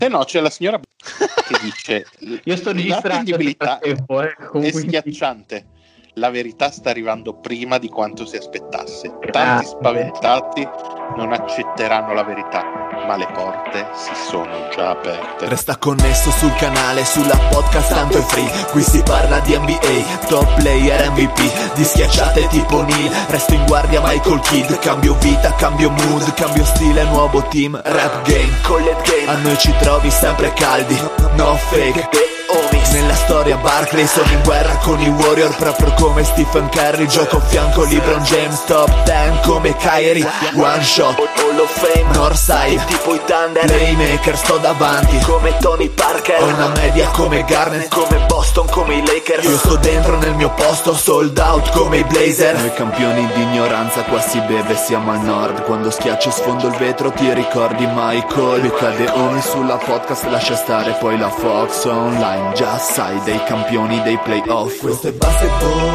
no, c'è la signora che dice io sto registrando è schiacciante. La verità sta arrivando prima di quanto si aspettasse. Tanti spaventati non accetteranno la verità, ma le porte si sono già aperte. Resta connesso sul canale, sulla podcast tanto è free. Qui si parla di NBA, top player MVP, di schiacciate tipo Neil. Resto in guardia Michael Kidd. Cambio vita, cambio mood, cambio stile, nuovo team. Rap game, collet game, a noi ci trovi sempre caldi. No fake, nella storia Barkley sono in guerra con i Warrior, proprio come Stephen Curry. Gioco a fianco LeBron James, top 10 come Kyrie. One shot, Hall of Fame, Northside, tipo i Thunder. Playmaker, sto davanti come Tony Parker. Ho una media come Garnett, come Boston, come i Lakers. Io sto dentro nel mio posto, sold out come i Blazer. Noi campioni di ignoranza, qua si beve, siamo al nord. Quando schiacci sfondo il vetro ti ricordi Michael. Mi cade ogni sulla podcast, lascia stare poi la Fox online. Già sai dei campioni dei playoff. Questo è basketball,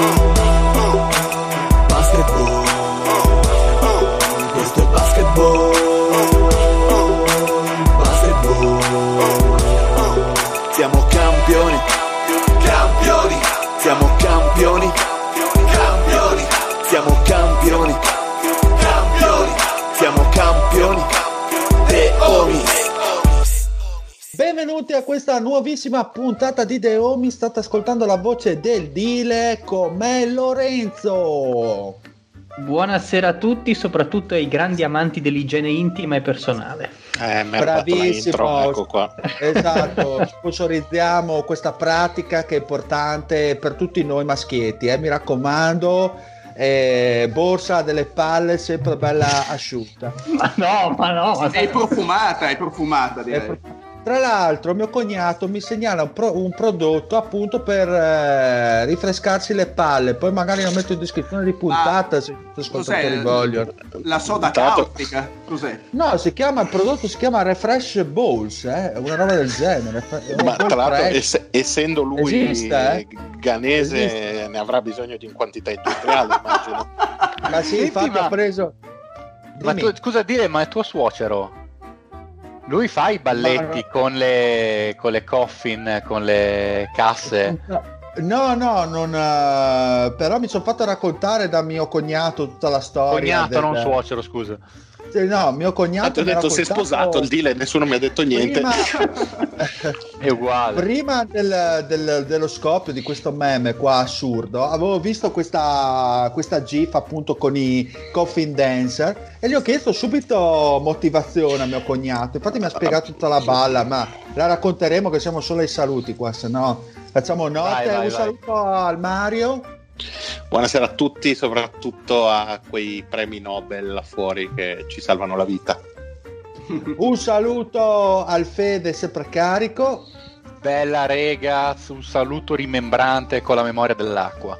basketball. Questo è basketball, basketball. Siamo campioni, campioni. Siamo campioni, campioni. Siamo campioni, campioni. Siamo campioni. The Homies. Benvenuti a questa nuovissima puntata di The Home. State ascoltando la voce del Dile con me, Lorenzo. Buonasera a tutti, soprattutto ai grandi amanti dell'igiene intima e personale. Bravissimo, ecco qua. Esatto, sponsorizziamo questa pratica che è importante per tutti noi maschietti, mi raccomando. Borsa delle palle sempre bella asciutta. Ma no, è profumata direi. Tra l'altro mio cognato mi segnala un prodotto appunto per rinfrescarsi le palle, poi magari lo metto in descrizione di puntata se gli ascoltatori vogliono. La soda caustica? Cos'è? No, il prodotto si chiama Refresh Balls, una roba del genere. Ma tra l'altro essendo lui esiste, ghanese esiste. Ne avrà bisogno di in quantità industriale, immagino. Ma sì, infatti ho preso. Ma tu, scusa dire, ma è tuo suocero? Lui fa i balletti con le coffin, con le casse? No, non, però mi sono fatto raccontare da mio cognato tutta la storia. Cognato, non suocero, scusa. No, mio cognato ho detto sei sposato il deal e nessuno mi ha detto niente. È uguale. Prima dello scoppio di questo meme qua assurdo, avevo visto questa gif appunto con i coffin dancer e gli ho chiesto subito motivazione a mio cognato. Infatti mi ha spiegato tutta la balla, ma la racconteremo che siamo solo ai saluti qua, se no facciamo notte. Vai. Saluto al Mario. Buonasera a tutti, soprattutto a quei premi Nobel là fuori che ci salvano la vita. Un saluto al Fede sempre carico. Bella rega, un saluto rimembrante con la memoria dell'acqua.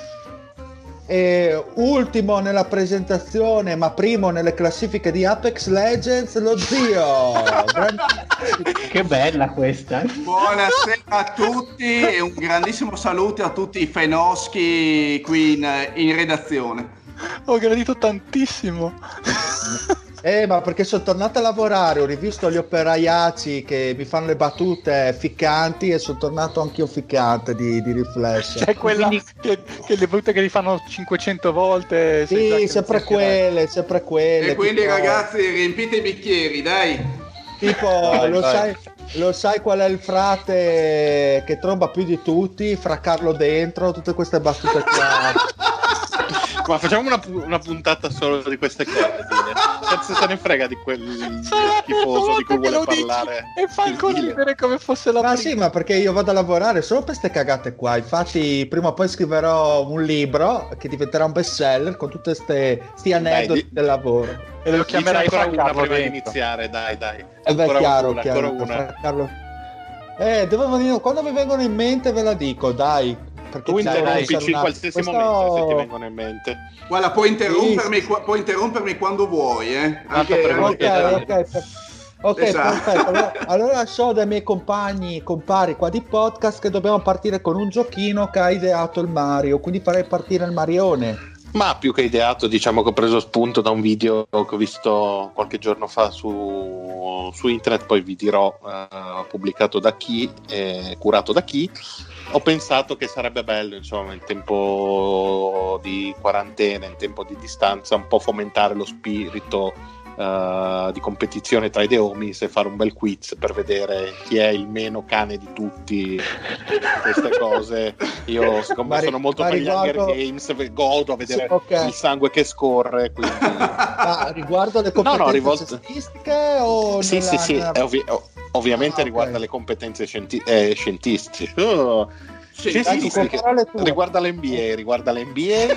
E ultimo nella presentazione, ma primo nelle classifiche di Apex Legends, lo zio. Che bella questa. Buonasera a tutti e un grandissimo saluto a tutti i fenoschi qui in redazione. Ho gradito tantissimo. Ma perché sono tornato a lavorare, ho rivisto gli operaiaci che mi fanno le battute ficcanti e sono tornato anch'io ficcante di riflesso. C'è quella che le battute che li fanno 500 volte. Sì, sempre quelle. E quindi tipo... ragazzi riempite i bicchieri, dai. Tipo, lo sai qual è il frate che tromba più di tutti? Fra Carlo dentro, tutte queste battute qua. Ma facciamo una puntata solo di queste cose. Cazzo se ne frega di quel schifoso di cui vuole parlare. E fa ancora ridere come fosse la prima. Sì, ma perché io vado a lavorare solo per queste cagate qua. Infatti prima o poi scriverò un libro che diventerà un bestseller con tutte sti aneddoti del lavoro. E lo chiamerai Fra Carlo prima di iniziare, dai. Chiaro. Una. Quando mi vengono in mente ve la dico, dai. Tu interrompici in qualsiasi momento se ti vengono in mente. Guarda, puoi interrompermi quando vuoi, Ok, esatto. Perfetto. Allora so dai miei compari qua di podcast che dobbiamo partire con un giochino che ha ideato il Mario, quindi farei partire il Marione. Ma più che ideato, diciamo che ho preso spunto da un video che ho visto qualche giorno fa su internet, poi vi dirò pubblicato da chi, curato da chi. Ho pensato che sarebbe bello, insomma, in tempo di quarantena, in tempo di distanza, un po' fomentare lo spirito di competizione tra i deomis e fare un bel quiz per vedere chi è il meno cane di tutti. Queste cose io, siccome sono molto per gli Hunger Games, godo a vedere il sangue che scorre, quindi... Ma riguardo le competenze statistiche o sì, ovviamente riguarda le competenze scientistiche. Riguarda l'NBA.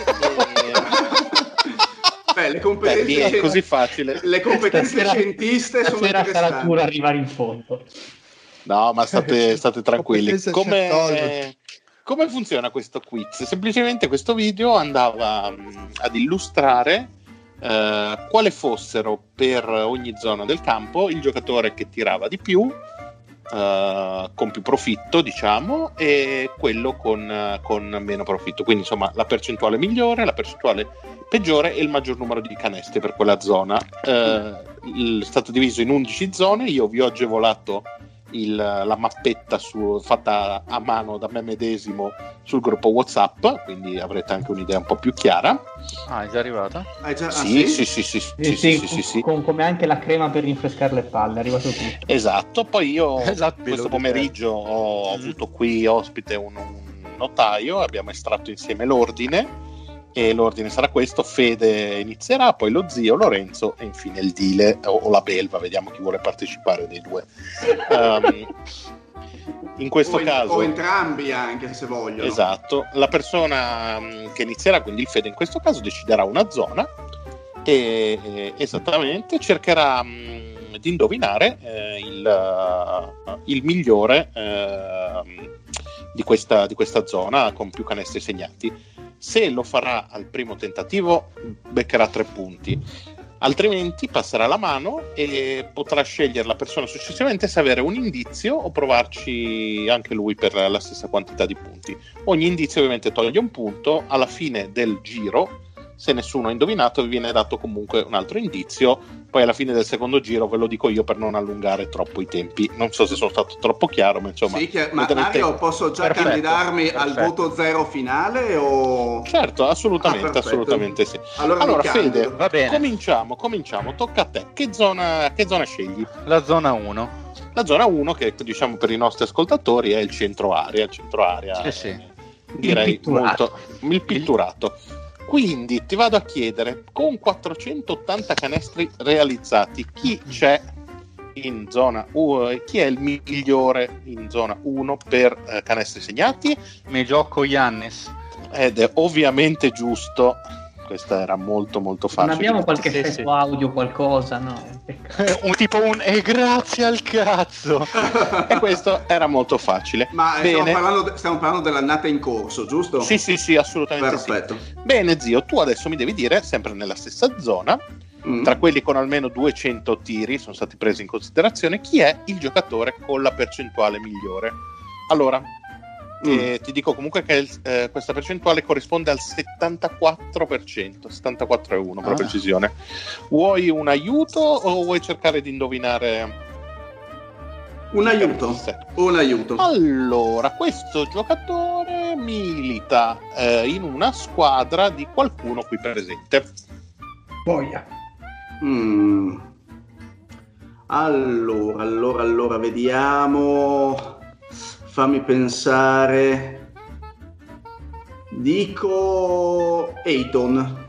Beh, le competenze è così facile. Le competenze scientiste sono interessanti. Sarà dura arrivare in fondo. No, ma state tranquilli. Come funziona questo quiz? Semplicemente questo video andava ad illustrare quale fossero per ogni zona del campo il giocatore che tirava di più, con più profitto, diciamo, e quello con meno profitto. Quindi insomma la percentuale migliore, la percentuale peggiore e il maggior numero di canestri per quella zona. È stato diviso in 11 zone. Io vi ho agevolato la mappetta fatta a mano da me medesimo sul gruppo WhatsApp, quindi avrete anche un'idea un po' più chiara. È già arrivata? Sì. Come anche la crema per rinfrescare le palle, è arrivato tutto. Esatto, poi io questo pomeriggio ho avuto qui ospite un notaio, abbiamo estratto insieme l'ordine, e l'ordine sarà questo: Fede inizierà, poi lo zio, Lorenzo e infine il Dile o la Belva, vediamo chi vuole partecipare dei due. In questo caso o entrambi, anche se vogliono. Esatto, la persona che inizierà, quindi il Fede in questo caso, deciderà una zona e esattamente cercherà di indovinare il migliore di questa zona con più canestri segnati. Se lo farà al primo tentativo beccherà 3 punti, altrimenti passerà la mano e potrà scegliere la persona successivamente se avere un indizio o provarci anche lui per la stessa quantità di punti. Ogni indizio ovviamente toglie un punto. Alla fine del giro, se nessuno ha indovinato, vi viene dato comunque un altro indizio. Poi alla fine del secondo giro ve lo dico io per non allungare troppo i tempi. Non so se sono stato troppo chiaro, ma insomma... Sì, ma Mario, posso già candidarmi al voto zero finale? O... Certo, assolutamente sì. Allora Fede, va bene. Cominciamo, tocca a te. Che zona scegli? La zona 1. La zona 1, che diciamo per i nostri ascoltatori è il centro area. Sì. Direi il pitturato. Quindi ti vado a chiedere, con 480 canestri realizzati, chi c'è in zona 1? Chi è il migliore in zona 1 per canestri segnati? Mi gioco Giannis. Ed è ovviamente giusto. Questa era molto molto facile. Non abbiamo qualche effetto audio, qualcosa, no? E grazie al cazzo. E questo era molto facile. Ma stiamo parlando dell'annata in corso, giusto? Sì, assolutamente. Perfetto. Sì. Bene zio, tu adesso mi devi dire, sempre nella stessa zona, tra quelli con almeno 200 tiri sono stati presi in considerazione, chi è il giocatore con la percentuale migliore. Allora ti dico comunque che questa percentuale corrisponde al 74%, 74,1 per precisione. Vuoi un aiuto o vuoi cercare di indovinare? Un aiuto. Allora, questo giocatore milita in una squadra di qualcuno qui presente. Boia. Allora, vediamo. Fammi pensare. Dico Ayton.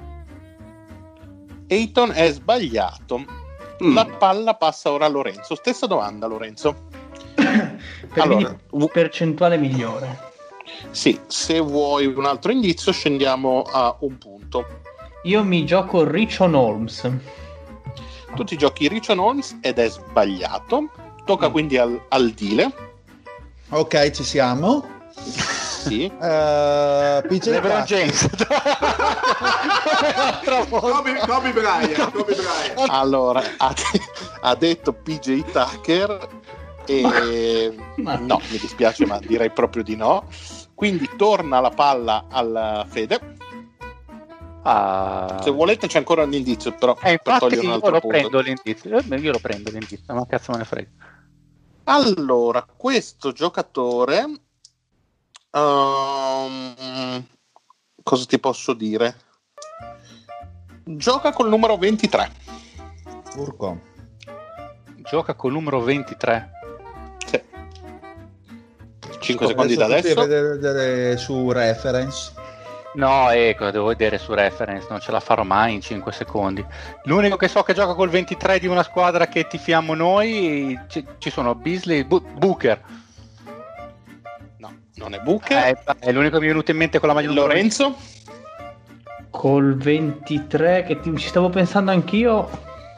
Ayton è sbagliato. La palla passa ora a Lorenzo. Stessa domanda, Lorenzo. Allora, percentuale migliore. Sì, se vuoi un altro indizio scendiamo a un punto. Io mi gioco Richon Holmes. Tu ti giochi Richon Holmes ed è sbagliato. Tocca quindi al Dile. Ok, ci siamo. Sì. PJ LeBron James. Kobe Bryant. Allora, ha detto PJ Tucker e no, mi dispiace, ma direi proprio di no. Quindi torna la palla al Fede. Se volete c'è ancora un indizio, però per togliere un altro punto. Prendo l'indizio. Io lo prendo l'indizio, ma cazzo me ne frega. Allora, questo giocatore cosa ti posso dire? Gioca col numero 23. Urco. Gioca col numero 23. Sì. 5 secondi da adesso. Vedere su Reference. No, cosa devo vedere su Reference? Non ce la farò mai in 5 secondi. L'unico che so che gioca col 23 di una squadra che tifiamo noi, ci sono Beasley, Booker. No, non è Booker. È l'unico che mi è venuto in mente con la maglia Lorenzo. Col 23 che ci stavo pensando anch'io,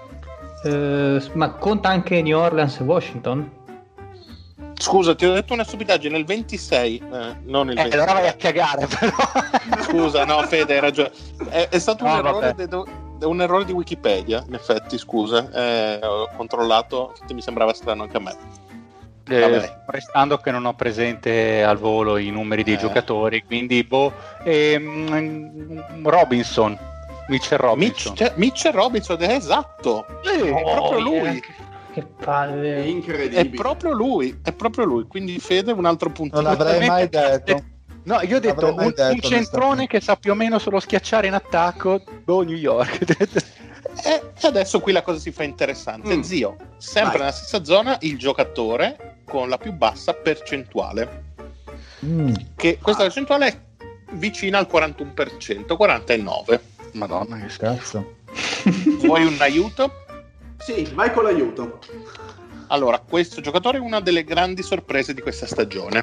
ma conta anche New Orleans e Washington? Scusa, ti ho detto una stupidaggine, il 26, non il 23. Allora vai a cagare, però. Scusa, no, Fede, hai ragione. È stato un errore un errore di Wikipedia, in effetti, scusa. Ho controllato, mi sembrava strano anche a me. Restando che non ho presente al volo i numeri dei giocatori, quindi Robinson, Mitchell Robinson. Mitchell Robinson, è esatto. È proprio lui. Che palle. Incredibile. È proprio lui, quindi Fede un altro punto. Non l'avrei mai detto. No, io ho detto un centrone che sa più o meno solo schiacciare in attacco, New York. E adesso qui la cosa si fa interessante. Zio, sempre nella stessa zona, il giocatore con la più bassa percentuale. Che questa percentuale è vicina al 41%, 49. Madonna, che cazzo. Vuoi un aiuto? Sì, vai con l'aiuto. Allora, questo giocatore è una delle grandi sorprese di questa stagione.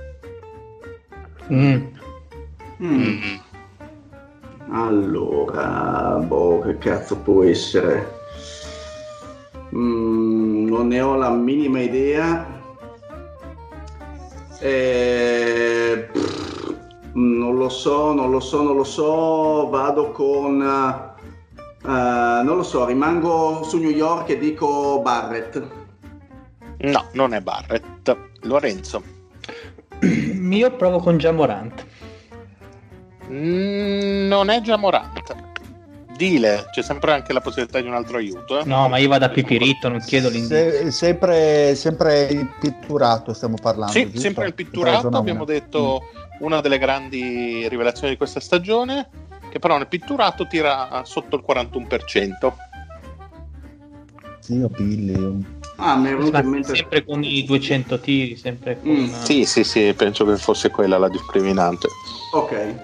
Allora, che cazzo può essere? Non ne ho la minima idea. Non lo so. Vado con non lo so, rimango su New York e dico Barrett. No, non è Barrett. Lorenzo. Io provo con Ja Morant. Non è Ja Morant. Dile, c'è sempre anche la possibilità di un altro aiuto. No, ma io vado a Pipiritto, non chiedo l'indizio. Sempre il pitturato stiamo parlando. Sì, giusto? sempre il pitturato, abbiamo detto una delle grandi rivelazioni di questa stagione, che però nel pitturato tira sotto il 41%. Zio Billy. Mi è venuto in mente sempre con i 200 tiri, sempre con... Sì, penso che fosse quella la discriminante. Ok.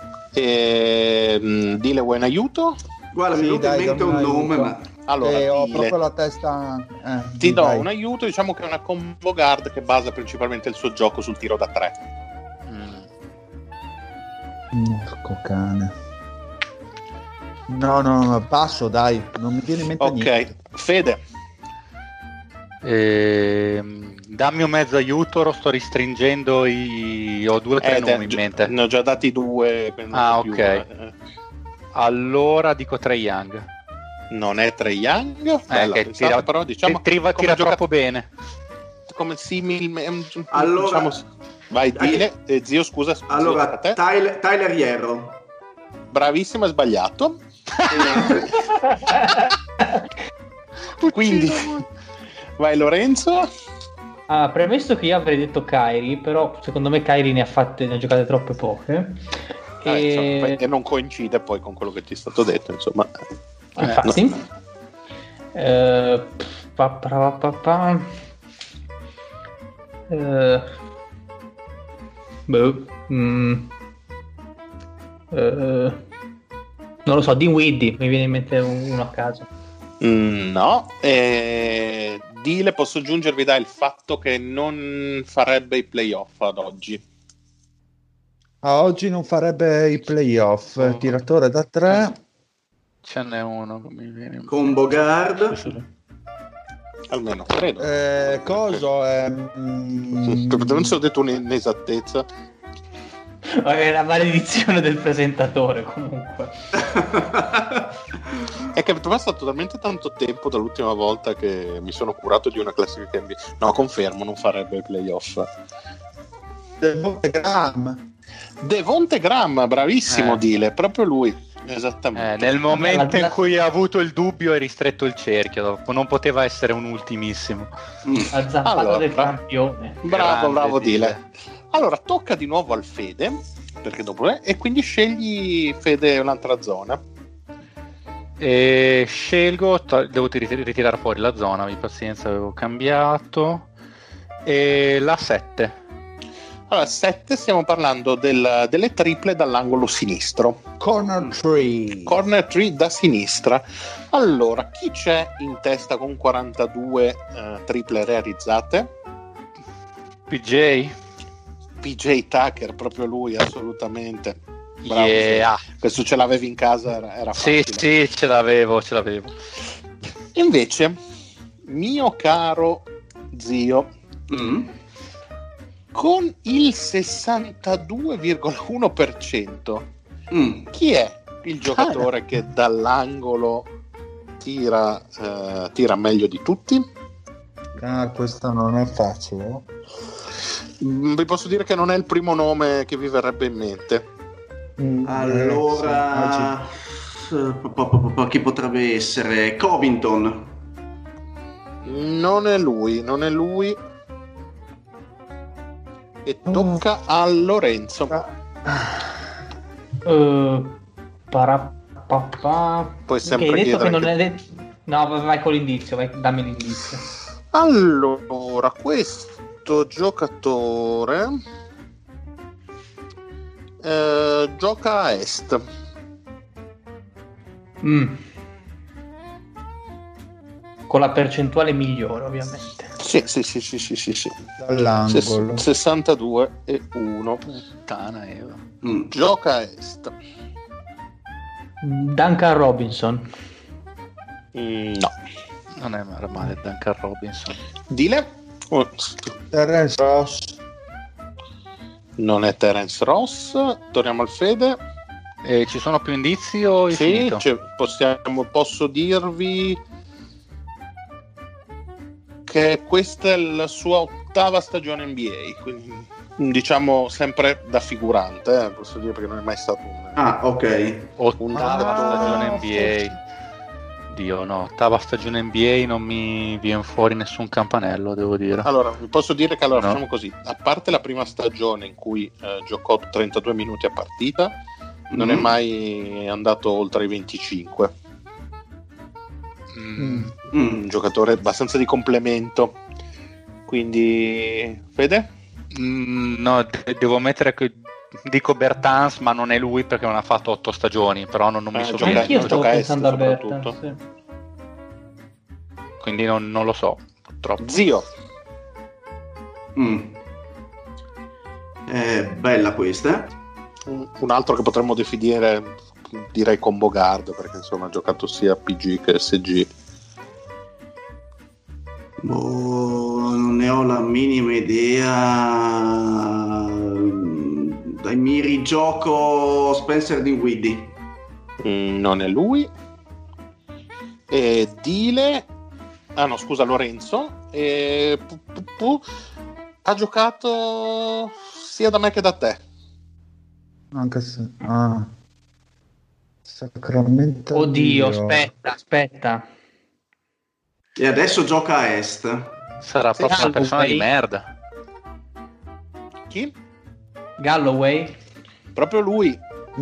Dile, vuoi un aiuto? Guarda, mi è venuto in mente un nome, ma... Allora, ho proprio la testa... ti do un aiuto, diciamo che è una combo guard che basa principalmente il suo gioco sul tiro da 3. Porco cane. No, passo, dai, non mi viene in mente niente. Ok, Fede. Dammi un mezzo aiuto, lo sto ristringendo, ho 2 o 3 nomi in mente. Ne ho già dati 2. Ok. Allora dico Trae Young. Non è Trae Young, che tira, però diciamo tira troppo bene. Come simile. Allora, diciamo, vai, dile, zio, scusa. Allora, Tyler Hierro. Bravissimo, è sbagliato. Quindi vai Lorenzo. Premesso che io avrei detto Kyrie, però secondo me Kyrie ne ha giocate troppe poche e non coincide poi con quello che ti è stato detto, insomma. Infatti non lo so, Dinwiddie mi viene in mente uno a caso. No, Dile, posso aggiungervi il fatto che non farebbe i playoff ad oggi. Oggi non farebbe i playoff. Tiratore da 3. Ce n'è uno che mi viene con Bogard. Almeno credo. Coso è non se ho detto un'inesattezza. È la maledizione del presentatore, comunque. È che è passato talmente tanto tempo dall'ultima volta che mi sono curato di una classifica NBA. No, confermo, non farebbe i playoff. Devonte Graham, bravissimo Dile, proprio lui. Esattamente. Nel momento in cui ha avuto il dubbio è ristretto il cerchio, non poteva essere un ultimissimo. Ha zappato del campione. Bravo Dile. Dile. Allora tocca di nuovo al Fede, perché dopo e quindi scegli, Fede, un'altra zona. E scelgo, devo ritirare fuori la zona, abbi pazienza, avevo cambiato. E la 7. Allora 7, stiamo parlando delle triple dall'angolo sinistro. Corner 3 da sinistra. Allora, chi c'è in testa con 42 triple realizzate? PJ Tucker, proprio lui, assolutamente. Bravo, Yeah. questo ce l'avevi in casa, era facile. Sì, ce l'avevo. Invece, mio caro zio, con il 62,1%, chi è il giocatore che dall'angolo tira meglio di tutti? Questa non è facile. Vi posso dire che non è il primo nome che vi verrebbe in mente. Allora, chi potrebbe essere? Covington. Non è lui. E tocca a Lorenzo. Puoi sempre hai detto chiedere che non è no, vai con l'indizio, dammi l'indizio. Allora, questo giocatore gioca a est. Con la percentuale migliore, ovviamente. Sì. Dall'angolo 62,1. Puttana Eva. Gioca a est. Duncan Robinson. No. Non è male Duncan Robinson. Dile. Terence Ross. Non è Terence Ross. Torniamo al Fede. Ci sono più indizi o è Sì, finito? posso dirvi che questa è la sua 8ª stagione NBA, quindi diciamo sempre da figurante, posso dire, perché non è mai stato un... Ok. 8ª stagione NBA. Dio, no, 8ª stagione NBA non mi viene fuori nessun campanello, devo dire. Allora, vi posso dire che facciamo così, a parte la prima stagione in cui giocò 32 minuti a partita, non è mai andato oltre i 25. Un giocatore abbastanza di complemento, quindi Fede? No, devo mettere che dico Bertans, ma non è lui perché non ha fatto 8 stagioni, però non mi sovviene. Anch'io stavo gioca pensando a est, Bertans, soprattutto. Quindi non lo so, purtroppo. Zio. Bella questa. Un altro che potremmo definire, direi, combo guard, perché insomma ha giocato sia PG che SG. Non ne ho la minima idea. Dai, mi rigioco Spencer Dinwiddie. Non è lui. E Dile, no scusa, Lorenzo, ha giocato sia da me che da te. Anche se Sacramento. Oddio, aspetta. E adesso gioca a est. Sarà proprio una persona di merda. Chi? Galloway. Proprio lui.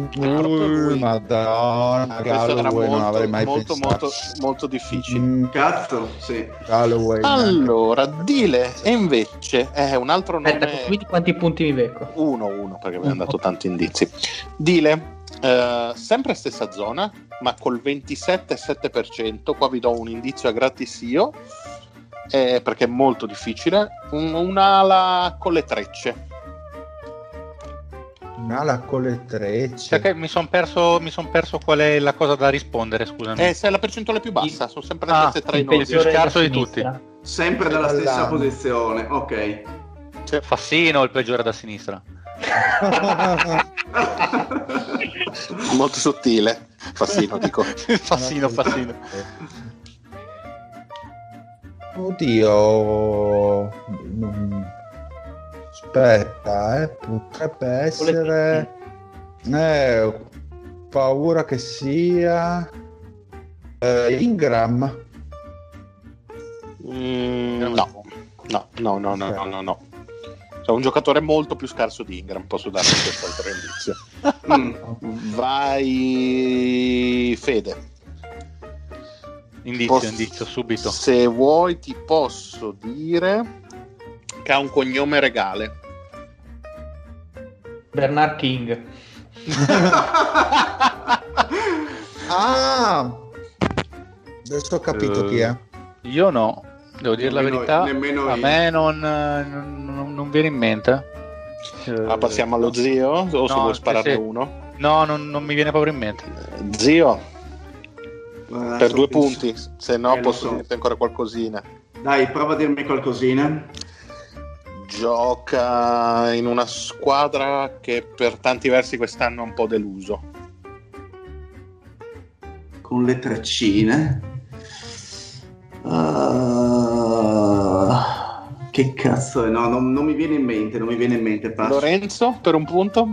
Madonna, Questo era non avrei mai pensato. molto difficile. Cazzo, sì. Galloway. Allora, Dile e invece è un altro nome. Aspetta, quindi quanti punti mi becco? Uno, perché abbiamo dato tanti indizi. Dile, sempre stessa zona, ma col 27,7%. Qua vi do un indizio a gratis io, perché è molto difficile. Un'ala con le trecce. Un'ala con le trecce. Perché mi son perso qual è la cosa da rispondere, scusami. Se è la percentuale più bassa, sono sempre le stesse tra i il nomi. peggiore scarso da di tutti. sinistra. Sempre dalla stessa posizione. Ok. Fassino il peggiore da sinistra. Molto sottile. Fassino, dico. Fassino. Oddio. Aspetta, potrebbe essere paura che sia Ingram. No. Cioè, un giocatore molto più scarso di Ingram, posso darti quest'altro indizio. Vai, Fede. Indizio subito. Se vuoi ti posso dire che ha un cognome regale. Bernard King. Adesso ho capito chi è. Io no, devo dire la verità, nemmeno a io. me non viene in mente. Passiamo allo zio? O se vuoi spararne uno? No, non mi viene proprio in mente. Zio, per 2 penso. punti, se no Lo posso so. dirti ancora qualcosina. Dai, prova a dirmi qualcosina. Gioca in una squadra che per tanti versi quest'anno è un po' deluso. Con le treccine. Che cazzo è? No, non mi viene in mente, passo. Lorenzo, per un punto?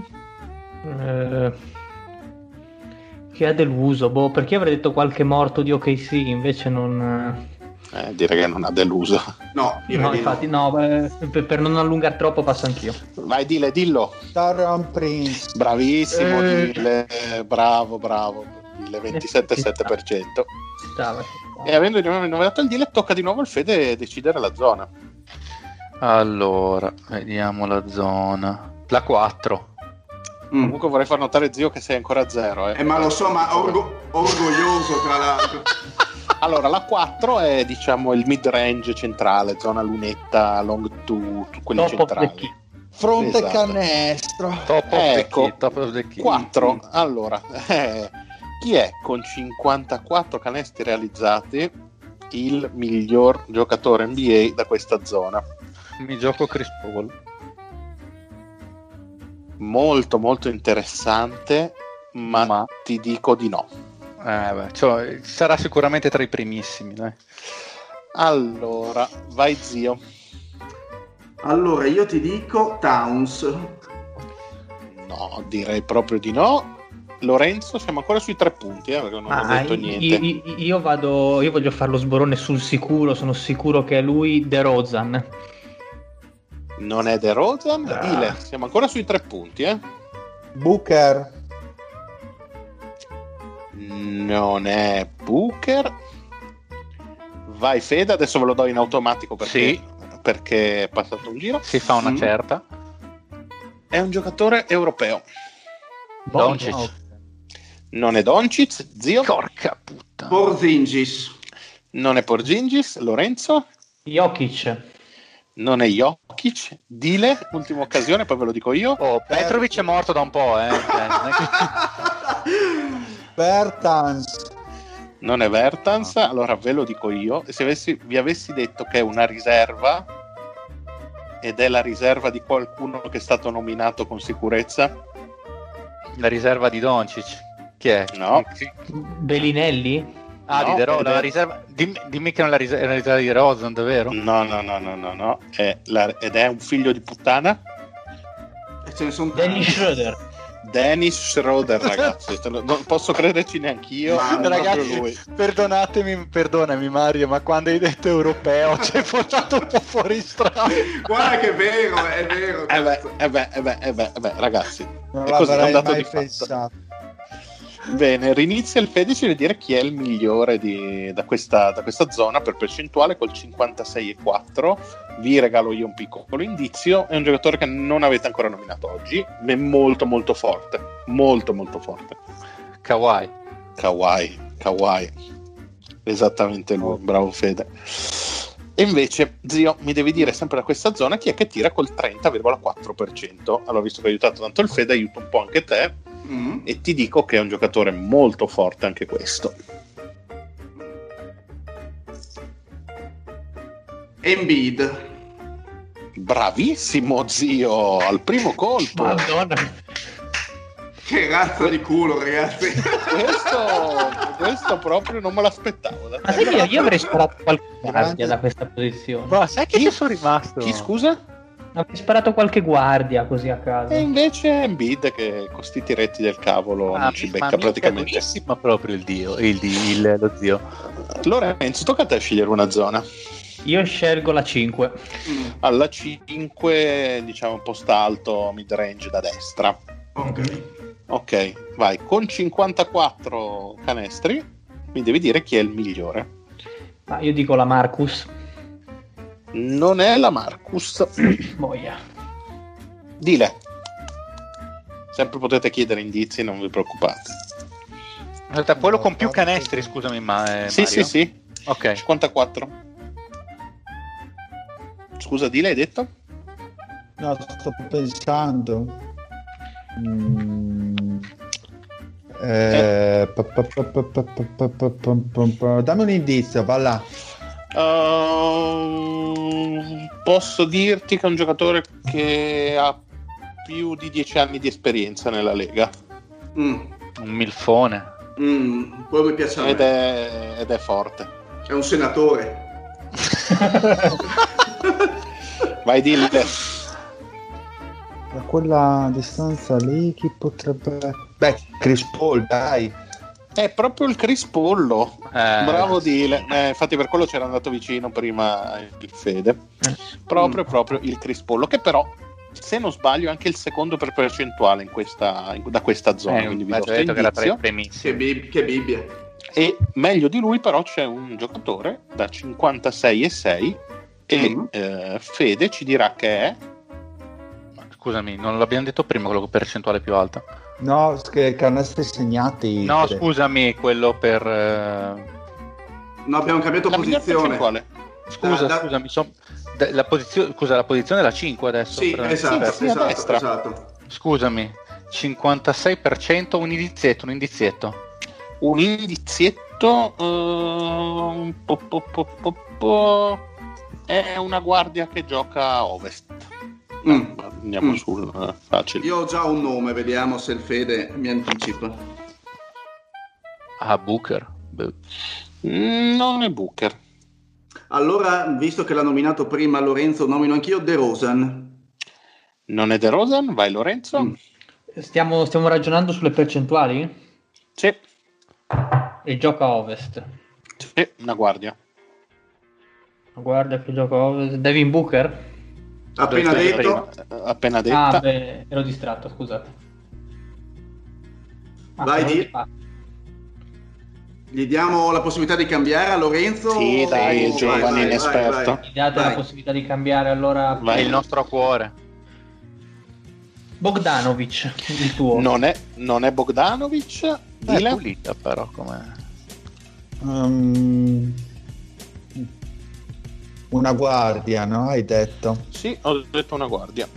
Che ha deluso, perché avrei detto qualche morto di OKC, invece non... Direi che non ha deluso. No, No, infatti no, per non allungare troppo passo anch'io. Vai, dillo. Taron Prince. Bravissimo, Dile. Bravo. Dile, 27,7%. E avendo di nuovo dato il Dile, tocca di nuovo al Fede decidere la zona. Allora, vediamo la zona. La 4. Comunque vorrei far notare, zio, che sei ancora a 0. Ma lo so, ma orgoglioso tra l'altro. Allora, la 4 è, diciamo, il mid-range centrale, zona lunetta, long two, quelli Top of the centrali. key. Fronte Esatto. canestro. Top of the key. 4. Allora, chi è con 54 canestri realizzati il miglior giocatore NBA da questa zona? Mi gioco Chris Paul. Molto molto interessante, ma ti dico di no. Sarà sicuramente tra i primissimi, dai. Allora, vai, zio. Allora, io ti dico Towns. No, direi proprio di no. Lorenzo, siamo ancora sui 3 punti, perché non ho detto niente. Io voglio fare lo sborone sul sicuro, sono sicuro che è lui, DeRozan. Non è DeRozan. Dile, siamo ancora sui 3 punti, Booker. Non è Booker. Vai, Fede, adesso ve lo do in automatico perché è passato un giro. Si fa una certa. È un giocatore europeo. Doncic. Non è Doncic, zio. Porca puttana. Porzingis. Non è Porzingis. Lorenzo. Jokic. Non è Jokic. Dile, ultima occasione, poi ve lo dico io. Petrovic è morto da un po', Bertans. Non è Bertans, allora ve lo dico io. E se vi avessi detto che è una riserva ed è la riserva di qualcuno che è stato nominato con sicurezza? La riserva di Doncic. Chi è? No. Bellinelli? Ah, no, di DeRozan, la riserva. Dimmi che non è la riserva di DeRozan, davvero? No. Ed è un figlio di puttana? Ce ne sono Dennis Schroeder. Dennis Schroeder, ragazzi. Non posso crederci neanch'io. Ragazzi, perdonami Mario, ma quando hai detto europeo ci hai portato un po' fuori strada. Guarda che è vero. Ragazzi, Non è così, è un l'avrei dato mai di fatto. pensato. Bene, rinizia il Fede a dire chi è il migliore da questa zona per percentuale col 56,4. Vi regalo io un piccolo indizio: è un giocatore che non avete ancora nominato oggi, ma è molto molto forte, molto molto forte. Kawhi. Esattamente lui, bravo Fede. E invece, zio, mi devi dire sempre da questa zona chi è che tira col 30,4%. Allora, visto che ho aiutato tanto il Fede, aiuto un po' anche te. E ti dico che è un giocatore molto forte anche questo. Embiid. Bravissimo, zio, al primo colpo. Madonna. Che razza di culo, ragazzi. Questo proprio non me l'aspettavo. Ma sai che io avrei sparato qualche guardia da questa posizione. Ma sai che ci sono rimasto? Chi, scusa? Avevi sparato qualche guardia così a caso. E invece Embiid, che con sti tiretti del cavolo non ci becca praticamente. Ma proprio lo zio. Lorenzo, tocca a te scegliere una zona. Io scelgo la 5. Alla 5, diciamo posta alto, mid range da destra. Ok, vai. Con 54 canestri mi devi dire chi è il migliore. Io dico la Marcus. Non è la Marcus. Boia. Dile. Sempre potete chiedere indizi, non vi preoccupate. Quello con più canestri, scusami, ma sì, Mario? sì. Ok. 54. Scusa, Dile, hai detto? No, sto pensando. Dammi un indizio, va là. Posso dirti che è un giocatore che ha più di 10 anni di esperienza nella Lega. Un milfone. Poi mi piace ed è forte. È un senatore. Vai, Dille. Da quella distanza lì chi potrebbe... Beh, Chris Paul, dai. È proprio il Chris Pollo. Bravo Dile. Infatti per quello c'era andato vicino prima il Fede. Proprio il Chris Pollo, che però, se non sbaglio, è anche il secondo per percentuale da questa zona. Quindi vi do detto che era tra i indizio. primissimi. Che Bibbia. E meglio di lui però c'è un giocatore da 56,6 e Fede ci dirà che è... Scusami, non l'abbiamo detto prima quello con percentuale più alta? No, che canestri segnati. No, scusami, quello per... No, abbiamo cambiato posizione. Scusami, la posizione è la 5 adesso. Sì, esatto. Scusami, 56%, un indizietto. Un indizietto è una guardia che gioca a Ovest. Andiamo sul facile. Io ho già un nome, vediamo se il Fede mi anticipa. Booker. Non è Booker. Allora, visto che l'ha nominato prima Lorenzo, nomino anch'io DeRozan. Non è DeRozan? Vai Lorenzo. Stiamo ragionando sulle percentuali? Sì. E gioca a Ovest. Sì, una guardia. Una guardia che gioca a Ovest. Devin Booker? Appena detto. Appena detta. Ero distratto, scusate. Vai di. Gli diamo la possibilità di cambiare a Lorenzo? Sì, dai, è giovane, inesperto. Gli date la possibilità di cambiare, allora. Vai, il nostro cuore. Bogdanovic, il tuo. Non è Bogdanovic. È pulita però come... Una guardia, no? Hai detto? Sì, ho detto una guardia.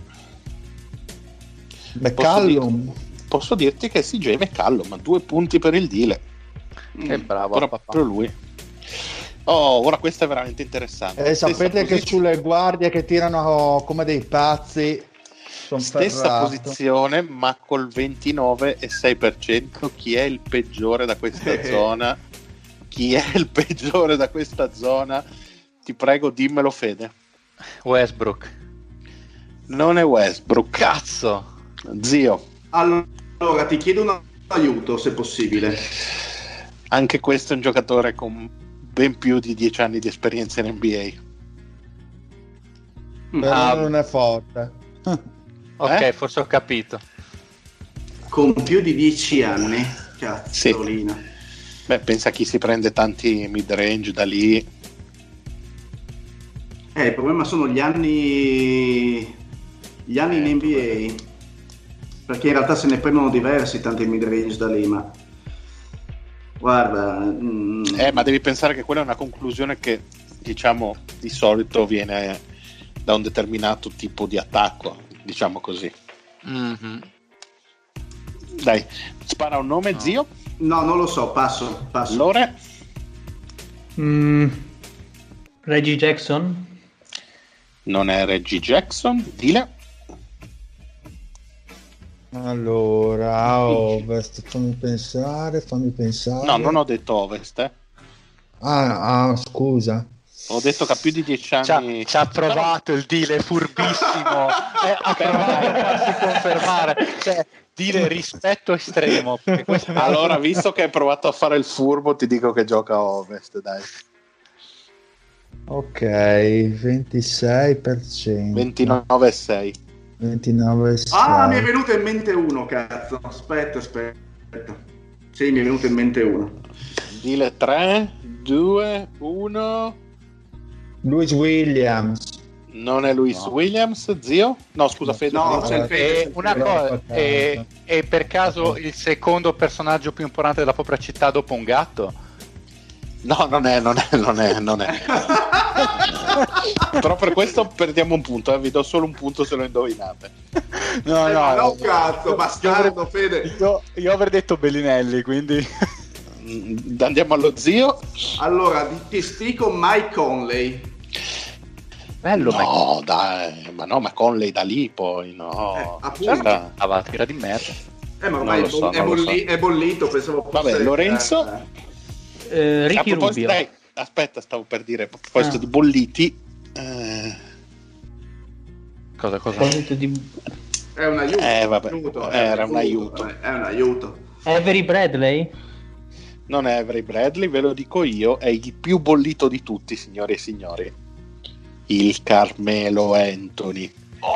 McCallum. Posso dirti che è CJ McCallum, 2 punti per il Dile. Che bravo, proprio lui. Ora questa è veramente interessante. Sapete che sulle guardie che tirano come dei pazzi sono stessa ferrato. Posizione, ma col 29,6%. Chi è il peggiore da questa zona? Chi è il peggiore da questa zona? Ti prego, dimmelo, Fede. Westbrook. Non è Westbrook. Cazzo. Zio. Allora, ti chiedo un aiuto, se possibile. Anche questo è un giocatore con ben più di 10 anni di esperienza in NBA. Però non è forte. Ok, forse ho capito. Con più di 10 anni? Cazzolina. Sì. Beh, pensa a chi si prende tanti mid-range da lì. Il problema sono gli anni in NBA, perché in realtà se ne prendono diversi tanti mid-range da lì, ma guarda... Ma devi pensare che quella è una conclusione che, diciamo, di solito viene da un determinato tipo di attacco, diciamo così. Dai, spara un nome, zio? No, non lo so, passo. Lore? Reggie Jackson? Non è Reggie Jackson. Dile? Allora, Ovest, fammi pensare. No, non ho detto Ovest, scusa. Ho detto che ha più di 10 anni. Ci ha provato il deal, è furbissimo. Ha provato a farsi confermare. Cioè, dire rispetto estremo. Allora, visto che hai provato a fare il furbo, ti dico che gioca a Ovest, dai. Ok, 26%. 29,6. 29,6. Ah, mi è venuto in mente uno, cazzo. Aspetta. Sì, mi è venuto in mente uno. Dile 3, 2, 1. Luis Williams. Non è Luis Williams, zio? No, scusa, Fede. No, c'è il Fede. Una cosa, è per caso il secondo personaggio più importante della propria città dopo un gatto? No, non è. Però per questo perdiamo un punto, vi do solo un punto se lo indovinate. No, cazzo, bastardo, Fede. Io avrei detto Bellinelli, quindi Andiamo allo zio. Allora, di testico Mike Conley. bello. No, dai, ma Conley da lì poi, no. Appunto. Va, tira di merda. Ma ormai Non lo so, è bollito, pensavo fosse... Vabbè, Lorenzo. Ricky Rubio. Aspetta, stavo per dire, a proposito di bolliti. Cosa? È un aiuto. Vabbè, era un aiuto. È un aiuto. Avery Bradley? Non è Avery Bradley, ve lo dico io, è il più bollito di tutti, signore e signori. Il Carmelo Anthony.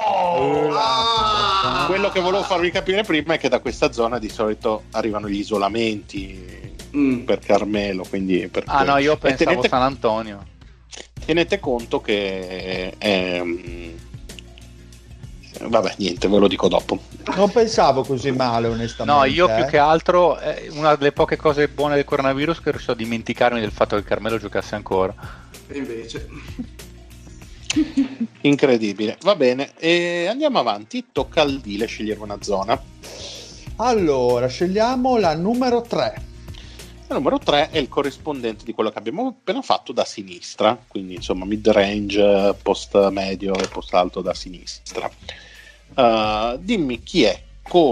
Quello che volevo farvi capire prima è che da questa zona di solito arrivano gli isolamenti per Carmelo, quindi no, io pensavo San Antonio. Tenete conto che vabbè, niente, ve lo dico dopo. Non pensavo così male, onestamente. No, io più che altro una delle poche cose buone del coronavirus che riuscito a dimenticarmi del fatto che Carmelo giocasse ancora. E invece incredibile. Va bene, e andiamo avanti. Tocca al Dile scegliere una zona. Allora, scegliamo la numero 3. La numero 3 è il corrispondente di quello che abbiamo appena fatto da sinistra, quindi insomma mid range, post medio e post alto da sinistra. Dimmi chi è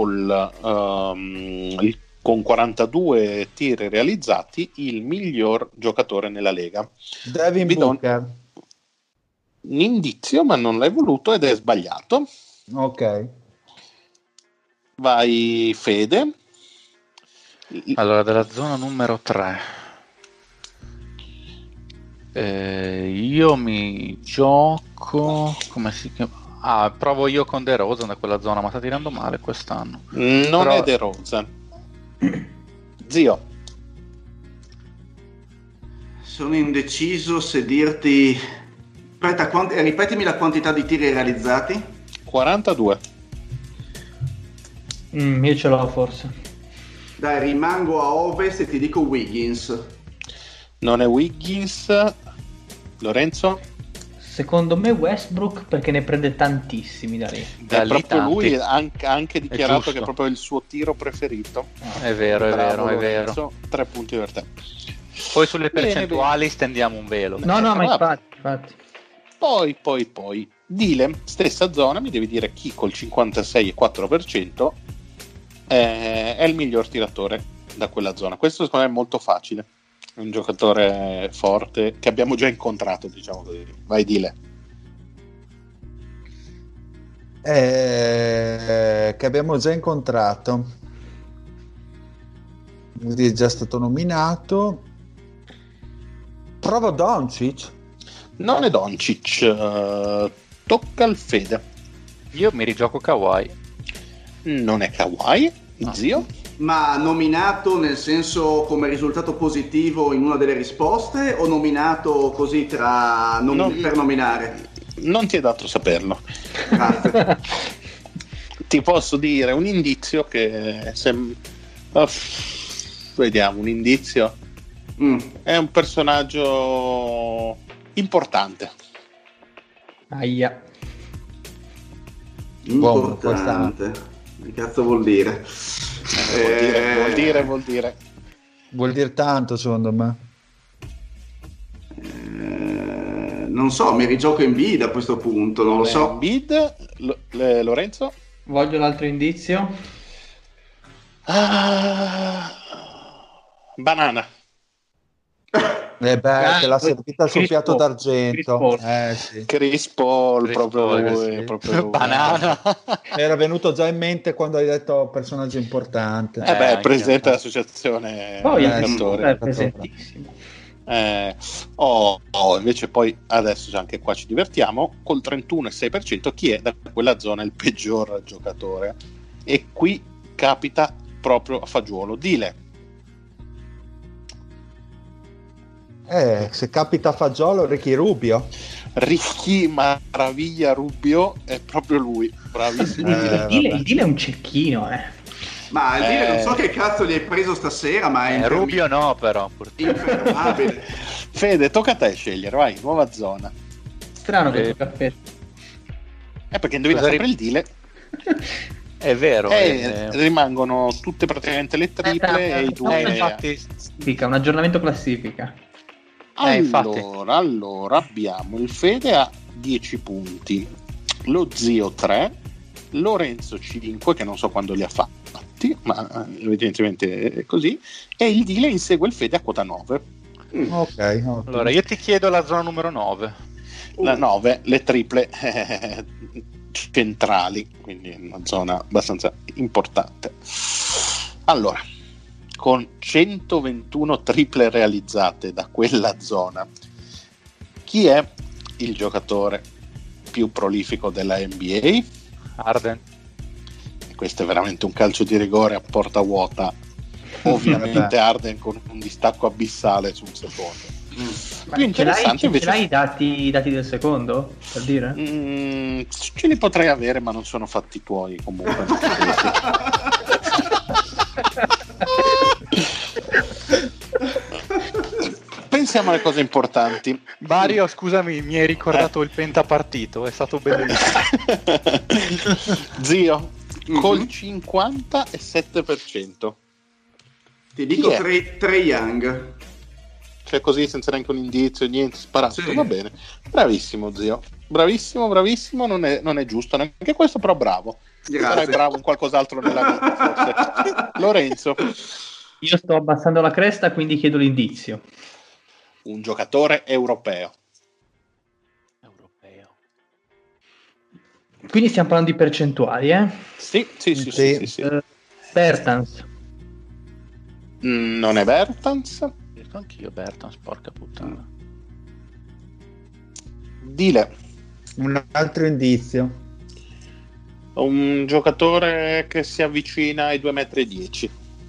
con 42 tiri realizzati il miglior giocatore nella Lega. Devin Booker. Un indizio, ma non l'hai voluto ed è sbagliato. Ok. Vai, Fede. Allora, della zona numero 3 io mi gioco, come si chiama? Provo io con De Rosa da quella zona, ma sta tirando male quest'anno. Non è De Rosa. Zio. sono indeciso se dirti. Aspetta, ripetimi la quantità di tiri realizzati. 42. Io ce l'ho forse. Dai, rimango a ovest e ti dico Wiggins. Non è Wiggins. Lorenzo? Secondo me Westbrook, perché ne prende tantissimi da lì. È proprio tanti. lui, ha anche dichiarato giusto. che è proprio il suo tiro preferito. È vero, Bravo, è vero. Lorenzo. 3 punti per te. Poi sulle Bene, percentuali stendiamo un velo. No, ma vabbè. infatti. Poi. Dile, stessa zona, mi devi dire chi col 56,4% è il miglior tiratore da quella zona. Questo secondo me è molto facile. È un giocatore forte che abbiamo già incontrato, diciamo così. Vai, Dile. Che abbiamo già incontrato. Quindi è già stato nominato. Provo Doncic. Non è Doncic. Tocca al Fede. Io mi rigioco Kawhi. Non è Kawhi. No. Zio? Ma nominato nel senso come risultato positivo in una delle risposte o nominato così per nominare? Non ti è dato saperlo. Grazie. Ti posso dire un indizio che vediamo, un indizio. È un personaggio importante. Aia. Importante. Che cazzo vuol dire? Vuol dire. Vuol dire tanto, secondo me. Non so, mi rigioco in B a questo punto, non lo so. Bid, Lorenzo? Voglio l'altro indizio. Banana. Te l'ha servita sul piatto d'argento. Sì. Chris Paul, proprio lui. Banana. Era venuto già in mente quando hai detto personaggio importante. Presidente dell'associazione è presentissimo. Invece poi adesso anche qua ci divertiamo col 31,6% chi è da quella zona il peggior giocatore, e qui capita proprio a fagiolo. Dile. Se capita a fagiolo, Ricky Rubio. Ricky Maraviglia Rubio è proprio lui, bravissimo. Il Dile è un cecchino, Ma il Dile non so che cazzo gli hai preso stasera, ma è Rubio no, però infermabile. Fede, tocca a te scegliere, vai, nuova zona. Strano che tocca a te. Perché indovina sempre il Dile. È vero. Rimangono tutte praticamente le triple e i due. Infatti, un aggiornamento classifica. Allora abbiamo il Fede a 10 punti, lo Zio 3, Lorenzo 5, che non so quando li ha fatti, ma evidentemente è così, e il Dile insegue il Fede a quota 9. Ok. Allora io ti chiedo la zona numero 9. La 9, le triple centrali, quindi una zona abbastanza importante. Allora, con 121 triple realizzate da quella zona, chi è il giocatore più prolifico della NBA? Harden. Questo è veramente un calcio di rigore a porta vuota. Ovviamente Harden con un distacco abissale sul secondo. Più interessante invece. Ce l'hai i dati del secondo, per dire? Ce li potrei avere, ma non sono fatti tuoi comunque. Pensiamo alle cose importanti. Mario, scusami, mi hai ricordato il pentapartito, è stato bellissimo. Zio, col 57%. Ti dico Trae Young. Cioè così, senza neanche un indizio, niente, sparato. Sì. Va bene. Bravissimo, zio. Bravissimo. Non è giusto neanche questo, però bravo. Grazie. Sarai bravo in qualcos'altro nella vita, forse. Lorenzo. Io sto abbassando la cresta, quindi chiedo l'indizio. Un giocatore europeo. Quindi stiamo parlando di percentuali, Sì. Bertans. Non è Bertans. Anch'io Bertans, porca puttana. Dile. Un altro indizio. Un giocatore che si avvicina ai 2,10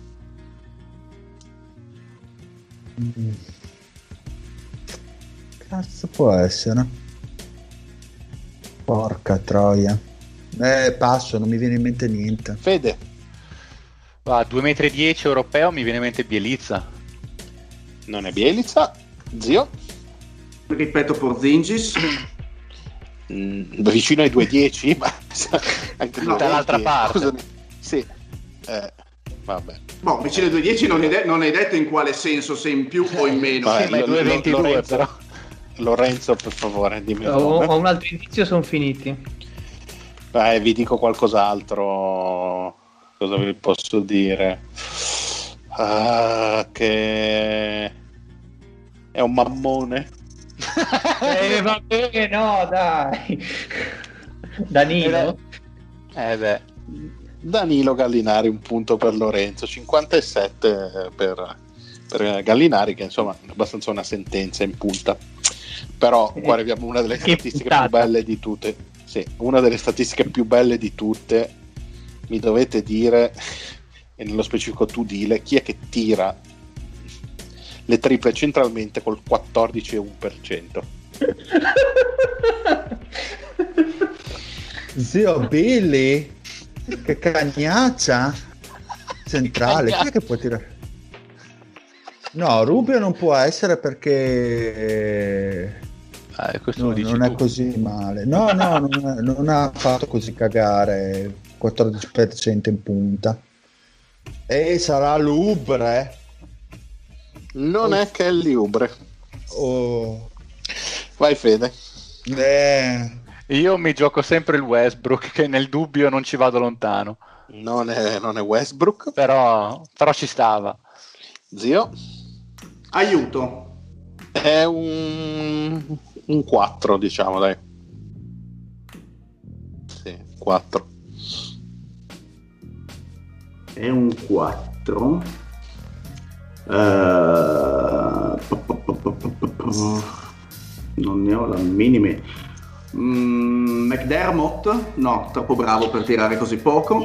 m. Cazzo può essere? Porca troia. Passo, non mi viene in mente niente. Fede. 2,10 m europeo, mi viene in mente Bielizza. Non è Bielizza. Zio. Ripeto, Porzingis. Vicino ai 2,10, ma anche dall'altra parte. Scusami. Sì. Vabbè. Vicino ai 2,10 non hai detto in quale senso, se in più o in meno. Vabbè, ma 2,22 però. Lorenzo, per favore, dimmi. Ho un altro indizio, sono finiti. Vi dico qualcos'altro. Cosa vi posso dire? Che è un mammone. Va bene, no, dai. Danilo? Danilo Gallinari, un punto per Lorenzo, 57 per Gallinari, che insomma è abbastanza una sentenza in punta. Però qua abbiamo una delle statistiche più belle di tutte. Sì, una delle statistiche più belle di tutte. Mi dovete dire, e nello specifico tu Dile, chi è che tira le triple centralmente col 14,1%? Zio Billy, che cagnaccia centrale. Chi è che può tirare? No, Rubio non può essere perché non è così male. No, non ha fatto così cagare. 14% in punta. E sarà Lubre. Non è Kelly Oubre. Vai Fede. Io mi gioco sempre il Westbrook, che nel dubbio non ci vado lontano. Non è Westbrook, però ci stava. Zio. Aiuto. È un 4, diciamo, dai. Sì, 4. È un 4. Non ne ho la minima. McDermott? No, troppo bravo per tirare così poco.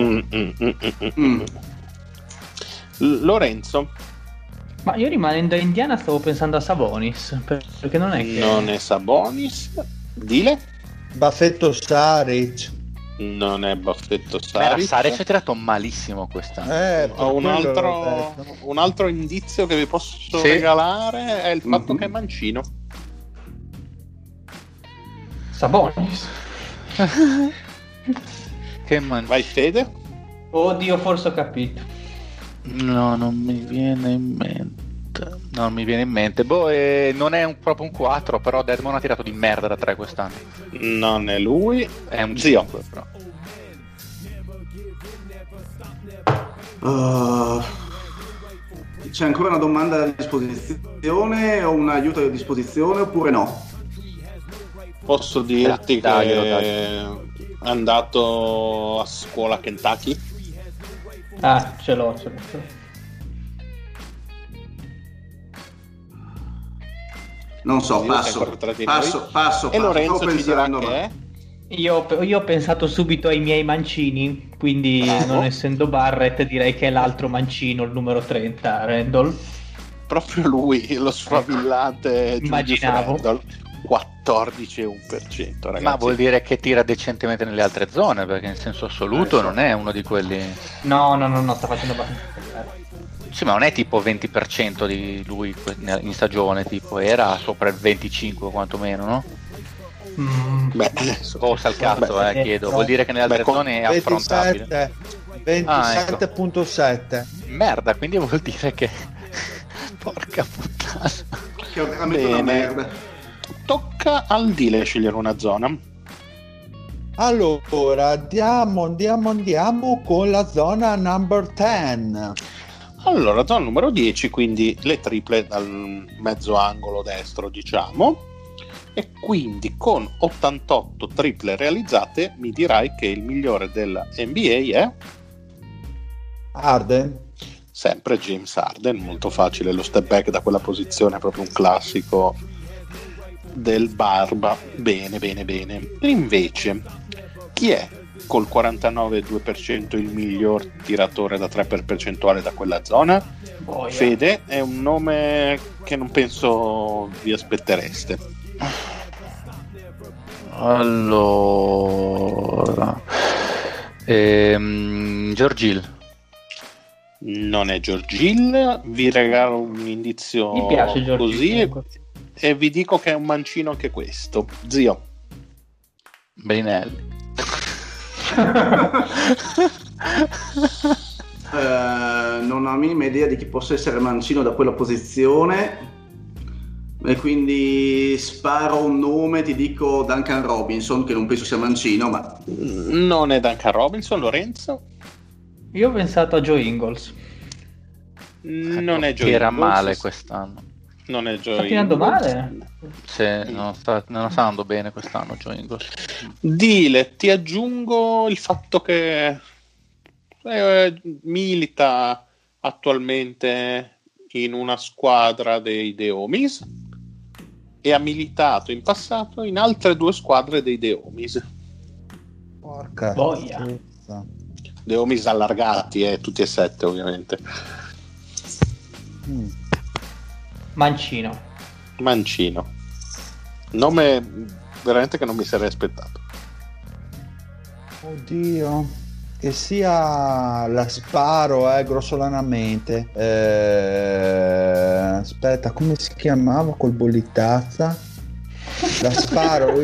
Lorenzo? Ma io rimanendo a Indiana stavo pensando a Sabonis, perché non è che... Non è Sabonis. Dile? Buffetto Saric. Non è Buffetto Saric. Saric ha tirato malissimo quest'anno. Ho un altro indizio che vi posso regalare è il fatto che è mancino. Sabonis. Vai Fede? Oddio, forse ho capito. No, non mi viene in mente. Non è proprio un 4, però Desmond ha tirato di merda da 3 quest'anno. Non è lui, è un zio. 5, però. C'è ancora una domanda a disposizione o un aiuto a disposizione oppure no? Posso dirti che è andato a scuola a Kentucky? Ah, ce l'ho. Non so, passo. E Lorenzo ci dirà che è? Io ho pensato subito ai miei mancini, quindi non essendo Barrett direi che è l'altro mancino, il numero 30, Randall. Proprio lui, lo sfavillante immaginavo. Randall. 14,1%, ragazzi. Ma vuol dire che tira decentemente nelle altre zone, perché in senso assoluto non è uno di quelli. No, sta facendo abbastanza. Sì, ma non è tipo 20% di lui in stagione, tipo era sopra il 25 quantomeno, no? Cosa al cazzo, chiedo. Vuol dire che nelle altre zone è affrontabile. 27.7. Merda, quindi vuol dire che porca puttana. Che è veramente una merda. Tocca al Dile scegliere una zona. Allora andiamo con la zona number 10. Allora, zona numero 10, quindi le triple dal mezzo angolo destro, diciamo. E quindi con 88 triple realizzate mi dirai che il migliore della NBA è Harden. Sempre James Harden, molto facile lo step back da quella posizione, è proprio un classico del Barba. Bene. E invece chi è col 49,2% il miglior tiratore da 3 per percentuale da quella zona? Fede, è un nome che non penso vi aspettereste. Allora George Hill. Non è George Hill, vi regalo un indizio. Mi piace George così Hill. E vi dico che è un mancino anche questo. Zio Brinelli. Non ho la minima idea di chi possa essere mancino da quella posizione e quindi sparo un nome, ti dico Duncan Robinson, che non penso sia mancino, ma non è Duncan Robinson. Lorenzo? Io ho pensato a Joe Ingles. Non è Joe Ingles. Era Ingles. Male quest'anno. Non è Joe Sta finendo male? Sì, non sta andando bene quest'anno Joe Ingles. Dile, ti aggiungo il fatto che milita attualmente in una squadra dei The Homies e ha militato in passato in altre 2 squadre dei The Homies. Porca boia. The Homies allargati, tutti e 7 ovviamente. Mancino. Nome veramente che non mi sarei aspettato. Oddio, che sia la sparo grossolanamente. Aspetta, come si chiamava col bollitazza? La sparo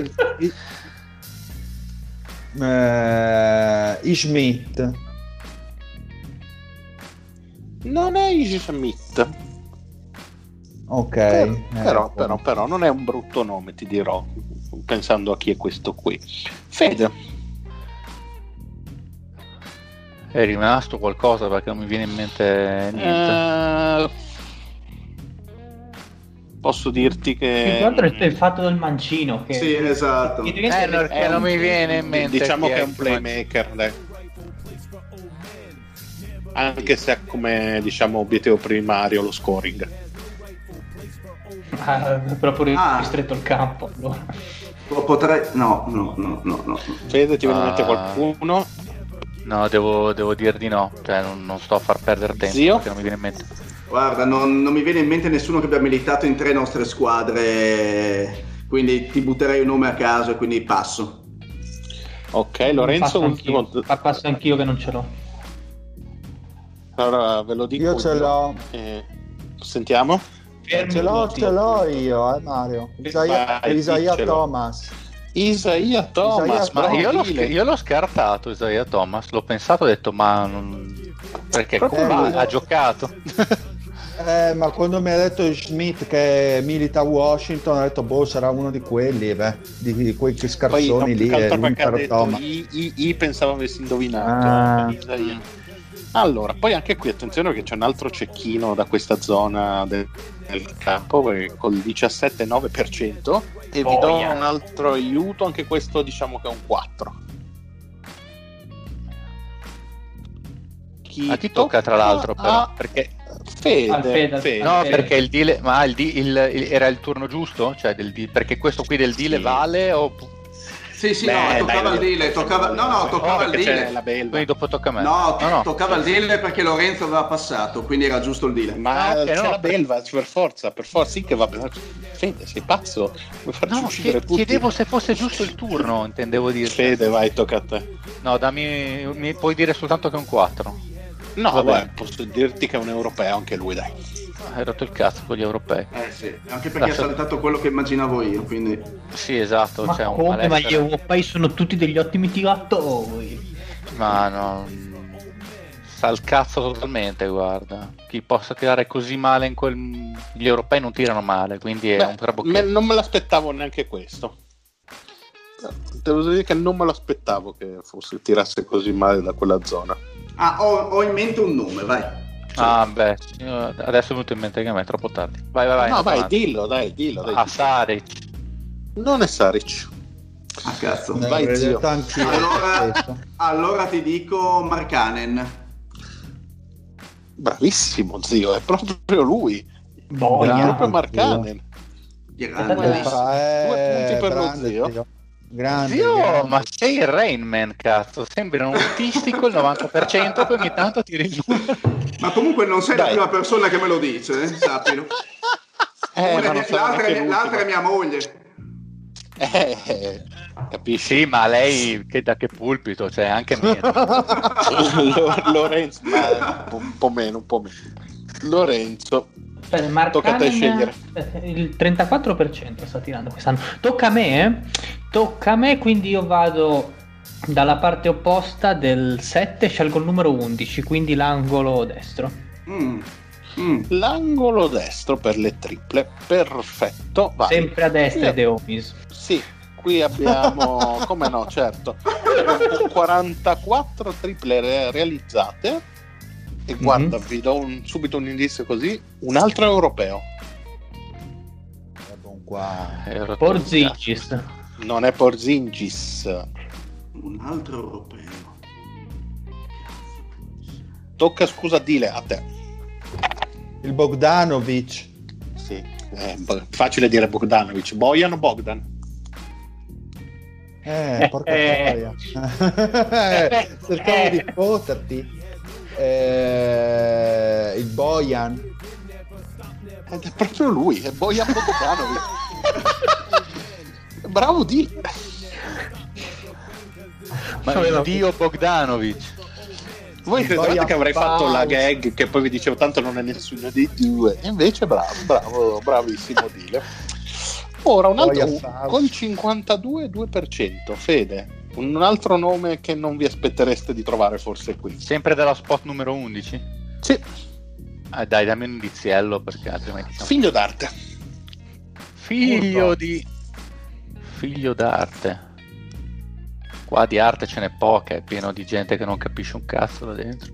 Schmidt. Non è Schmidt. Ok, però non è un brutto nome, ti dirò, pensando a chi è questo qui. Fede, è rimasto qualcosa perché non mi viene in mente niente. posso dirti che... Guarda il fatto del mancino. Che... Sì, esatto. Perché non mi viene in mente. Diciamo che è un playmaker, dai. Anche se ha come, diciamo, obiettivo primario lo scoring. Proprio ristretto il campo. Allora. Potrei... No. Fede, ti viene in mente qualcuno? No, devo dir di no. Cioè, non sto a far perdere tempo. Zio? Perché non mi viene in mente. Guarda, non mi viene in mente nessuno che abbia militato in 3 nostre squadre, quindi ti butterei un nome a caso e quindi passo. Ok, Lorenzo, ultimo. Passo anch'io che non ce l'ho. Allora ve lo dico. Io ce l'ho. Sentiamo. Ce l'ho io, Mario. Isaiah Thomas. Isaiah Thomas, ma io l'ho scartato Isaiah Thomas, l'ho pensato, ho detto ma non... perché ha giocato. Ma quando mi ha detto Schmidt che milita a Washington, ho detto sarà uno di quelli, di quei scarsoni lì. Pensavo avessi indovinato. Allora, poi anche qui attenzione perché c'è un altro cecchino da questa zona del campo col 17,9% e vi do un altro aiuto, anche questo diciamo che è un 4. Ti tocca tra l'altro però, perché Fede. No, perché il deal, ma era il turno giusto? Cioè perché questo qui del deal vale o... Sì, toccava il deal, toccava il deal. Quindi dopo tocca a me. No, toccava il deal perché Lorenzo aveva passato, quindi era giusto il deal. Ma c'è la belva, per forza, sì che va bene. Fede, sei pazzo? Vuoi farci uccidere tutti? Chiedevo se fosse giusto il turno, intendevo dire. Fede, vai, tocca a te. No, mi puoi dire soltanto che è un 4. No, vabbè, posso dirti che è un europeo anche lui, dai. Hai rotto il cazzo con gli europei. Sì, anche perché ha saltato quello che immaginavo io, quindi... Sì, esatto. Ma come? Ma gli europei sono tutti degli ottimi tiratori. Ma no... Sta al cazzo totalmente, guarda. Chi possa tirare così male in quel... Gli europei non tirano male, quindi è un trabocchetto. Non me l'aspettavo neanche questo. Devo dire che non me l'aspettavo che fosse tirasse così male da quella zona. Ho in mente un nome, vai. Adesso è venuto in mente che a me è troppo tardi. Vai. No, vai, dillo. Saric. Non è Saric. Cazzo. Vai, zio. Allora ti dico Markkanen. Bravissimo, zio, è proprio lui. È proprio Markkanen. Grande. 2 punti per lo zio. Grande, Zio, ma sei il Rain Man, cazzo, sembra un autistico il 90%, poi ogni tanto tiri giù. Ma comunque non sei la prima persona che me lo dice, sappilo. L'altra è mia moglie. Capisci? Sì, ma lei da che pulpito, cioè anche meno. Lorenzo, ma un po' meno. Lorenzo, tocca a te scegliere. Il 34% sta tirando quest'anno. Tocca a me, quindi io vado dalla parte opposta del 7, scelgo il numero 11, quindi l'angolo destro. L'angolo destro per le triple, perfetto. Vai. Sempre a destra De Omis. Sì, qui abbiamo, come no, certo, 44 triple realizzate. E guarda, vi do subito un indizio così, un altro europeo. Porzingis. Non è Porzingis. Un altro europeo. Tocca, scusa, dile a te. Il Bogdanovic. Sì, facile dire Bogdanovic. Bojan o Bogdan? Porca troia. Cercavo di fotterti. Il Bojan. Ed è proprio lui, è Bojan Bogdanovic. Bravo di. Ma il dio Bogdanovic. Voi credevate che avrei fatto la gag che poi vi dicevo tanto non è nessuno dei due, e invece bravissimo Dile. Ora un altro con 52,2%. Fede, un altro nome che non vi aspettereste di trovare forse qui, sempre della spot numero 11? Sì. Dai, dammi un indiziello perché altrimenti figlio d'arte. Figlio d'arte. Qua di arte ce n'è poca, è pieno di gente che non capisce un cazzo là dentro.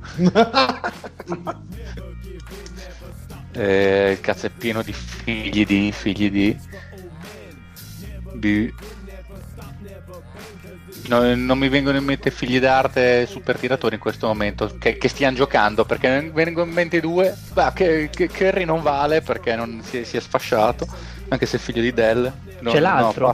Il cazzo è pieno di figli di No, non mi vengono in mente figli d'arte super tiratori in questo momento che stiano giocando, perché ne vengono in mente due. Che Curry non vale perché non si è sfasciato, anche se è figlio di Dell. C'è l'altro.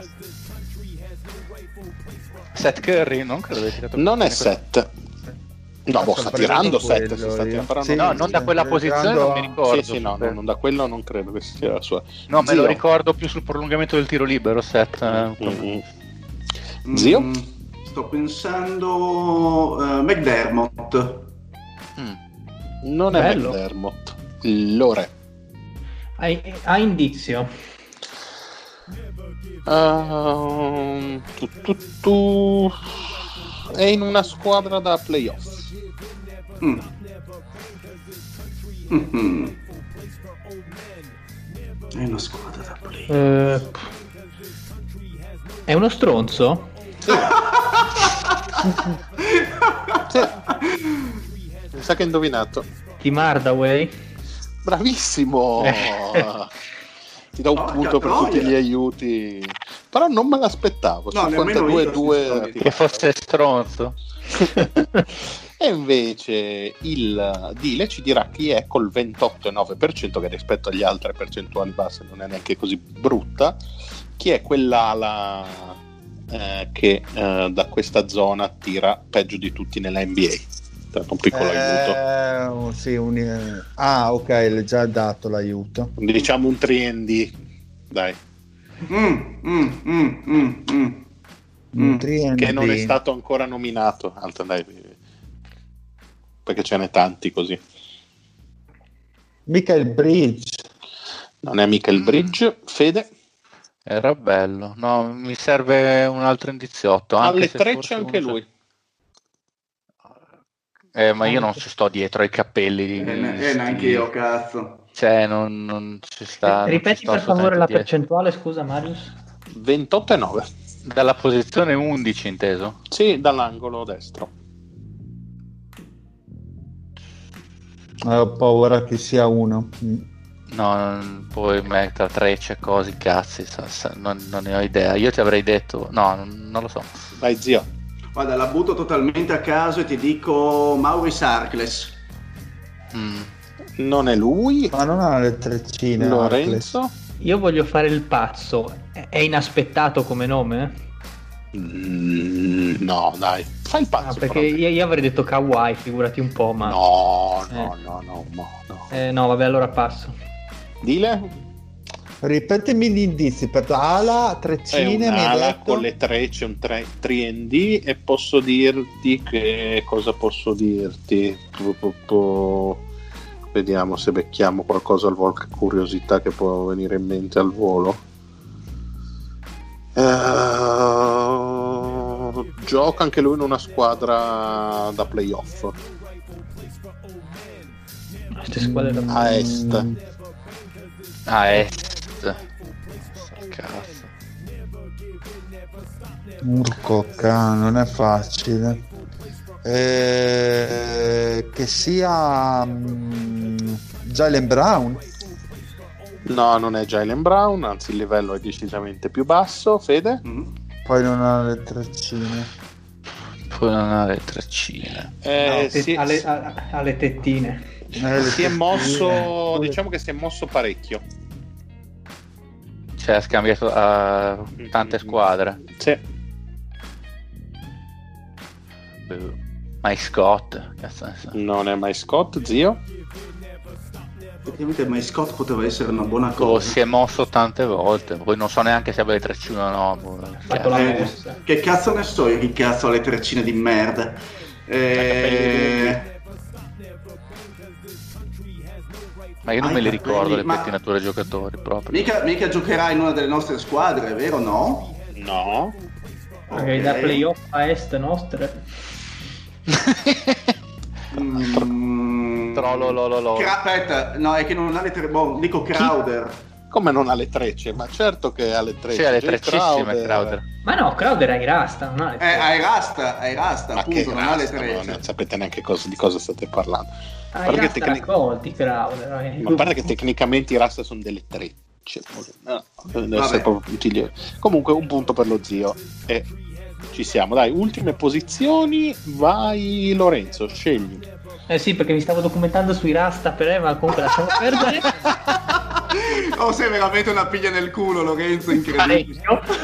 Seth Curry non credo abbia tirato. Non è Seth. No, sta tirando 7. Sì, no, non da quella posizione, non mi ricordo. Sì, no, non da quello non credo che sia la sua. No, me lo ricordo più sul prolungamento del tiro libero, Seth. Zio? Sto pensando McDermott. Non è Bello. McDermott. Lore. Ha indizio. È in una squadra da playoff. È una squadra da playoff. È uno stronzo? Sì. Mi sa che hai indovinato. Tim Hardaway? Bravissimo. Ti do un punto per tutti gli aiuti, però non me l'aspettavo. No, 52-2 che fosse stronzo. E invece il Dile ci dirà chi è col 28,9%, che rispetto agli altre percentuali basse non è neanche così brutta, chi è quell'ala che da questa zona tira peggio di tutti nella NBA. Un piccolo aiuto. Sì, ok, l'hai già dato l'aiuto. Diciamo un 3&D, dai. Che non è stato ancora nominato. Alto, dai, perché ce n'è tanti così. Michael Bridge. Non è Michael Bridge. Fede? Era bello. No, mi serve un altro indiziotto. Alle 3 c'è anche lui. Ma io non ci sto dietro ai capelli. Neanche io, cazzo. Cioè, non ci sta. Ripeti per favore la percentuale, scusa, Marius. 28,9. Dalla posizione 11, inteso? Sì, dall'angolo destro. Ho paura che sia uno. No, poi mettere trecce, cose, cazzi, non ne ho idea. Io ti avrei detto, no, non lo so. Vai, zio. Guarda, la butto totalmente a caso e ti dico Maurice Harkless. Non è lui. Ma non ha le treccine. Lorenzo. Harkless. Io voglio fare il pazzo. È inaspettato come nome? No, dai. Fai il pazzo. Perché io avrei detto Kawhi, figurati un po', ma... No. No, vabbè, allora passo. Dile. Ripetimi gli indizi per ala, treccine. È un'ala detto? con le 3, c'è un 3&D e posso dirti che cosa posso dirti. Vediamo se becchiamo qualcosa al volo, che curiosità che può venire in mente al volo. Gioca anche lui in una squadra da playoff. Queste squadre da a est. A est. Cazzo. Urcoca, non è facile. Che sia Jaylen Brown? No, non è Jaylen Brown, anzi il livello è decisamente più basso. Fede? Poi non ha le treccine. Ha le tettine. Si è mosso, diciamo che si è mosso parecchio. Cioè ha scambiato a tante squadre. Sì. Mike Scott, cazzo ne so. Non è Mike Scott, zio. Effettivamente Mike Scott poteva essere una buona Oh, cosa. si è mosso tante volte, poi non so neanche se abbia le treccine o no. Fatto la mossa. Che cazzo ne so io, che cazzo ha le treccine di merda. Ma io non me le ricordo le ma- pettinature giocatori proprio. Mica giocherà in una delle nostre squadre, vero? No? No. Magari da playoff a est nostre. Aspetta, no, è che non ha le tre. Boh, dico Crowder. Come non ha le trecce? Ma certo che ha le trecce. Sì, ha le treccissime Crowder. Ma no, Crowder hai rasta, non ha le trecce. Hai rasta, Ma appunto, che non ha le rasta, trecce. non sapete neanche di cosa state parlando. Hai rasta raccolti, Crowder. Ma a parte che tecnicamente i rasta sono delle trecce. No, deve essere proprio utile. Comunque un punto per lo zio. E ci siamo. Dai, ultime posizioni. Vai Lorenzo, scegli. Sì, perché mi stavo documentando sui rasta per ma comunque lasciamo perdere. Oh, sei veramente una piglia nel culo, Lorenzo, incredibile.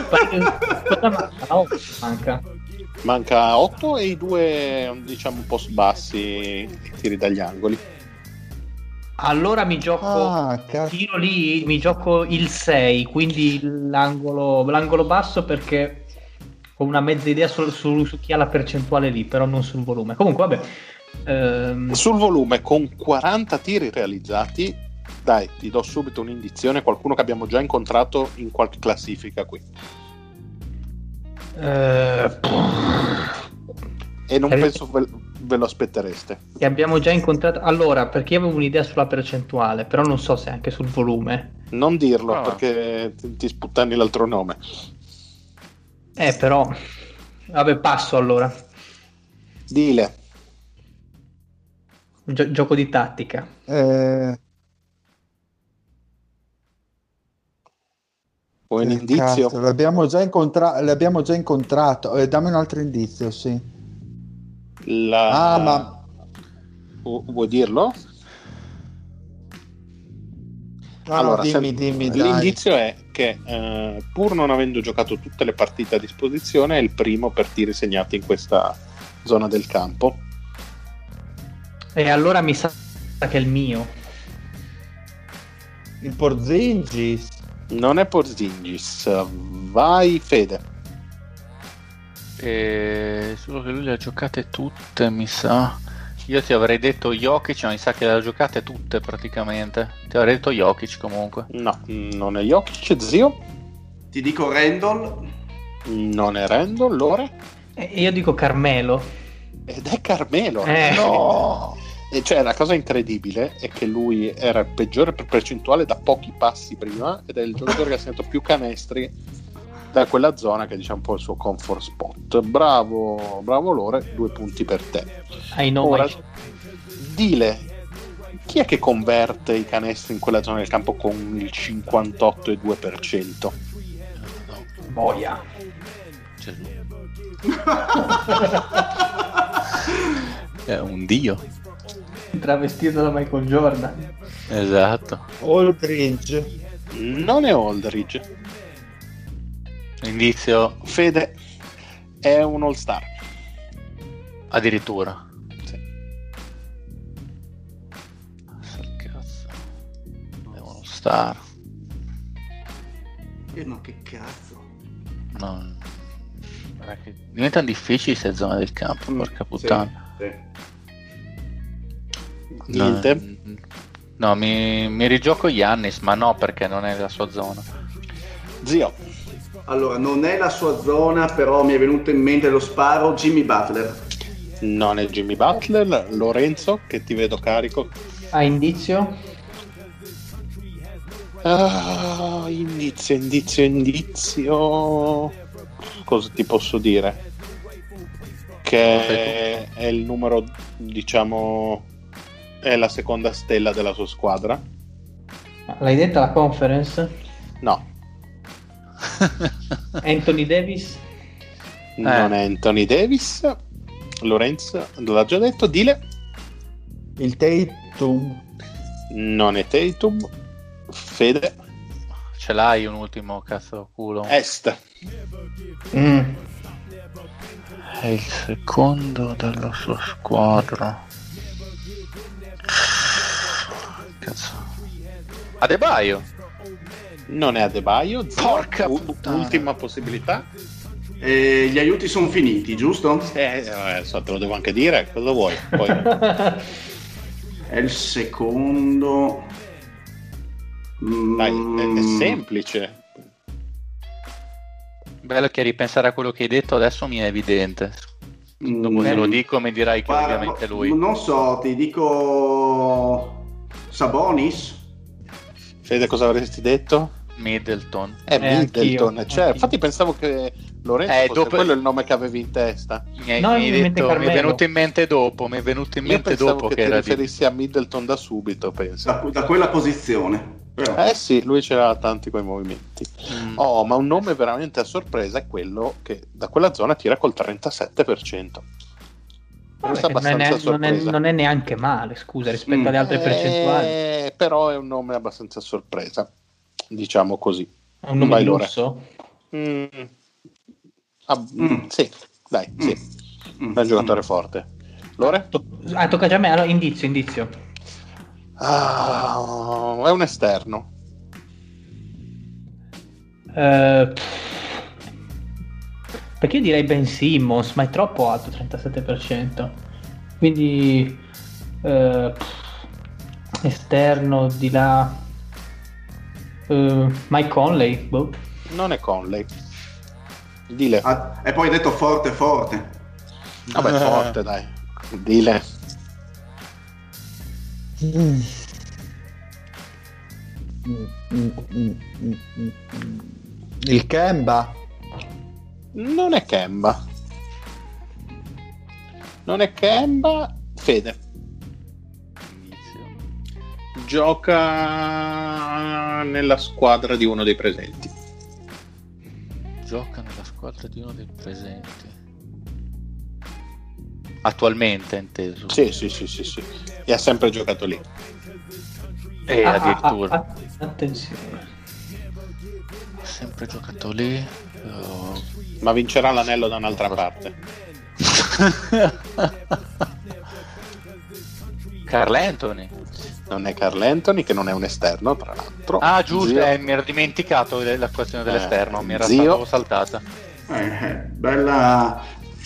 Manca 8 e i due, diciamo, un po' bassi, i tiri dagli angoli. Allora mi gioco tiro lì, mi gioco il 6, quindi l'angolo basso, perché ho una mezza idea su chi ha la percentuale lì, però non sul volume. Comunque vabbè. Sul volume, con 40 tiri realizzati, dai, ti do subito un'indizione, qualcuno che abbiamo già incontrato in qualche classifica qui. E non penso ve lo aspettereste. Che abbiamo già incontrato. Allora, perché io avevo un'idea sulla percentuale, però non so se anche sul volume. Non dirlo, perché ti sputtani l'altro nome. Però vabbè, passo allora. Dile. Gioco di tattica. Un indizio? Cazzo, l'abbiamo già incontrato. Dammi un altro indizio, sì. Ma vuoi dirlo? No, allora, dimmi, l'indizio è che pur non avendo giocato tutte le partite a disposizione, è il primo per tiri segnati in questa zona del campo. E allora mi sa che è il mio. Il Porzingis. Non è Porzingis. Vai Fede. Solo che lui le ha giocate tutte, mi sa. Io ti avrei detto Jokic, ma mi sa che le ha giocate tutte praticamente. Ti avrei detto Jokic comunque. No, non è Jokic, zio. Ti dico Randall. Non è Randall, Lore. Io dico Carmelo. Ed è Carmelo. No. E cioè la cosa incredibile è che lui era il peggiore per percentuale da pochi passi prima, ed è il giocatore che ha segnato più canestri da quella zona, che è, diciamo, un po' il suo comfort spot. Bravo Lore, 2 punti per te. Ora, dile, chi è che converte i canestri in quella zona del campo con il 58,2%? Boia. È un dio. Travestito da Michael Jordan. Esatto. Aldridge. Non è Aldridge. Indizio. Fede, è un all star. Addirittura. Sì. Cazzo. È uno star. Ma che cazzo. No. Che diventano difficili queste zone del campo, porca puttana. Sì. Niente. No, mi rigioco Giannis, ma no, perché non è la sua zona. Zio. Allora, non è la sua zona, però mi è venuto in mente lo sparo, Jimmy Butler. Non è Jimmy Butler. Lorenzo, che ti vedo carico. Indizio? Indizio. Cosa ti posso dire? Che è il numero, diciamo, è la seconda stella della sua squadra. L'hai detta la conference? No. Anthony Davis? Non è Anthony Davis. Lorenzo l'ha già detto. Dile. Il Tatum. Non è Tatum. Fede. Ce l'hai un ultimo cazzo culo? Est. È il secondo della sua squadra. Cazzo. Adebayo. Non è Adebayo. Porca puttana. Ultima possibilità. Gli aiuti sono finiti, giusto? Te lo devo anche dire. Cosa vuoi? Poi. È il secondo. Dai, è semplice. Bello che ripensare a quello che hai detto adesso mi è evidente. Dopo te lo dico, mi dirai che ovviamente lui. Non so, ti dico Sabonis. Fede, cosa avresti detto? Middleton. Middleton, cioè, infatti pensavo che Lorenzo fosse quello il nome che avevi in testa. Mi è venuto in mente dopo. Mi è venuto in mente dopo che ti riferissi a Middleton da subito, penso. Da quella posizione. Però. Sì, lui c'era tanti quei movimenti. Ma un nome veramente a sorpresa è quello che da quella zona tira col 37%. Non è neanche male, scusa, rispetto alle altre percentuali. Però è un nome abbastanza a sorpresa, diciamo così. È un nome di lusso? Sì, dai, sì. È un giocatore forte. Lore? Tocca già a me. Allora, indizio. È un esterno. Perché io direi Ben Simmons, ma è troppo alto, 37%. Quindi esterno di là. Mike Conley. Boh. Non è Conley. Dile. E poi hai detto forte. Vabbè, forte, dai. Dile. Il Kemba. Non è Kemba. Fede. Gioca nella squadra di uno dei presenti. Attualmente, inteso. Sì. E ha sempre giocato lì. E addirittura. Attenzione. Ha sempre giocato lì. Ma vincerà l'anello da un'altra parte. Carl Anthony. Non è Carl Anthony, che non è un esterno, tra l'altro. Giusto, mi ero dimenticato la questione dell'esterno, mi era saltata. Bella.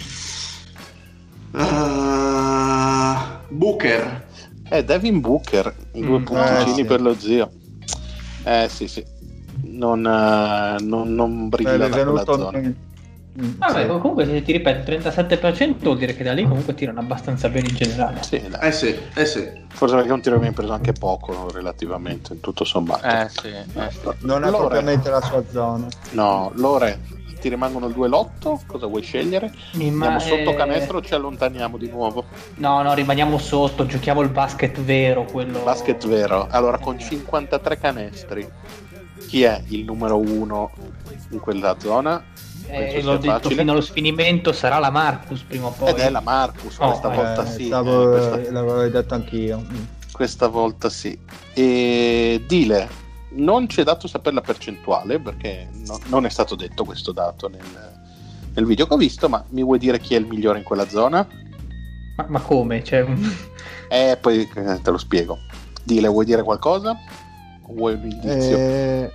Booker. Devin Booker, i 2 punticini per lo zio. Sì. Non brilla da quella zona. Vabbè, comunque se ti ripeto, 37% vuol dire che da lì comunque tirano abbastanza bene in generale. Sì, dai. Sì. Forse perché un tiro viene preso anche poco relativamente, in tutto sommato. Sì. Non è propriamente la sua zona. No, Lore, ti rimangono il 2 lotto, cosa vuoi scegliere? Andiamo sotto canestro o ci allontaniamo di nuovo? No, rimaniamo sotto, giochiamo il basket vero, quello. Basket vero. Allora, con 53 canestri, chi è il numero 1 in quella zona? L'ho detto fino allo sfinimento, sarà la Marcus prima o poi. Ed è la Marcus, questa volta sì. L'avevo detto anch'io. Questa volta sì. E Dile, non ci è dato sapere la percentuale perché non è stato detto questo dato nel video che ho visto, ma mi vuoi dire chi è il migliore in quella zona? Ma come? Poi te lo spiego. Dile, vuoi dire qualcosa? Vuoi un indizio?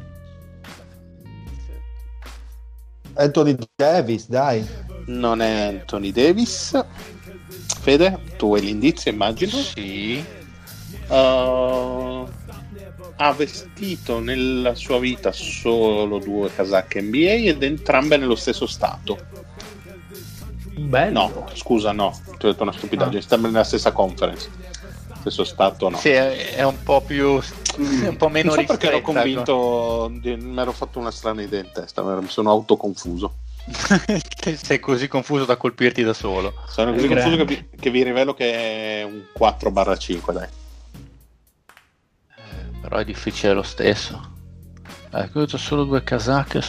Anthony Davis, dai. Non è Anthony Davis. Fede, tu vuoi l'indizio, immagino? Sì. Ha vestito nella sua vita solo 2 casacche NBA ed entrambe nello stesso stato. Bello. No, scusa, no, ti ho detto una stupidaggine, stanno nella stessa conference. Stesso stato, no. Sì, è un po' più un po' meno non so perché ero ristretta. convinto, mi ero fatto una strana idea in testa, mi sono autoconfuso. Sei così confuso da colpirti da solo. Sono così confuso che vi rivelo che è un 4/5, dai. Però è difficile lo stesso. Ecco, solo 2 casacche.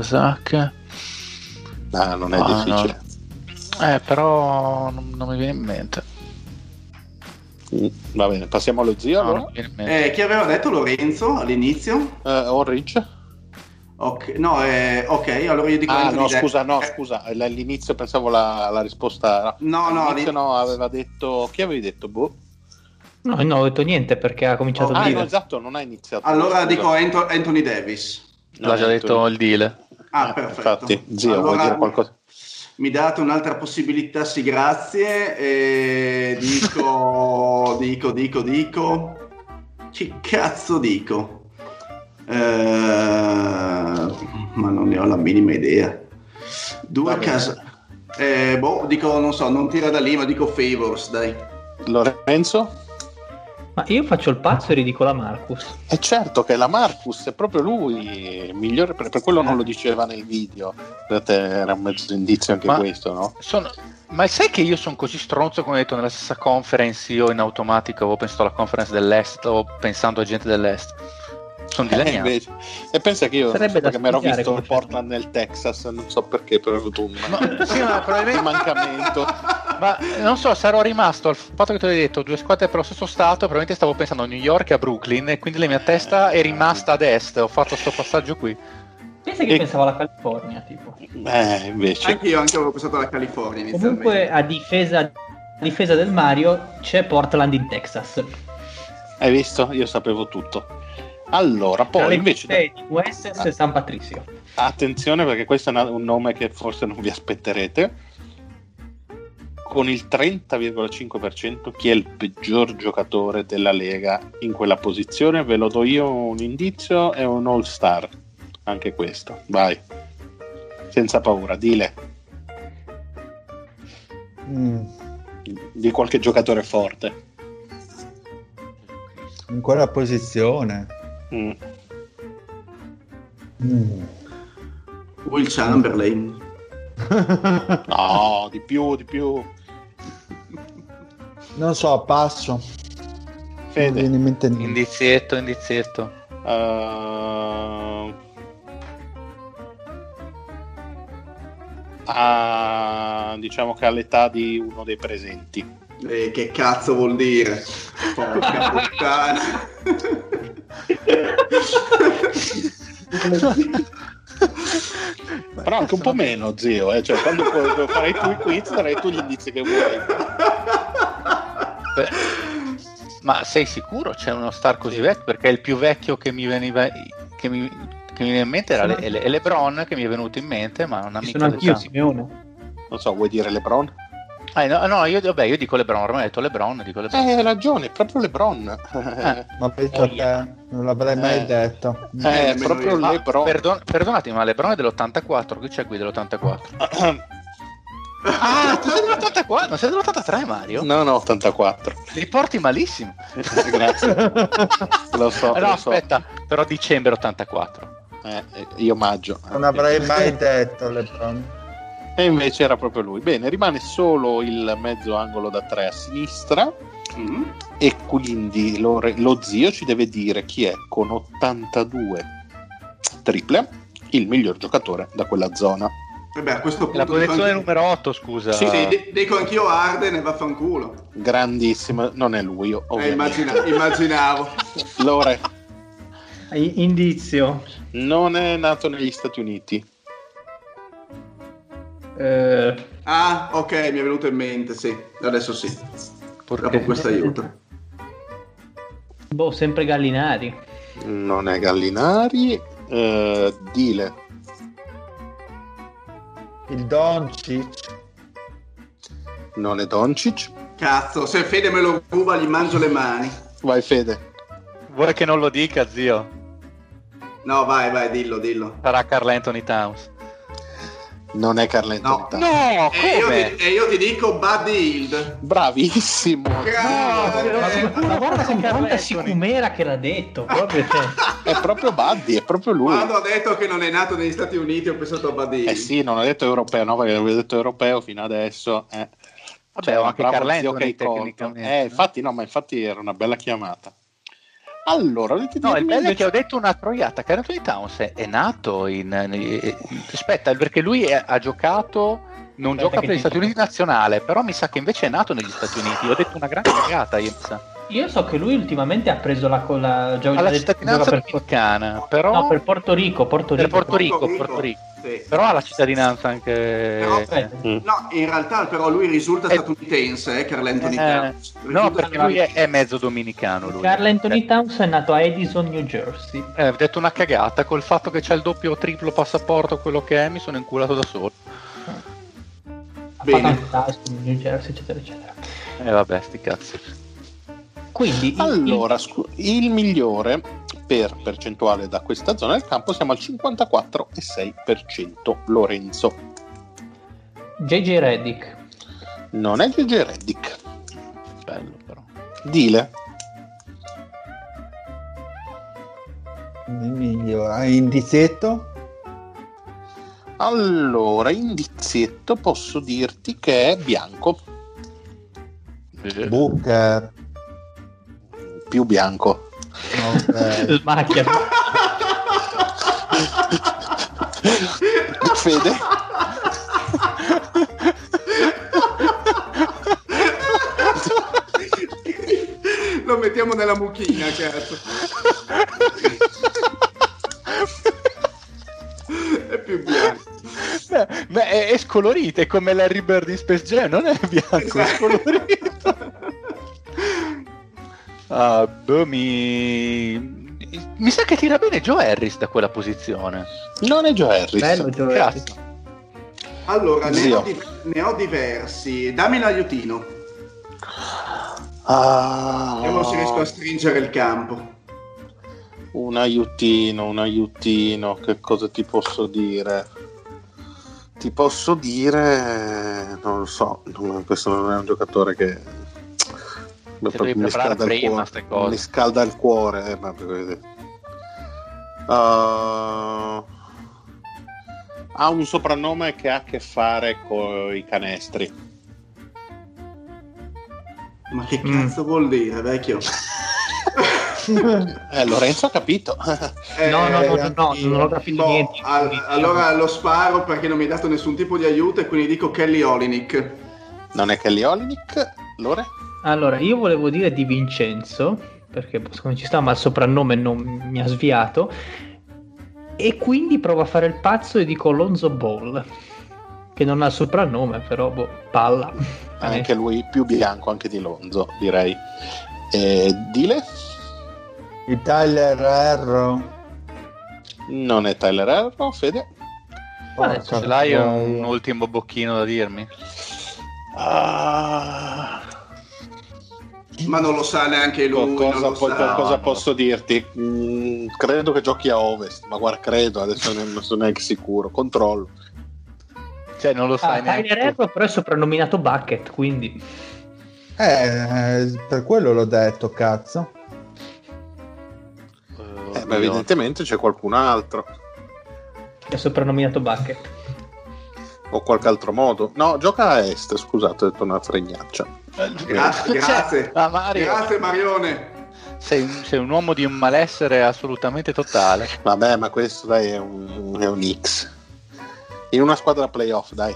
No, non è difficile. No. Però non mi viene in mente. Va bene, passiamo allo zio. Allora. Chi aveva detto Lorenzo all'inizio? Orridge. Ok, allora io dico scusa, all'inizio pensavo la risposta. No, aveva detto. Chi avevi detto? Boh. No, non ho detto niente perché ha cominciato a dire. No, esatto, non ha iniziato. Allora dico Anthony Davis. L'ha già detto il deal. Perfetto. Infatti, zio, allora, vuoi dire qualcosa? Mi date un'altra possibilità, sì, grazie. E dico. Che cazzo dico? Ma non ne ho la minima idea. 2 case. Boh, dico, non so, non tira da lì, ma dico Favors, dai. Lorenzo? Ma io faccio il pazzo e ridico la Marcus. È certo che la Marcus è proprio lui, migliore per quello non lo diceva nel video. Era un mezzo indizio anche questo, no? Ma sai che io sono così stronzo come ho detto nella stessa conference, io in automatico avevo pensato alla conference dell'Est, stavo pensando a gente dell'Est. Sono dilaniato. E pensa che io perché mi ero visto il Portland nel Texas, non so perché, però ho avuto un probabilmente mancamento. Ma non so, sarò rimasto al fatto che ti ho detto 2 squadre per lo stesso stato, probabilmente stavo pensando a New York e a Brooklyn, e quindi la mia testa è rimasta ad est, ho fatto sto passaggio qui. Pensa che pensavo alla California, tipo. Invece. Anche io avevo pensato alla California inizialmente. Comunque a difesa del Mario c'è Portland in Texas. Hai visto? Io sapevo tutto. Allora, poi invece di Western e San Patrizio. Attenzione, perché questo è un nome che forse non vi aspetterete. Con il 30,5% chi è il peggior giocatore della Lega in quella posizione? Ve lo do io un indizio, è un all star. Anche questo, vai. Senza paura, dile. Di qualche giocatore forte. In quella posizione. Will Chamberlain. No, di più. Non so, passo. Fede. Indizietto. Diciamo che all'età di uno dei presenti. Che cazzo vuol dire? Porca puttana. Però anche un po' meno, zio, cioè quando farai tu i quiz darai tu gli indizi che vuoi. Ma sei sicuro c'è uno star così vecchio? Perché il più vecchio che mi veniva in mente era LeBron, che mi è venuto in mente, ma non ha mica sono anch'io, Simeone. Non so, vuoi dire LeBron? No, io dico LeBron, ormai ho detto LeBron, dico LeBron. Hai ragione, è proprio LeBron. Ma penso te, non l'avrei mai detto. È proprio LeBron. Perdonatemi, ma LeBron è dell'84, qui c'è qui dell'84. Tu sei dell'84? Non sei dell'83, Mario? No, 84. Li porti malissimo. Grazie. Lo so. Aspetta, però dicembre 84. Io maggio. Non avrei mai detto LeBron. E invece era proprio lui. Bene, rimane solo il mezzo angolo da 3 a sinistra. E quindi lo zio ci deve dire chi è con 82 triple il miglior giocatore da quella zona. A questo punto la posizione numero 8, scusa. Sì, dico anch'io Arden e vaffanculo. Grandissimo, non è lui, immaginavo. Lore. Indizio. Non è nato negli Stati Uniti. Ok, mi è venuto in mente, sì. Adesso sì. Dopo questo aiuto. Sempre Gallinari. Non è Gallinari. Dile. Il Doncic. Non è Doncic. Cazzo, se Fede me lo ruba gli mangio le mani. Vai Fede. Vuoi che non lo dica, zio? No, vai, dillo. Sarà Karl Anthony Towns. Non è Karl Anthony Towns. No, come? E io ti dico Buddy Hield. Bravissimo. Ma guarda che quanta sicumera che l'ha detto. Proprio è proprio Buddy, è proprio lui. Quando ho detto che non è nato negli Stati Uniti ho pensato a Buddy Hield. Sì, non ho detto europeo, no, perché avevo detto europeo fino adesso. Vabbè, anche Karl Anthony tecnicamente. Infatti era una bella chiamata. Allora, il bello è che ho detto una troiata. Karl Anthony Towns è nato aspetta, perché lui ha giocato, non gioca per gli Stati Uniti nazionale, però mi sa che invece è nato negli Stati Uniti. Ho detto una grande cagata, io so che lui ultimamente ha preso la cittadinanza americana, però no, per Porto Rico. Sì. Però ha la cittadinanza anche no, in realtà però lui risulta statunitense, Karl Anthony Towns. No, perché lui è mezzo dominicano. Karl Anthony Towns è nato a Edison, New Jersey. Ho detto una cagata, col fatto che c'è il doppio o triplo passaporto, quello che è, mi sono inculato da solo. Ha fatto anche tasto in New Jersey, eccetera eccetera. Vabbè, sti cazzi. Quindi il migliore per percentuale da questa zona del campo siamo al 54,6%. Lorenzo. JJ Redick. Non è JJ Redick. Bello però. Dile. Indizietto? Allora, indizietto posso dirti che è bianco. Booker. Più bianco. Okay. Macchia. Fede? Lo mettiamo nella mucchina, cazzo. È più bianco. Beh, è scolorito, è come Larry Bird di Space Jam, non è bianco, è scolorito. Mi sa che tira bene Joe Harris da quella posizione. Non è Joe Harris. Bello Joe Harris. Allora, ne ho diversi. Dammi l'aiutino. Io non si riesco a stringere il campo. Un aiutino, che cosa ti posso dire? Ti posso dire, non lo so, questo non è un giocatore che mi scalda il cuore, ha un soprannome che ha a che fare con i canestri. Ma che cazzo vuol dire, vecchio? Lorenzo ha capito. No, non ho capito niente. Allora lo sparo perché non mi hai dato nessun tipo di aiuto e quindi dico Kelly Olynyk. Non è Kelly Olynyk, Lore? Allora, io volevo dire Di Vincenzo, perché come ci sta, ma il soprannome non mi ha sviato, e quindi provo a fare il pazzo e dico Lonzo Ball, che non ha il soprannome, però palla. Anche lui più bianco anche di Lonzo, direi. Dile? Il Tyler Herro. Non è Tyler Herro, Fede? Ce l'hai un ultimo bocchino da dirmi? Ma non lo sa neanche lui. Cosa posso dirti? Credo che giochi a Ovest, ma guarda, credo, adesso non sono neanche sicuro. Controllo. Cioè, non lo sai neanche. Tyler Herro però è soprannominato Bucket, quindi per quello l'ho detto, cazzo. Ma evidentemente c'è qualcun altro. È soprannominato Bucket. O qualche altro modo. No, gioca a Est, scusate, ho detto una fregnaccia. Grazie. Grazie Marione. Sei un uomo di un malessere assolutamente totale. Vabbè, ma questo dai è un X. In una squadra playoff, dai.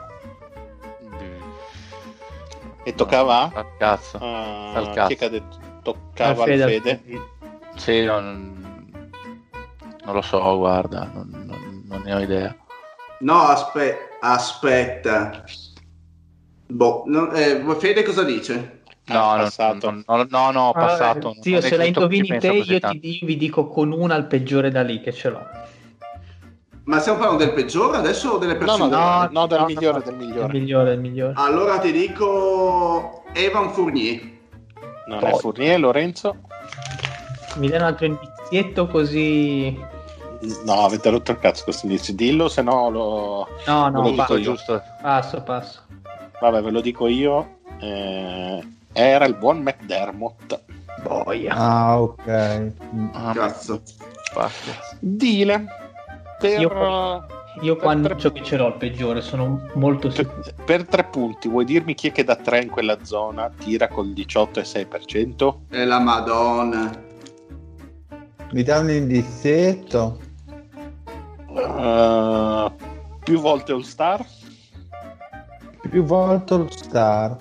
E toccava? Al cazzo. Chi è che ha detto? Toccava al Fede. Sì, non lo so, guarda, non ne ho idea. No, aspetta. Fede cosa dice? No, passato. No, passato. Zio, se la indovini te, io vi dico con una al peggiore da lì che ce l'ho. Ma stiamo parlando del peggiore adesso o delle persone? No, del migliore. Del migliore. Allora ti dico Evan Fournier. Non è Fournier, Lorenzo? Mi dai un altro indizietto così. No, avete rotto il cazzo questo indizio. Dillo, se no lo dico io. Giusto. Passo. Vabbè, ve lo dico io. Era il buon McDermott. Boia. Ah, ok. Cazzo. Dile. Io quando annuncio che ce l'ho il peggiore, sono molto sicuro. Per 3 punti, vuoi dirmi chi è che da 3 in quella zona tira col 18,6%? È la Madonna. Mi dà un indizietto? Più volte All Star? Più volte All Star.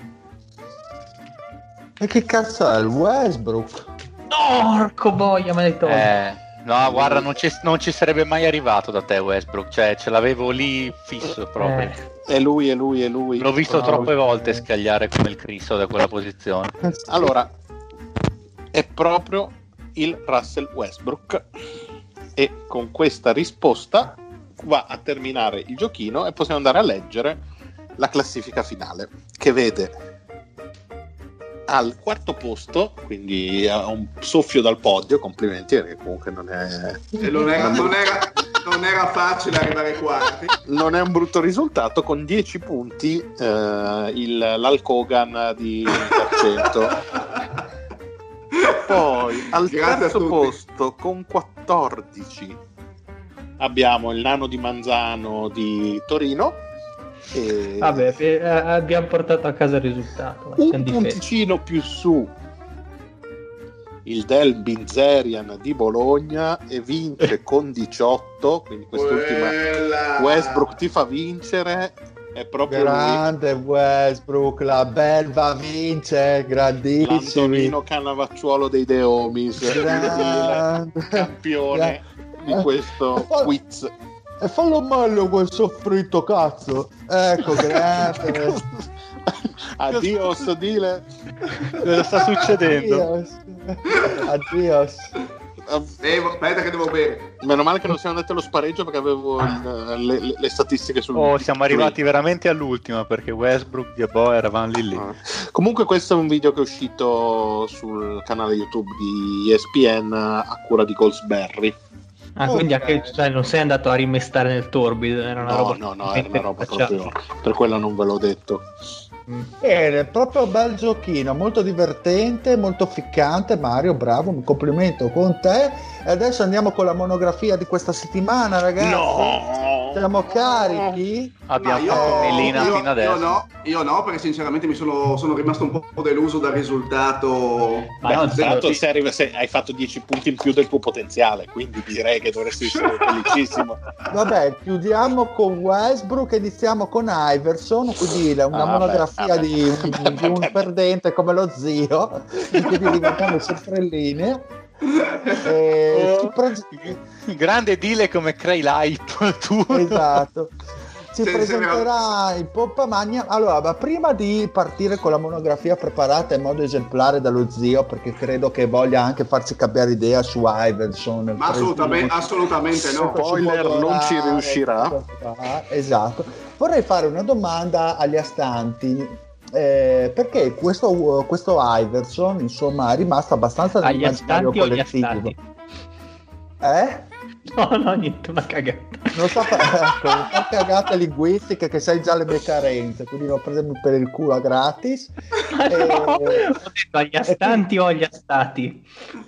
E che cazzo è il Westbrook? Porco boia, maledetto. No, guarda, non ci sarebbe mai arrivato da te Westbrook, cioè ce l'avevo lì fisso proprio. È lui. L'ho visto troppe volte scagliare come il Cristo da quella posizione. Allora, è proprio il Russell Westbrook, e con questa risposta va a terminare il giochino e possiamo andare a leggere la classifica finale, che vede al 4º posto, quindi a un soffio dal podio. Complimenti, perché comunque non era facile arrivare ai quarti. Non è un brutto risultato, con 10 punti l'Alcogan di 1%. Poi al terzo posto con 14 abbiamo il Nano di Manzano di Torino. E vabbè, abbiamo portato a casa il risultato. Un punticino più su il Del Binzerian di Bologna e vince con 18, quindi quest'ultima Westbrook ti fa vincere. È proprio grande lui. Westbrook, la belva vince, grandissimo. L'Antonino Cannavacciuolo dei The Homies, campione di questo quiz. E fallo meglio quel soffritto, cazzo. Ecco, grazie. Adios, Dile. Cosa sta succedendo? Adios. Aspetta che devo bere. Meno male che non siamo andati allo spareggio perché avevo le statistiche sul siamo arrivati veramente all'ultima perché Westbrook, Diabo eravamo lì. Comunque questo è un video che è uscito sul canale YouTube di ESPN a cura di Goldsberry. Quindi anche, cioè, non sei andato a rimestare nel torbido? Era una roba era una roba proprio, per quello non ve l'ho detto. Bene, proprio bel giochino, molto divertente, molto ficcante. Mario, bravo, un complimento con te. E adesso andiamo con la monografia di questa settimana, ragazzi. No, siamo carichi. Abbiamo fatto melina fino adesso. Io no, perché sinceramente mi sono rimasto un po' deluso dal risultato. Ma hai fatto 10 punti in più del tuo potenziale, quindi direi che dovresti essere felicissimo. Vabbè, chiudiamo con Westbrook e iniziamo con Iverson, quindi una monografia di un perdente come lo zio, quindi diventiamo sempre in linea. Grande Dile come crei l'hype tu. Esatto. Si presenterà in pompa magna. Allora, ma prima di partire con la monografia preparata in modo esemplare dallo zio, perché credo che voglia anche farci cambiare idea su Iverson. Ma assolutamente no. Spoiler, non ci riuscirà. Esatto. Vorrei fare una domanda agli astanti. Perché questo Iverson, insomma, è rimasto abbastanza agli astanti o agli astati? No, niente, una cagata. Non so, una cagata linguistica che sai già le mie carenze, quindi non prendermi per il culo a gratis. Ho detto agli astanti o agli astati?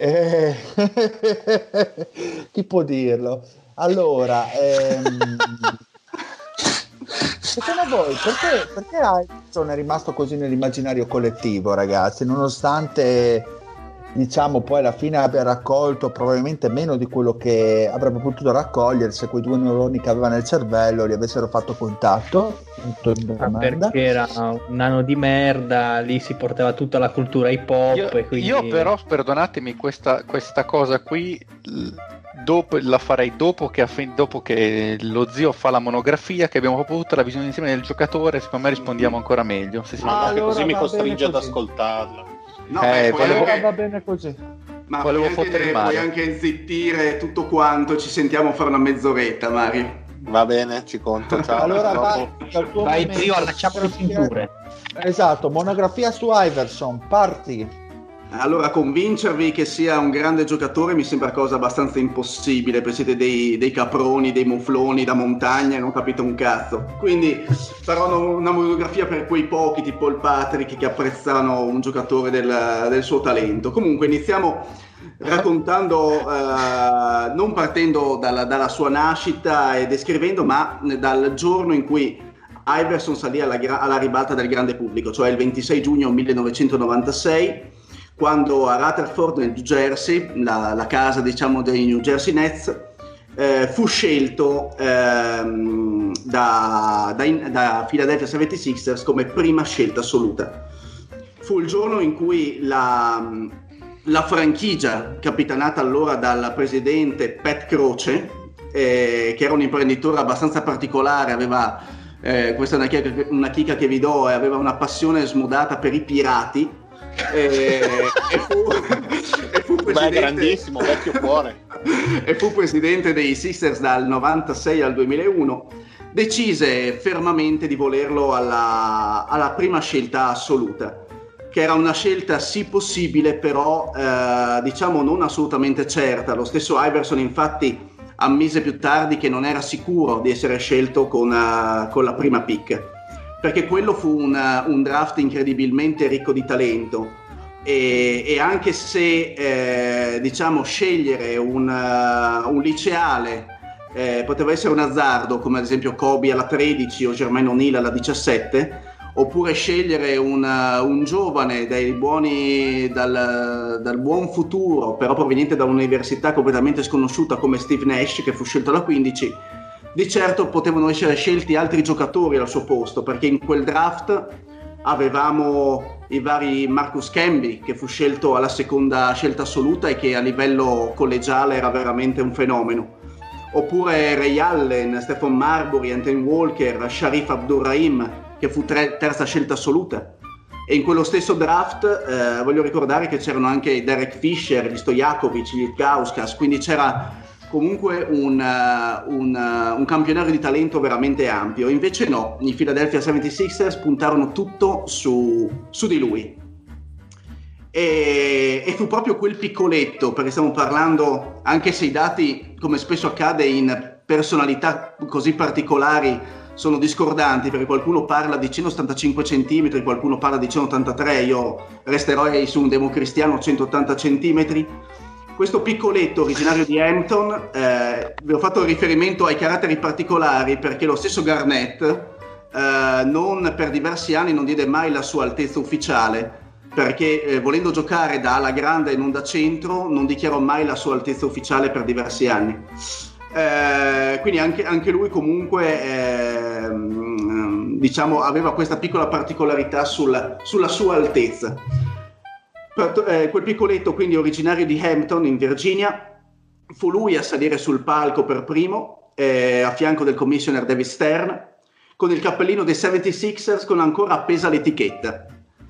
Chi può dirlo? Allora, secondo voi perché Iverson è rimasto così nell'immaginario collettivo, ragazzi, nonostante diciamo poi alla fine abbia raccolto probabilmente meno di quello che avrebbe potuto raccogliere se quei 2 neuroni che aveva nel cervello li avessero fatto contatto? Perché era un nano di merda, lì si portava tutta la cultura hip hop. Io però, perdonatemi, questa cosa qui la farei dopo che lo zio fa la monografia, che abbiamo proprio tutta la visione insieme del giocatore. Secondo me rispondiamo ancora meglio. Allora, così mi costringe ad ascoltarla. No, va bene così. Ma puoi anche zittire tutto quanto. Ci sentiamo fra una mezz'oretta, Mario. Va bene, ci conto. Ciao. Allora vai zio, allacciamo le cinture. Esatto, monografia su Iverson, parti. Allora, convincervi che sia un grande giocatore mi sembra cosa abbastanza impossibile, perché siete dei caproni, dei mufloni da montagna e non capite un cazzo. Quindi farò una monografia per quei pochi, tipo il Patrick, che apprezzano un giocatore del suo talento. Comunque iniziamo raccontando, non partendo dalla sua nascita e descrivendo, ma dal giorno in cui Iverson salì alla ribalta del grande pubblico, cioè il 26 giugno 1996, quando a Rutherford nel New Jersey, la casa diciamo dei New Jersey Nets, fu scelto da Philadelphia 76ers come prima scelta assoluta. Fu il giorno in cui la franchigia, capitanata allora dal presidente Pat Croce, che era un imprenditore abbastanza particolare, aveva questa è una chicca che vi do, aveva una passione smodata per i pirati. E fu presidente, grandissimo, vecchio cuore. E fu presidente dei Sixers dal 96 al 2001. Decise fermamente di volerlo alla prima scelta assoluta, che era una scelta sì possibile, però diciamo non assolutamente certa. Lo stesso Iverson infatti ammise più tardi che non era sicuro di essere scelto con la prima pick, perché quello fu un draft incredibilmente ricco di talento, e anche se diciamo scegliere un liceale poteva essere un azzardo, come ad esempio Kobe alla 13 o Jermaine O'Neal alla 17, oppure scegliere un giovane dal buon futuro, però proveniente da un'università completamente sconosciuta come Steve Nash, che fu scelto alla 15, di certo potevano essere scelti altri giocatori al suo posto, perché in quel draft avevamo i vari Marcus Camby, che fu scelto alla seconda scelta assoluta e che a livello collegiale era veramente un fenomeno, oppure Ray Allen, Stephon Marbury, Anthony Walker, Sharif Abdur-Rahim, che fu terza scelta assoluta. E in quello stesso draft voglio ricordare che c'erano anche Derek Fisher, gli Stojakovic, gli Ilgauskas, quindi c'era comunque un campionario di talento veramente ampio. Invece no, i Philadelphia 76ers puntarono tutto su di lui. E fu proprio quel piccoletto, perché stiamo parlando, anche se i dati, come spesso accade in personalità così particolari, sono discordanti, perché qualcuno parla di 175 cm, qualcuno parla di 183, io resterò su un democristiano 180 cm. Questo piccoletto originario di Hampton, vi ho fatto riferimento ai caratteri particolari perché lo stesso Garnett per diversi anni non diede mai la sua altezza ufficiale, perché volendo giocare da ala grande e non da centro non dichiarò mai la sua altezza ufficiale per diversi anni. Quindi anche lui comunque diciamo aveva questa piccola particolarità sulla sua altezza. Quel piccoletto, quindi originario di Hampton in Virginia, fu lui a salire sul palco per primo a fianco del commissioner David Stern con il cappellino dei 76ers con ancora appesa l'etichetta.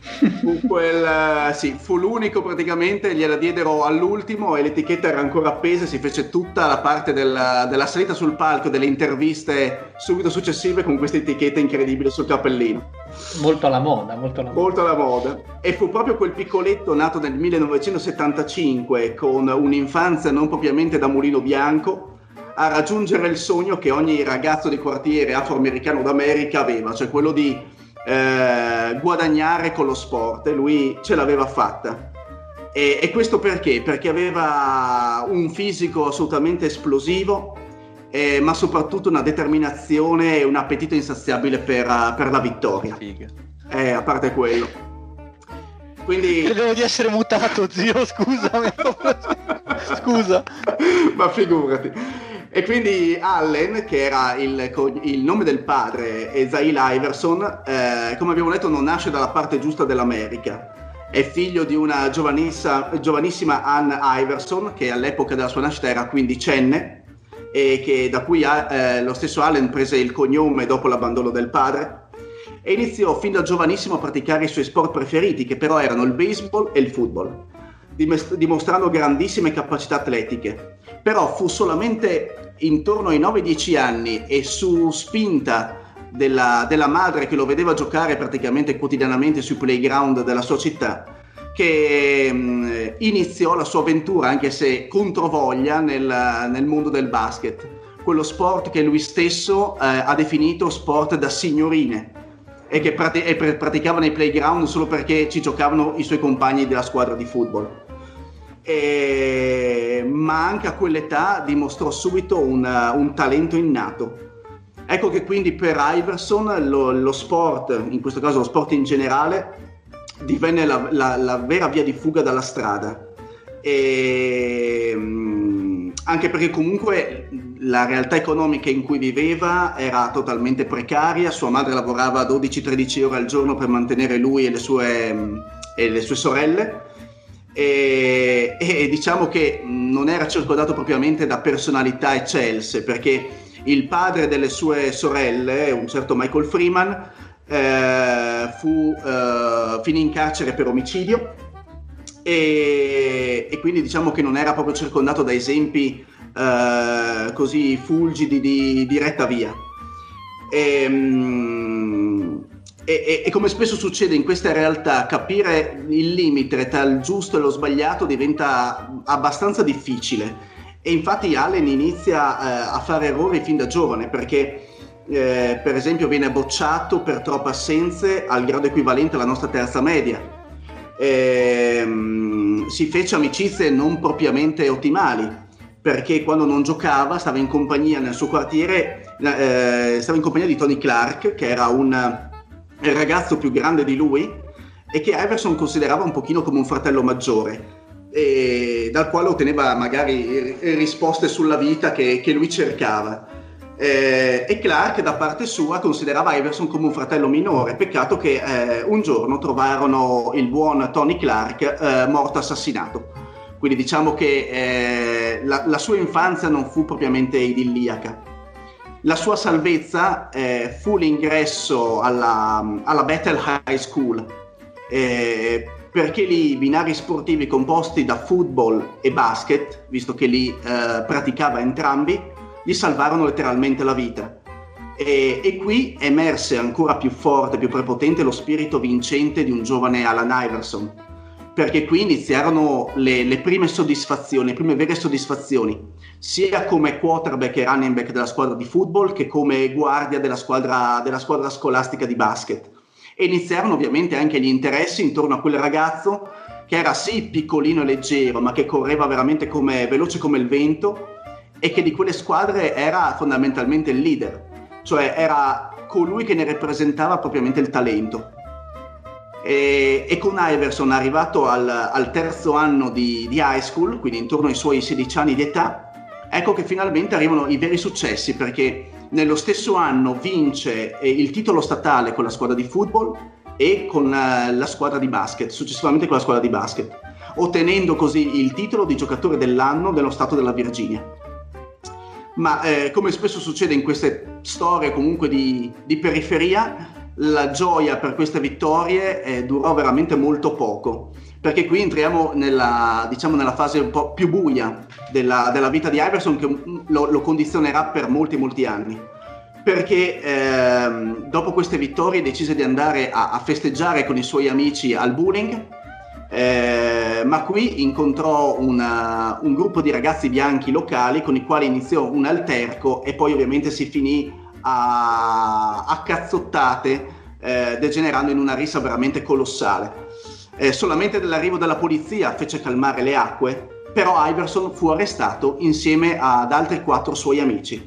Fu l'unico, praticamente gliela diedero all'ultimo e l'etichetta era ancora appesa. Si fece tutta la parte della salita sul palco, delle interviste subito successive con questa etichetta incredibile sul cappellino, molto alla moda. E fu proprio quel piccoletto nato nel 1975 con un'infanzia non propriamente da mulino bianco a raggiungere il sogno che ogni ragazzo di quartiere afroamericano d'America aveva, cioè quello di guadagnare con lo sport, e lui ce l'aveva fatta. E questo perché? Perché aveva un fisico assolutamente esplosivo, ma soprattutto una determinazione e un appetito insaziabile per la vittoria. A parte quello, quindi credevo di essere mutato, zio, scusami. Scusa, ma figurati. E quindi Allen, che era il nome del padre, Ezail Iverson, come abbiamo detto non nasce dalla parte giusta dell'America. È figlio di una giovanissima Ann Iverson, che all'epoca della sua nascita era quindicenne, e da cui lo stesso Allen prese il cognome dopo l'abbandono del padre, e iniziò fin da giovanissimo a praticare i suoi sport preferiti, che però erano il baseball e il football, dimostrando grandissime capacità atletiche. Però fu solamente intorno ai 9-10 anni e su spinta della madre, che lo vedeva giocare praticamente quotidianamente sui playground della sua città, che iniziò la sua avventura, anche se controvoglia, nel mondo del basket, quello sport che lui stesso ha definito sport da signorine e che praticava nei playground solo perché ci giocavano i suoi compagni della squadra di football. Ma anche a quell'età dimostrò subito un talento innato. Ecco che quindi per Iverson lo sport, in questo caso lo sport in generale, divenne la vera via di fuga dalla strada, anche perché comunque la realtà economica in cui viveva era totalmente precaria. Sua madre lavorava 12-13 ore al giorno per mantenere lui e le sue sorelle, e diciamo che non era circondato propriamente da personalità eccelse, perché il padre delle sue sorelle, un certo Michael Freeman, finì in carcere per omicidio, e quindi diciamo che non era proprio circondato da esempi così fulgidi di retta via. E come spesso succede in queste realtà, capire il limite tra il giusto e lo sbagliato diventa abbastanza difficile, e infatti Allen inizia a fare errori fin da giovane, perché per esempio viene bocciato per troppe assenze al grado equivalente alla nostra terza media, si fece amicizie non propriamente ottimali, perché quando non giocava stava in compagnia nel suo quartiere, stava in compagnia di Tony Clark, che era un ragazzo più grande di lui e che Iverson considerava un pochino come un fratello maggiore, e dal quale otteneva magari risposte sulla vita che lui cercava. E Clark da parte sua considerava Iverson come un fratello minore. Peccato che un giorno trovarono il buon Tony Clark morto assassinato, quindi diciamo che la sua infanzia non fu propriamente idilliaca. La sua salvezza fu l'ingresso alla Bethel High School, perché lì binari sportivi composti da football e basket, visto che lì praticava entrambi, gli salvarono letteralmente la vita. E qui emerse ancora più forte, più prepotente lo spirito vincente di un giovane Allen Iverson, perché qui iniziarono le prime soddisfazioni, le prime vere soddisfazioni, sia come quarterback e running back della squadra di football che come guardia della squadra scolastica di basket. E iniziarono ovviamente anche gli interessi intorno a quel ragazzo che era sì piccolino e leggero, ma che correva veramente veloce come il vento, e che di quelle squadre era fondamentalmente il leader, cioè era colui che ne rappresentava propriamente il talento. E con Iverson, arrivato al terzo anno di high school, quindi intorno ai suoi 16 anni di età, ecco che finalmente arrivano i veri successi, perché nello stesso anno vince il titolo statale con la squadra di football e con la squadra di basket, successivamente con la squadra di basket, ottenendo così il titolo di giocatore dell'anno dello stato della Virginia. Ma come spesso succede in queste storie comunque di periferia, la gioia per queste vittorie durò veramente molto poco, perché qui entriamo nella fase un po' più buia della vita di Iverson, che lo condizionerà per molti anni, perché dopo queste vittorie decise di andare a festeggiare con i suoi amici al bowling, ma qui incontrò un gruppo di ragazzi bianchi locali con i quali iniziò un alterco e poi ovviamente si finì a cazzottate, degenerando in una rissa veramente colossale. Solamente dell'arrivo della polizia fece calmare le acque, però Iverson fu arrestato insieme ad altri 4 suoi amici,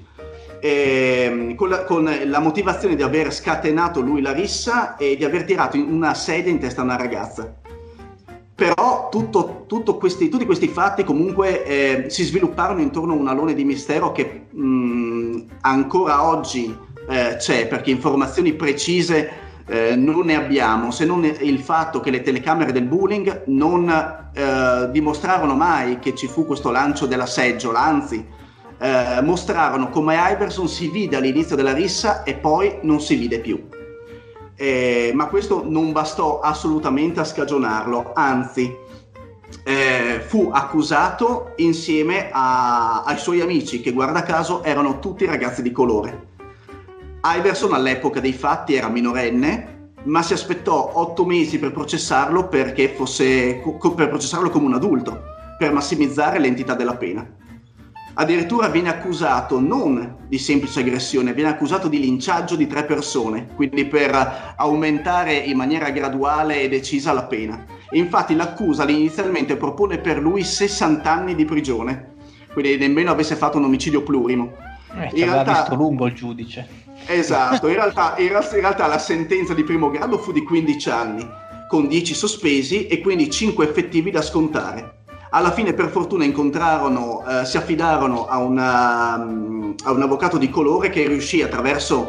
con la motivazione di aver scatenato lui la rissa e di aver tirato una sedia in testa a una ragazza. Però tutti questi fatti comunque si svilupparono intorno a un alone di mistero che ancora oggi c'è, perché informazioni precise non ne abbiamo, se non il fatto che le telecamere del bowling non dimostrarono mai che ci fu questo lancio della seggiola, anzi mostrarono come Iverson si vide all'inizio della rissa e poi non si vide più. Ma questo non bastò assolutamente a scagionarlo, anzi fu accusato insieme ai suoi amici, che guarda caso erano tutti ragazzi di colore. Iverson all'epoca dei fatti era minorenne, ma si aspettò 8 mesi per processarlo, per processarlo come un adulto, per massimizzare l'entità della pena. Addirittura viene accusato non di semplice aggressione, viene accusato di linciaggio di 3 persone, quindi per aumentare in maniera graduale e decisa la pena. E infatti l'accusa inizialmente propone per lui 60 anni di prigione, quindi nemmeno avesse fatto un omicidio plurimo. Ci aveva visto lungo il giudice. Esatto, in realtà la sentenza di primo grado fu di 15 anni, con 10 sospesi e quindi 5 effettivi da scontare. Alla fine, per fortuna, si affidarono a un avvocato di colore che riuscì, attraverso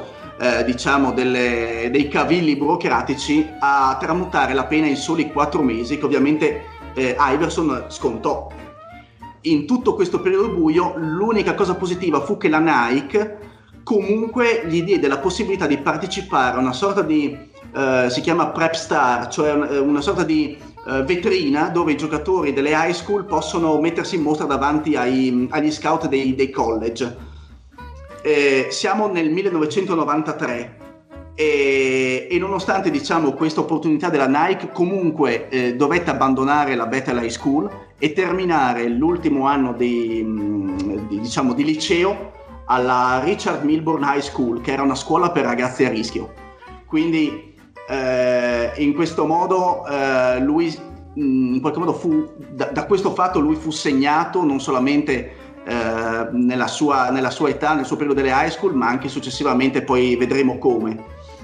dei cavilli burocratici, a tramutare la pena in soli 4 mesi, che ovviamente Iverson scontò. In tutto questo periodo buio, l'unica cosa positiva fu che la Nike comunque gli diede la possibilità di partecipare a una sorta di si chiama Prep Star, cioè una sorta di vetrina dove i giocatori delle high school possono mettersi in mostra davanti agli scout dei college. Siamo nel 1993 e nonostante questa opportunità della Nike, comunque dovette abbandonare la Bethel High School e terminare l'ultimo anno di liceo alla Richard Milburn High School, che era una scuola per ragazzi a rischio. Quindi in questo modo lui in qualche modo da questo fatto lui fu segnato non solamente nella sua età, nel suo periodo delle high school, ma anche successivamente, poi vedremo come.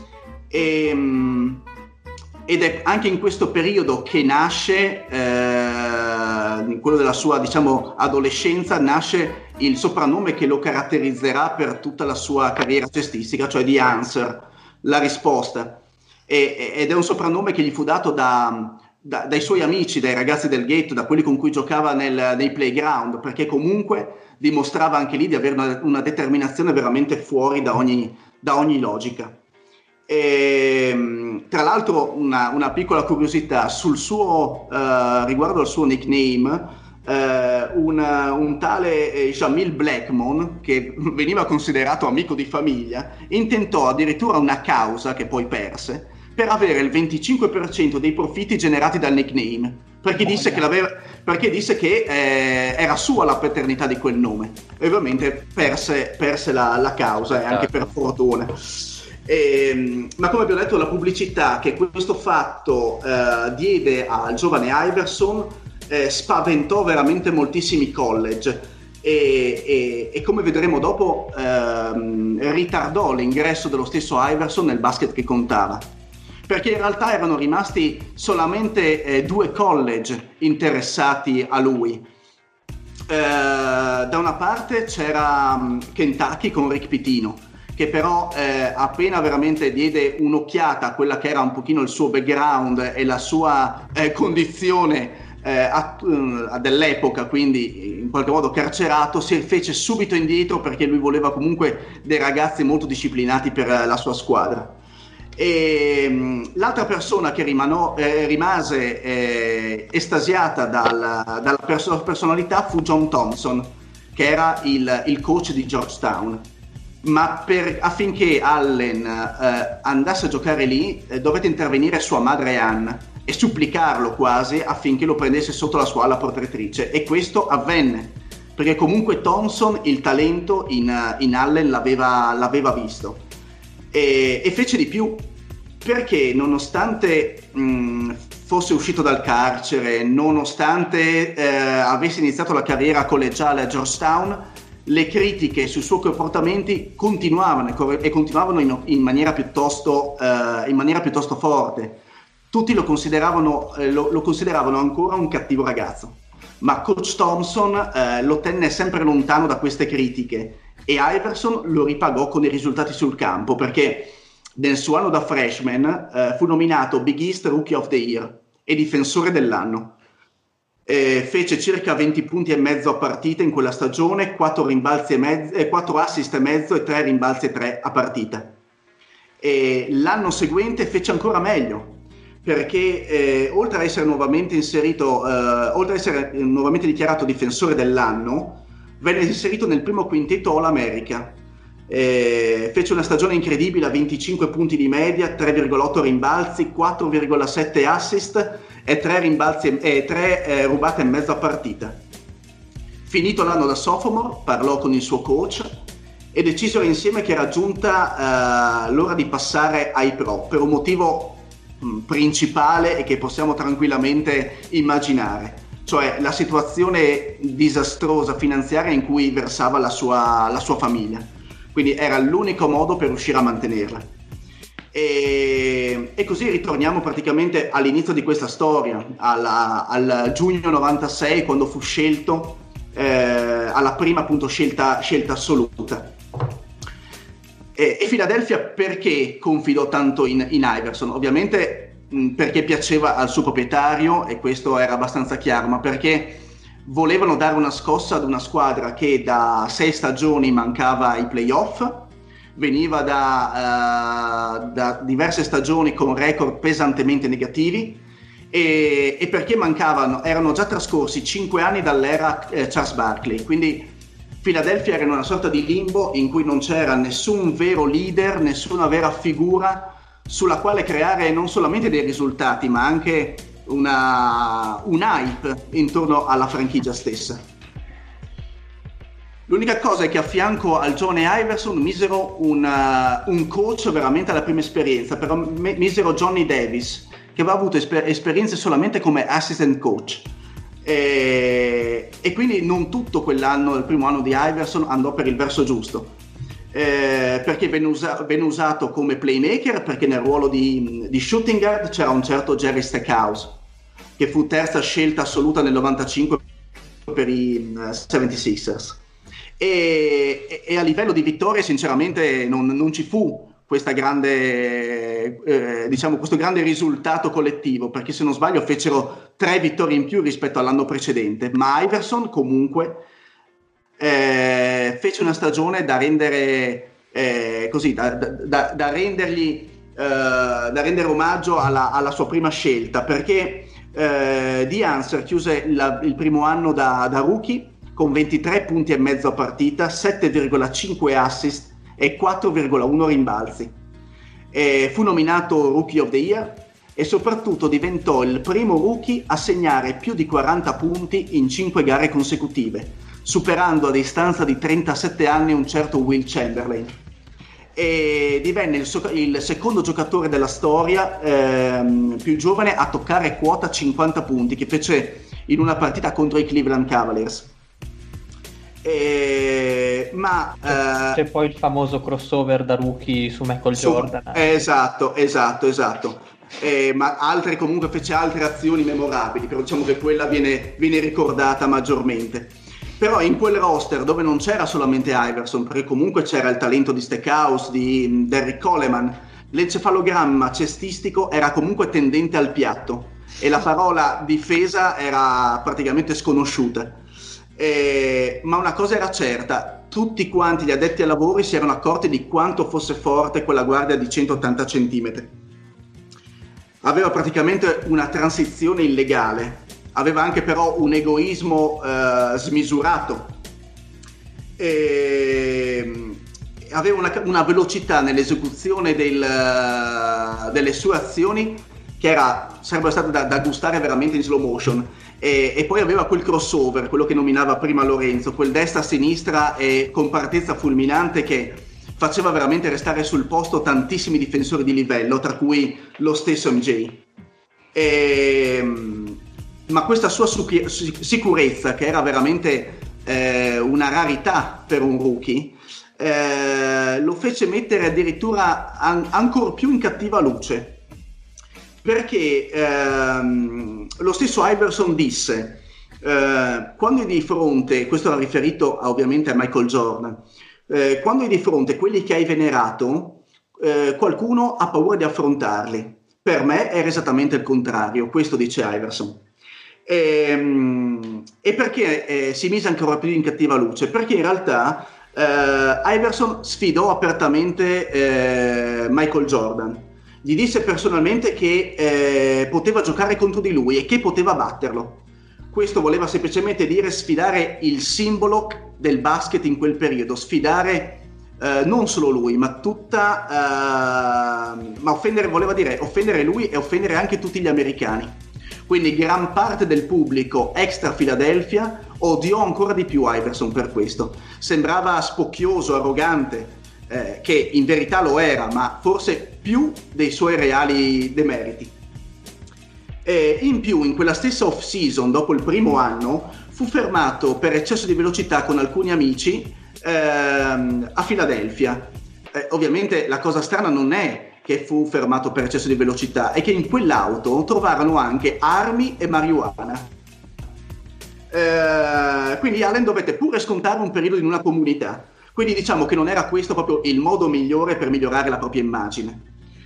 Ed è anche in questo periodo che nasce, in quello della sua, diciamo, adolescenza, nasce il soprannome che lo caratterizzerà per tutta la sua carriera cestistica, cioè The Answer, la risposta. Ed è un soprannome che gli fu dato dai suoi amici, dai ragazzi del ghetto, da quelli con cui giocava nei playground, perché comunque dimostrava anche lì di avere una determinazione veramente fuori da ogni logica. Tra l'altro una piccola curiosità sul suo riguardo al suo nickname, un tale Jamil Blackmon, che veniva considerato amico di famiglia, intentò addirittura una causa che poi perse per avere il 25% dei profitti generati dal nickname, perché disse che era sua la paternità di quel nome, e ovviamente perse la causa, e anche per fortuna. Ma come abbiamo detto, la pubblicità che questo fatto diede al giovane Iverson spaventò veramente moltissimi college, e come vedremo dopo ritardò l'ingresso dello stesso Iverson nel basket che contava, perché in realtà erano rimasti solamente 2 college interessati a lui. Da una parte c'era Kentucky con Rick Pitino, che però appena veramente diede un'occhiata a quella che era un pochino il suo background e la sua condizione dell'epoca, quindi in qualche modo carcerato, si fece subito indietro, perché lui voleva comunque dei ragazzi molto disciplinati per la sua squadra. E l'altra persona che rimase estasiata dalla personalità fu John Thompson, che era il coach di Georgetown. Ma affinché Allen andasse a giocare lì, dovette intervenire sua madre Ann e supplicarlo quasi affinché lo prendesse sotto la sua ala protettrice, e questo avvenne, perché comunque Thompson il talento in Allen l'aveva visto, e fece di più, perché nonostante fosse uscito dal carcere, nonostante avesse iniziato la carriera collegiale a Georgetown, le critiche sui suoi comportamenti continuavano in maniera piuttosto forte. Tutti lo consideravano ancora un cattivo ragazzo, ma coach Thompson lo tenne sempre lontano da queste critiche, e Iverson lo ripagò con i risultati sul campo, perché nel suo anno da freshman fu nominato Big East Rookie of the Year e difensore dell'anno. Fece circa 20 punti e mezzo a partita in quella stagione, 4 assist e mezzo e 3 rimbalzi e 3 a partita. E l'anno seguente fece ancora meglio, perché oltre a essere nuovamente dichiarato difensore dell'anno, venne inserito nel primo quintetto All-America. Fece una stagione incredibile a 25 punti di media, 3,8 rimbalzi, 4,7 assist e 3 rubate e mezzo a partita. Finito l'anno da sophomore, parlò con il suo coach e decisero insieme che era giunta l'ora di passare ai pro, per un motivo principale e che possiamo tranquillamente immaginare, cioè la situazione disastrosa finanziaria in cui versava la sua famiglia. Quindi era l'unico modo per riuscire a mantenerla. E così ritorniamo praticamente all'inizio di questa storia, al giugno 96, quando fu scelto alla prima appunto scelta assoluta. E Philadelphia perché confidò tanto in Iverson? Ovviamente perché piaceva al suo proprietario, e questo era abbastanza chiaro, ma perché volevano dare una scossa ad una squadra che da 6 stagioni mancava ai playoff, veniva da diverse stagioni con record pesantemente negativi, e perché erano già trascorsi 5 anni dall'era Charles Barkley, quindi Philadelphia era in una sorta di limbo in cui non c'era nessun vero leader, nessuna vera figura sulla quale creare non solamente dei risultati, ma anche un hype intorno alla franchigia stessa. L'unica cosa è che a fianco al giovane Iverson misero un coach veramente alla prima esperienza, però misero Johnny Davis, che aveva avuto esperienze solamente come assistant coach. E quindi non tutto quell'anno, il primo anno di Iverson, andò per il verso giusto, perché venne usato come playmaker, perché nel ruolo di shooting guard c'era un certo Jerry Stackhouse, che fu terza scelta assoluta nel 95 per i 76ers, e a livello di vittorie sinceramente non ci fu questa grande questo grande risultato collettivo, perché se non sbaglio fecero 3 vittorie in più rispetto all'anno precedente, ma Iverson comunque fece una stagione da rendere da rendere omaggio alla sua prima scelta, perché The Answer chiuse il primo anno da rookie con 23 punti e mezzo a partita, 7,5 assist e 4,1 rimbalzi. Fu nominato Rookie of the Year e soprattutto diventò il primo rookie a segnare più di 40 punti in 5 gare consecutive, superando a distanza di 37 anni un certo Will Chamberlain, e divenne il secondo giocatore della storia più giovane a toccare quota 50 punti, che fece in una partita contro i Cleveland Cavaliers. C'è poi il famoso crossover da rookie su Michael Jordan. Esatto. Ma comunque fece altre azioni memorabili, però diciamo che quella viene ricordata maggiormente. Però in quel roster, dove non c'era solamente Iverson, perché comunque c'era il talento di Stackhouse, di Derrick Coleman, l'encefalogramma cestistico era comunque tendente al piatto e la parola difesa era praticamente sconosciuta. Ma una cosa era certa: tutti quanti gli addetti ai lavori si erano accorti di quanto fosse forte quella guardia di 180 centimetri. Aveva praticamente una transizione illegale, aveva anche però un egoismo smisurato, aveva una velocità nell'esecuzione delle sue azioni che sarebbe stata da gustare veramente in slow motion. E poi aveva quel crossover, quello che nominava prima Lorenzo, quel destra-sinistra e con partenza fulminante che faceva veramente restare sul posto tantissimi difensori di livello, tra cui lo stesso MJ. Ma questa sua sicurezza, che era veramente una rarità per un rookie, lo fece mettere addirittura ancor più in cattiva luce, perché lo stesso Iverson disse, quando è di fronte, questo era riferito ovviamente a Michael Jordan, quando è di fronte quelli che hai venerato, qualcuno ha paura di affrontarli. Per me era esattamente il contrario, questo dice Iverson. E perché si mise ancora più in cattiva luce? Perché in realtà Iverson sfidò apertamente Michael Jordan. Gli disse personalmente che poteva giocare contro di lui e che poteva batterlo. Questo voleva semplicemente dire sfidare il simbolo del basket in quel periodo, sfidare non solo lui, ma voleva dire offendere lui e offendere anche tutti gli americani. Quindi gran parte del pubblico extra Philadelphia odiò ancora di più Iverson per questo. Sembrava spocchioso, arrogante, che in verità lo era, ma forse più dei suoi reali demeriti. In più, in quella stessa off-season, dopo il primo anno, fu fermato per eccesso di velocità con alcuni amici a Philadelphia. Ovviamente la cosa strana non è che fu fermato per eccesso di velocità, è che in quell'auto trovarono anche armi e marijuana. Quindi Allen dovette pure scontare un periodo in una comunità. Quindi diciamo che non era questo proprio il modo migliore per migliorare la propria immagine.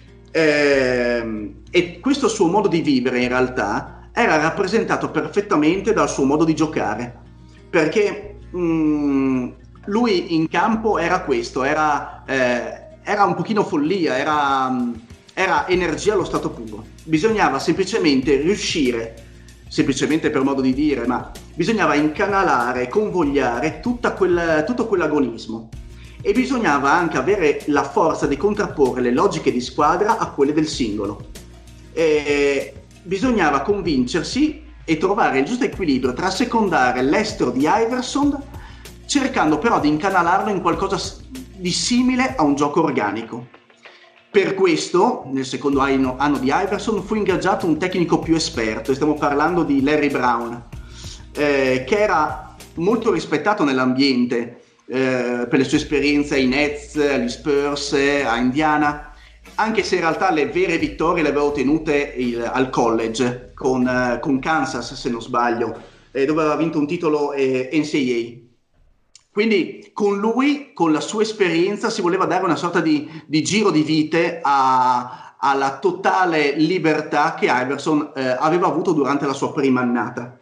E questo suo modo di vivere in realtà era rappresentato perfettamente dal suo modo di giocare, perché lui in campo era questo, era un pochino follia, era energia allo stato puro. Bisognava semplicemente riuscire, semplicemente per modo di dire, ma bisognava incanalare, convogliare tutto quell'agonismo, e bisognava anche avere la forza di contrapporre le logiche di squadra a quelle del singolo. Bisognava convincersi e trovare il giusto equilibrio tra assecondare l'estero di Iverson, cercando però di incanalarlo in qualcosa di simile a un gioco organico. Per questo, nel secondo anno di Iverson, fu ingaggiato un tecnico più esperto, e stiamo parlando di Larry Brown, che era molto rispettato nell'ambiente per le sue esperienze ai Nets, agli Spurs, a Indiana, anche se in realtà le vere vittorie le aveva ottenute al college con Kansas, se non sbaglio, dove aveva vinto un titolo NCAA. Quindi con lui, con la sua esperienza, si voleva dare una sorta di giro di vite alla totale libertà che Iverson aveva avuto durante la sua prima annata.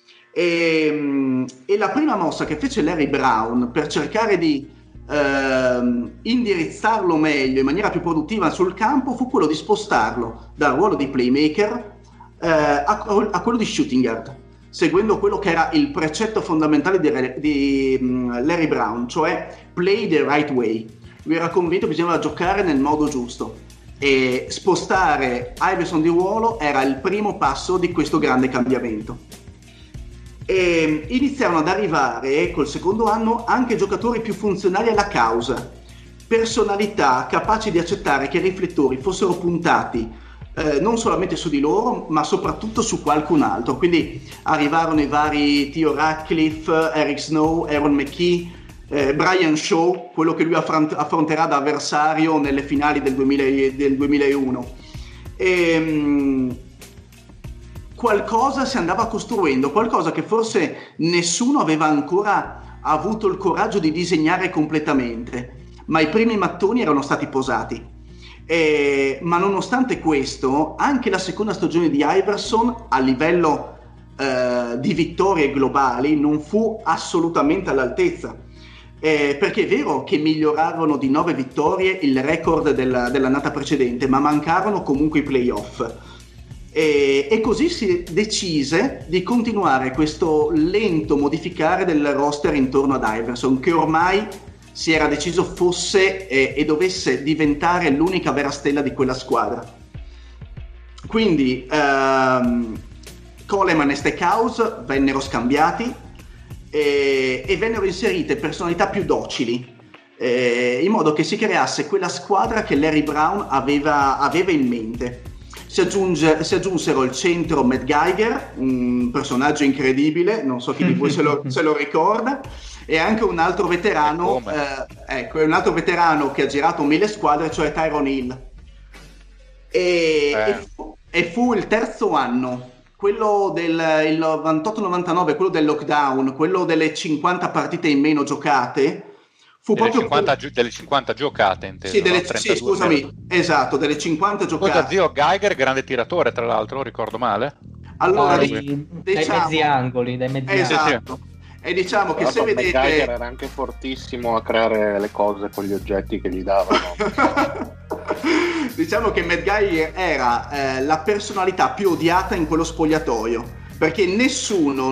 E la prima mossa che fece Larry Brown per cercare di indirizzarlo meglio, in maniera più produttiva sul campo, fu quello di spostarlo dal ruolo di playmaker a quello di shooting guard, seguendo quello che era il precetto fondamentale di Larry Brown, cioè play the right way. Lui era convinto che bisognava giocare nel modo giusto, e spostare Iverson di ruolo era il primo passo di questo grande cambiamento. E iniziarono ad arrivare col secondo anno anche giocatori più funzionali alla causa, personalità capaci di accettare che i riflettori fossero puntati non solamente su di loro, ma soprattutto su qualcun altro. Quindi arrivarono i vari Theo Radcliffe, Eric Snow, Aaron McKee, Brian Shaw, quello che lui affronterà da avversario nelle finali del 2001. Qualcosa si andava costruendo, qualcosa che forse nessuno aveva ancora avuto il coraggio di disegnare completamente, ma i primi mattoni erano stati posati. Ma nonostante questo, anche la seconda stagione di Iverson a livello di vittorie globali non fu assolutamente all'altezza, perché è vero che migliorarono di 9 vittorie il record dell'annata precedente, ma mancarono comunque i playoff. E così si decise di continuare questo lento modificare del roster intorno ad Iverson, che ormai si era deciso fosse e dovesse diventare l'unica vera stella di quella squadra. Quindi Coleman e Stackhouse vennero scambiati e vennero inserite personalità più docili, in modo che si creasse quella squadra che Larry Brown aveva in mente. Si aggiunsero il centro Matt Geiger, un personaggio incredibile, non so chi di voi se lo ricorda, e anche un altro veterano, un altro veterano che ha girato 1000 squadre, cioè Tyrone Hill. E fu il terzo anno, quello del 98-99, quello del lockdown, quello delle 50 partite in meno giocate. Fu delle 50 giocate, inteso. Sì, scusami, esatto, delle 50 giocate. Scusa, zio Geiger, grande tiratore, tra l'altro, ricordo male? Allora, dai mezzi angoli, esatto. E diciamo che se vedete... Geiger era anche fortissimo a creare le cose con gli oggetti che gli davano. Diciamo che Matt Geiger era la personalità più odiata in quello spogliatoio, perché nessuno,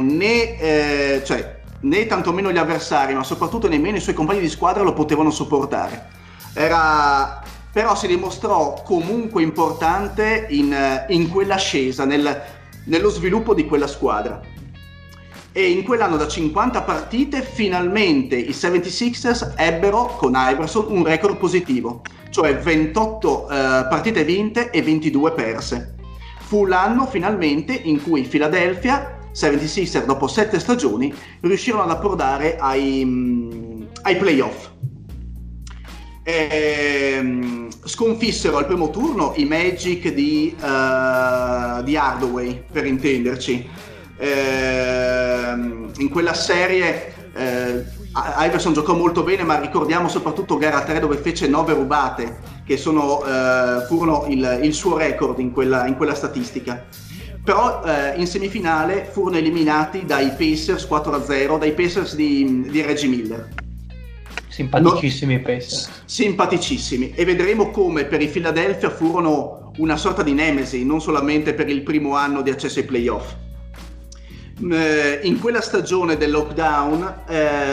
né tantomeno gli avversari, ma soprattutto nemmeno i suoi compagni di squadra lo potevano sopportare. Però si dimostrò comunque importante in quell'ascesa, nello sviluppo di quella squadra. E in quell'anno da 50 partite finalmente i 76ers ebbero con Iverson un record positivo, cioè 28 partite vinte e 22 perse. Fu l'anno finalmente in cui Philadelphia 76ers, dopo 7 stagioni, riuscirono ad approdare ai playoff. Sconfissero al primo turno i Magic di Hardaway, per intenderci. In quella serie Iverson giocò molto bene, ma ricordiamo soprattutto gara 3 dove fece 9 rubate, che furono il suo record in quella statistica. Però in semifinale furono eliminati dai Pacers 4-0, dai Pacers di Reggie Miller. Simpaticissimi i Pacers. Simpaticissimi. E vedremo come per i Philadelphia furono una sorta di nemesi, non solamente per il primo anno di accesso ai playoff. In quella stagione del lockdown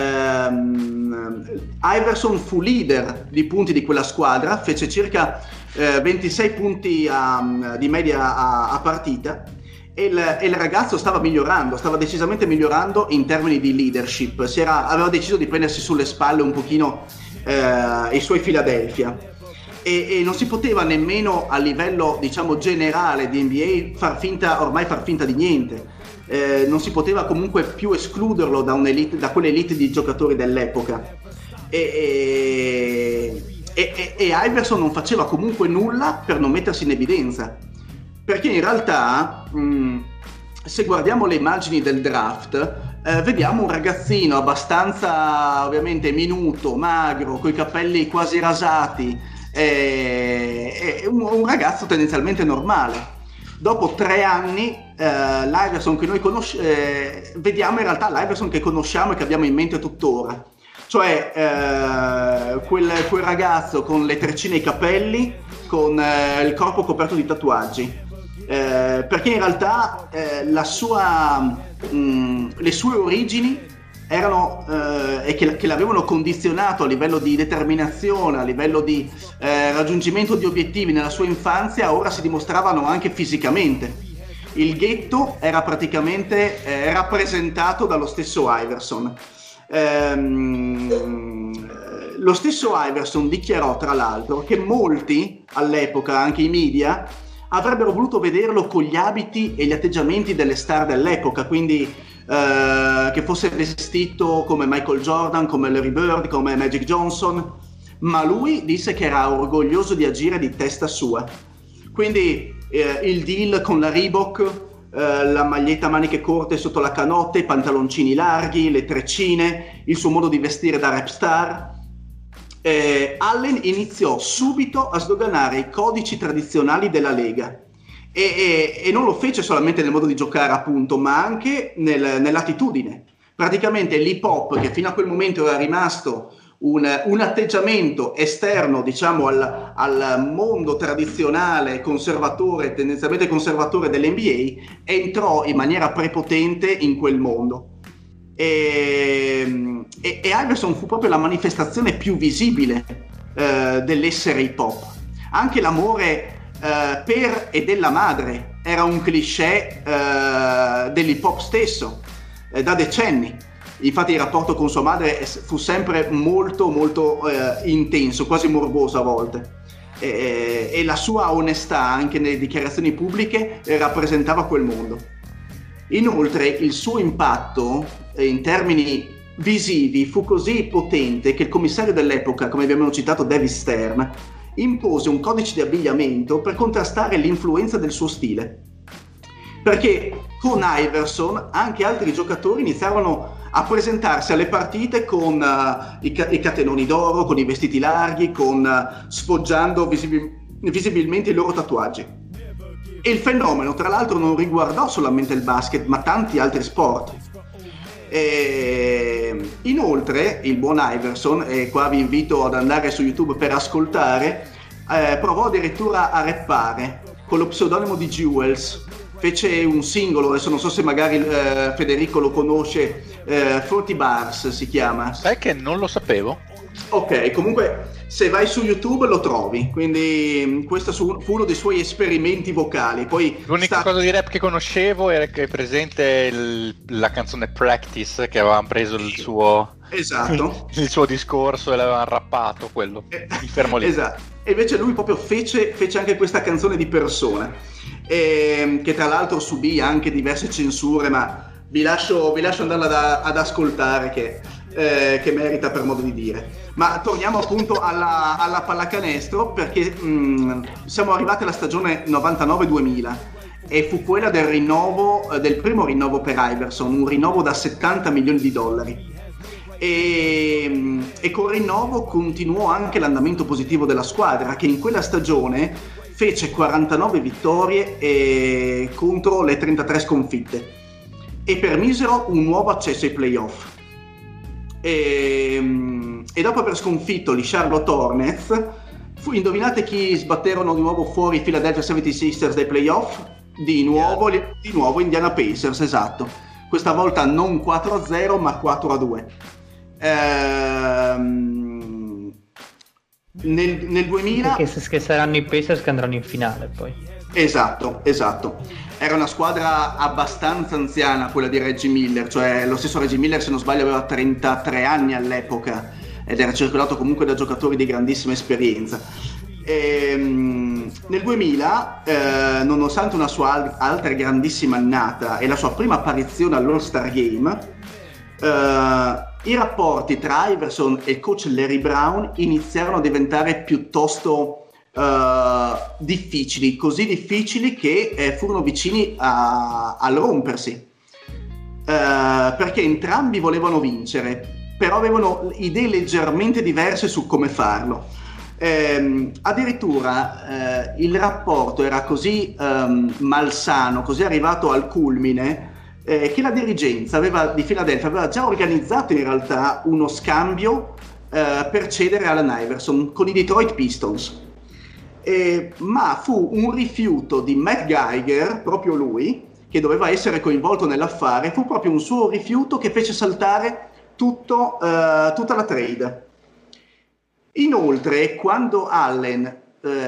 Iverson fu leader di punti di quella squadra, fece circa 26 punti di media a partita, e il ragazzo stava decisamente migliorando in termini di leadership. Aveva deciso di prendersi sulle spalle un pochino i suoi Philadelphia, e non si poteva nemmeno a livello, diciamo, generale di NBA far finta di niente. Non si poteva comunque più escluderlo da quell'elite di giocatori dell'epoca, e Iverson non faceva comunque nulla per non mettersi in evidenza, perché in realtà se guardiamo le immagini del draft vediamo un ragazzino abbastanza, ovviamente, minuto, magro, coi capelli quasi rasati, un ragazzo tendenzialmente normale. Dopo 3 anni l'Iverson che noi vediamo in realtà l'Iverson che conosciamo e che abbiamo in mente tuttora, cioè quel ragazzo con le treccine ai capelli, con il corpo coperto di tatuaggi, perché in realtà le sue origini erano e che l'avevano condizionato a livello di determinazione, a livello di raggiungimento di obiettivi nella sua infanzia, ora si dimostravano anche fisicamente. Il ghetto era praticamente rappresentato dallo stesso Iverson. Lo stesso Iverson dichiarò, tra l'altro, che molti all'epoca, anche i media, avrebbero voluto vederlo con gli abiti e gli atteggiamenti delle star dell'epoca, quindi che fosse vestito come Michael Jordan, come Larry Bird, come Magic Johnson, ma lui disse che era orgoglioso di agire di testa sua. Quindi il deal con la Reebok, la maglietta a maniche corte sotto la canotta, i pantaloncini larghi, le treccine, il suo modo di vestire da rap star. Allen iniziò subito a sdoganare i codici tradizionali della Lega. E non lo fece solamente nel modo di giocare, appunto, ma anche nell'attitudine. Praticamente l'hip hop, che fino a quel momento era rimasto un atteggiamento esterno, diciamo, al mondo tradizionale, conservatore, tendenzialmente conservatore dell'NBA, entrò in maniera prepotente in quel mondo. E Iverson fu proprio la manifestazione più visibile dell'essere hip hop. Anche l'amore per e della madre era un cliché dell'hip hop stesso, da decenni. Infatti il rapporto con sua madre fu sempre molto molto intenso, quasi morboso a volte, e la sua onestà anche nelle dichiarazioni pubbliche rappresentava quel mondo. Inoltre il suo impatto in termini visivi fu così potente che il commissario dell'epoca, come abbiamo citato Davis Stern, impose un codice di abbigliamento per contrastare l'influenza del suo stile, perché con Iverson anche altri giocatori iniziarono a presentarsi alle partite con i catenoni d'oro, con i vestiti larghi, sfoggiando visibilmente i loro tatuaggi. E il fenomeno, tra l'altro, non riguardò solamente il basket, ma tanti altri sport. Inoltre il buon Iverson, e qua vi invito ad andare su YouTube per ascoltare, provò addirittura a rappare con lo pseudonimo di Jewels. Fece un singolo, adesso non so se magari Federico lo conosce, 40 Bars si chiama. Sai che non lo sapevo? Ok, comunque se vai su YouTube lo trovi, quindi questo fu uno dei suoi esperimenti vocali. Poi l'unica cosa di rap che conoscevo era che è presente la canzone Practice, che avevano preso il suo, esatto, il suo discorso e l'avevano rappato, quello, mi fermo lì. Esatto, e invece lui proprio fece anche questa canzone di persona, che tra l'altro subì anche diverse censure, ma vi lascio andarla ad ascoltare, che merita, per modo di dire. Ma torniamo appunto alla pallacanestro, perché siamo arrivati alla stagione 99-2000 e fu quella del primo rinnovo per Iverson, un rinnovo da $70 milioni, e col rinnovo continuò anche l'andamento positivo della squadra, che in quella stagione fece 49 vittorie contro le 33 sconfitte e permisero un nuovo accesso ai playoff. E dopo aver sconfitto gli Charlotte Hornets, indovinate chi sbatterono di nuovo fuori i Philadelphia 76ers dai playoff? Di nuovo Indiana Pacers, esatto. Questa volta non 4-0 ma 4-2. Nel 2000 che saranno i Pacers che andranno in finale poi. Esatto. Era una squadra abbastanza anziana, quella di Reggie Miller, cioè lo stesso Reggie Miller, se non sbaglio, aveva 33 anni all'epoca ed era circolato comunque da giocatori di grandissima esperienza. Nel 2000, nonostante una sua altra grandissima annata e la sua prima apparizione all'All-Star Game, i rapporti tra Iverson e il coach Larry Brown iniziarono a diventare piuttosto difficili, così difficili che furono vicini al rompersi, perché entrambi volevano vincere, però avevano idee leggermente diverse su come farlo. Addirittura il rapporto era così malsano, così arrivato al culmine, che la dirigenza di Philadelphia aveva già organizzato in realtà uno scambio per cedere Allen Iverson con i Detroit Pistons, ma fu un rifiuto di Matt Geiger, proprio lui, che doveva essere coinvolto nell'affare, fu proprio un suo rifiuto che fece saltare tutta la trade. Inoltre, quando Allen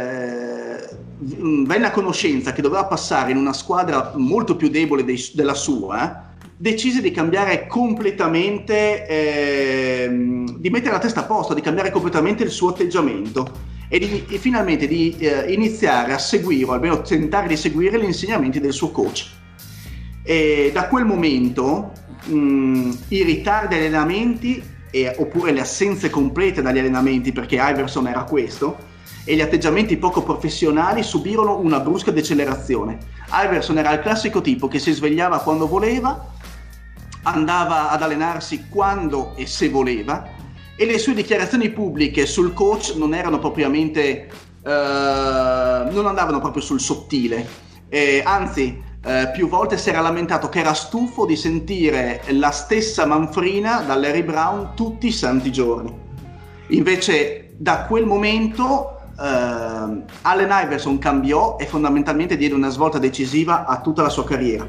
venne a conoscenza che doveva passare in una squadra molto più debole della sua, decise di cambiare completamente, di mettere la testa a posto, di cambiare completamente il suo atteggiamento e finalmente di iniziare a seguire, o almeno tentare di seguire gli insegnamenti del suo coach. E da quel momento i ritardi agli allenamenti oppure le assenze complete dagli allenamenti, perché Iverson era questo, e gli atteggiamenti poco professionali subirono una brusca decelerazione. Iverson era il classico tipo che si svegliava quando voleva, andava ad allenarsi quando e se voleva, e le sue dichiarazioni pubbliche sul coach non erano propriamente non andavano proprio sul sottile, anzi più volte si era lamentato che era stufo di sentire la stessa manfrina da Larry Brown tutti i santi giorni. Invece da quel momento Allen Iverson cambiò e fondamentalmente diede una svolta decisiva a tutta la sua carriera.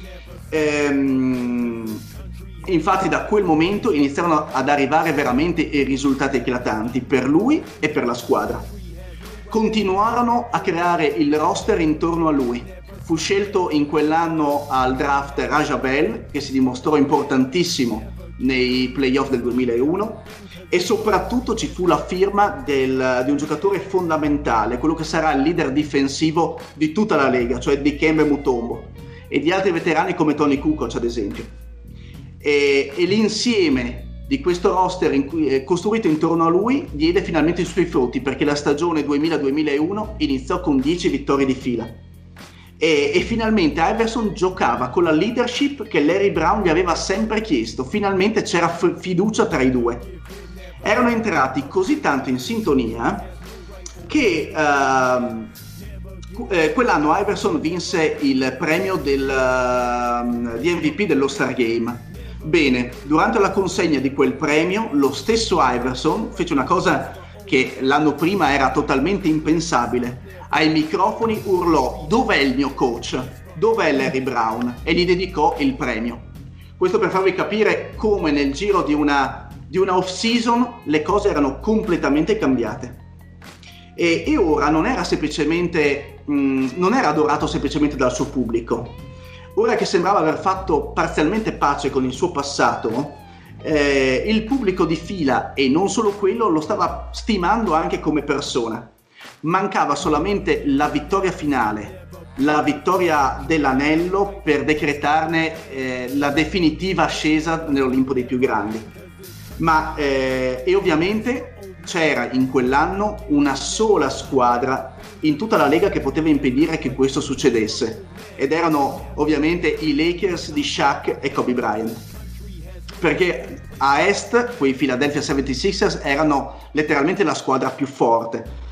Infatti da quel momento iniziarono ad arrivare veramente i risultati eclatanti per lui e per la squadra. Continuarono a creare il roster intorno a lui. Fu scelto in quell'anno al draft Raja Bell, che si dimostrò importantissimo nei playoff del 2001, e soprattutto ci fu la firma di un giocatore fondamentale, quello che sarà il leader difensivo di tutta la Lega, cioè Dikembe Mutombo, e di altri veterani come Tony Kukoc ad esempio. E l'insieme di questo roster costruito intorno a lui diede finalmente i suoi frutti, perché la stagione 2000-2001 iniziò con 10 vittorie di fila. E finalmente Iverson giocava con la leadership che Larry Brown gli aveva sempre chiesto. Finalmente c'era fiducia tra i due. Erano entrati così tanto in sintonia che quell'anno Iverson vinse il premio di MVP dell'All-Star Game. Bene, durante la consegna di quel premio lo stesso Iverson fece una cosa che l'anno prima era totalmente impensabile. Ai microfoni urlò: "Dov'è il mio coach? Dov'è Larry Brown?" e gli dedicò il premio. Questo per farvi capire come nel giro di una off-season le cose erano completamente cambiate. E ora non era adorato semplicemente dal suo pubblico. Ora che sembrava aver fatto parzialmente pace con il suo passato, il pubblico di fila, e non solo quello, lo stava stimando anche come persona. Mancava solamente la vittoria finale, la vittoria dell'anello, per decretarne la definitiva ascesa nell'Olimpo dei più grandi. E ovviamente c'era in quell'anno una sola squadra in tutta la Lega che poteva impedire che questo succedesse, ed erano ovviamente i Lakers di Shaq e Kobe Bryant, perché a est quei Philadelphia 76ers erano letteralmente la squadra più forte.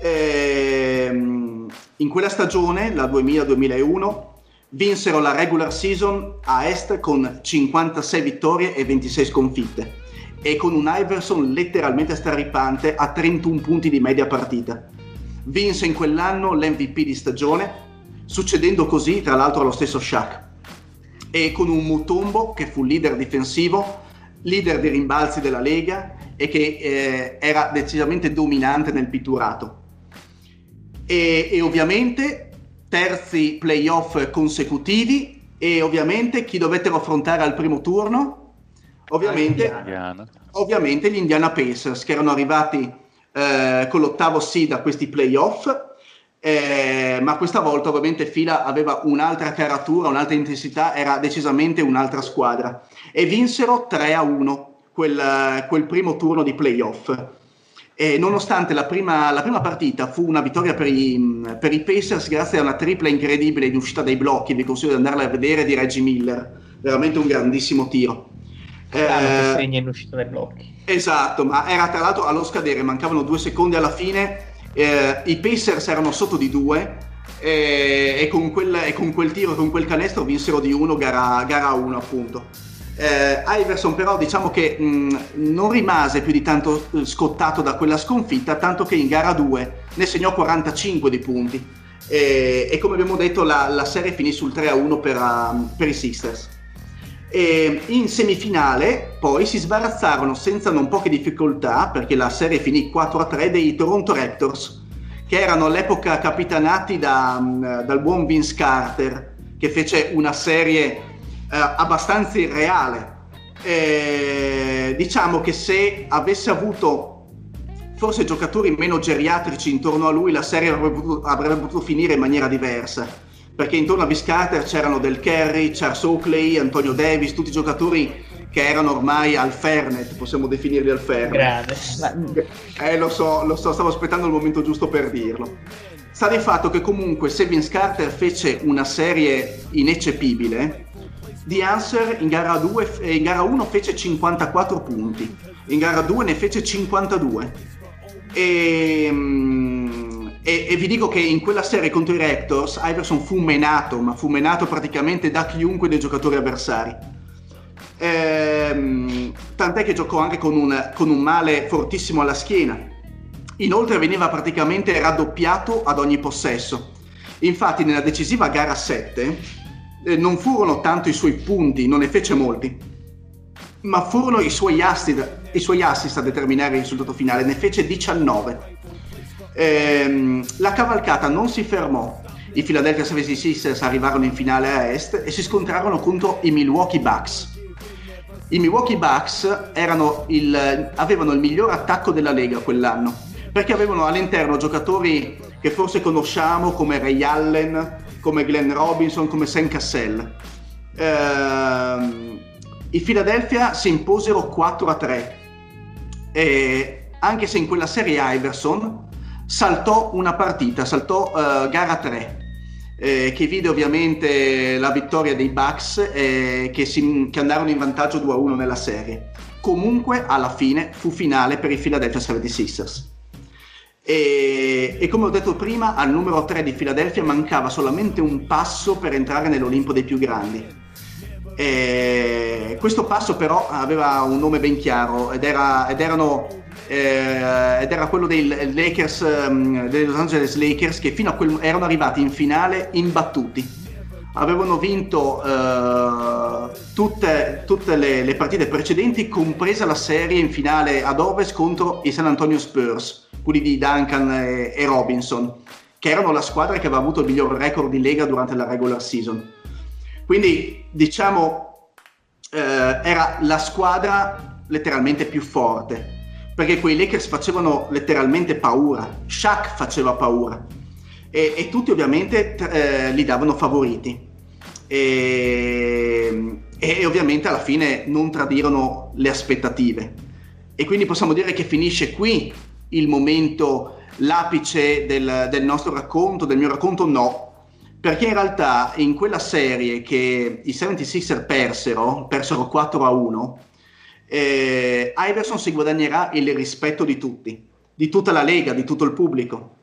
In quella stagione, la 2000-2001, vinsero la regular season a est con 56 vittorie e 26 sconfitte, e con un Iverson letteralmente straripante a 31 punti di media partita. Vinse in quell'anno l'MVP di stagione, succedendo così tra l'altro allo stesso Shaq, e con un Mutombo che fu leader difensivo, leader dei rimbalzi della Lega, e che era decisamente dominante nel pitturato. E ovviamente terzi playoff consecutivi, e ovviamente chi dovettero affrontare al primo turno? Ovviamente gli Indiana Pacers, che erano arrivati con l'ottavo seed a questi playoff, ma questa volta ovviamente Fila aveva un'altra caratura, un'altra intensità, era decisamente un'altra squadra, e vinsero 3-1 quel primo turno di playoff. E nonostante la prima partita fu una vittoria per i Pacers grazie a una tripla incredibile di uscita dai blocchi, vi consiglio di andarla a vedere, di Reggie Miller, veramente un grandissimo tiro. Che segna in uscita dai blocchi. Esatto, ma era tra l'altro allo scadere, mancavano 2 secondi alla fine, i Pacers erano sotto di 2 e con quel tiro, con quel canestro vinsero di 1 gara 1 appunto. Iverson però diciamo che non rimase più di tanto scottato da quella sconfitta, tanto che in gara 2 ne segnò 45 di punti e come abbiamo detto la serie finì sul 3-1 per i Sixers. E in semifinale poi si sbarazzarono senza non poche difficoltà, perché la serie finì 4-3, dei Toronto Raptors, che erano all'epoca capitanati dal buon Vince Carter, che fece una serie abbastanza irreale. Diciamo che se avesse avuto forse giocatori meno geriatrici intorno a lui, la serie avrebbe potuto finire in maniera diversa, perché intorno a Vince Carter c'erano Del Curry, Charles Oakley, Antonio Davis, tutti giocatori che erano ormai al Fernet, possiamo definirli al Fernet. Lo so, stavo aspettando il momento giusto per dirlo. Sta di fatto che comunque se Vince Carter fece una serie ineccepibile, The Answer in gara 1 fece 54 punti, in gara 2 ne fece 52 e vi dico che in quella serie contro i Raptors Iverson fu menato praticamente da chiunque dei giocatori avversari, tant'è che giocò anche con un male fortissimo alla schiena. Inoltre veniva praticamente raddoppiato ad ogni possesso. Infatti nella decisiva gara 7 non furono tanto i suoi punti, non ne fece molti, ma furono i suoi assist a determinare il risultato finale, ne fece 19. La cavalcata non si fermò, i Philadelphia 76ers arrivarono in finale a Est e si scontrarono contro i Milwaukee Bucks. I Milwaukee Bucks avevano il miglior attacco della Lega quell'anno, perché avevano all'interno giocatori che forse conosciamo come Ray Allen, come Glenn Robinson, come Sam Cassell. I Philadelphia si imposero 4-3 e anche se in quella serie Iverson saltò una partita, gara 3, che vide ovviamente la vittoria dei Bucks che andarono in vantaggio 2-1 nella serie. Comunque alla fine fu finale per i Philadelphia 76ers. E come ho detto prima, al numero 3 di Philadelphia mancava solamente un passo per entrare nell'Olimpo dei più grandi. Questo passo però aveva un nome ben chiaro ed era quello dei Lakers, dei Los Angeles Lakers, che fino a erano arrivati in finale imbattuti. Avevano vinto tutte le partite precedenti, compresa la serie in finale ad Ovest contro i San Antonio Spurs, quelli di Duncan e Robinson, che erano la squadra che aveva avuto il miglior record di Lega durante la regular season. Quindi diciamo era la squadra letteralmente più forte, perché quei Lakers facevano letteralmente paura. Shaq faceva paura e tutti ovviamente li davano favoriti e ovviamente alla fine non tradirono le aspettative, e quindi possiamo dire che finisce qui il momento, l'apice del nostro racconto, del mio racconto. No, perché in realtà in quella serie che i 76ers persero 4-1, Iverson si guadagnerà il rispetto di tutti, di tutta la Lega, di tutto il pubblico,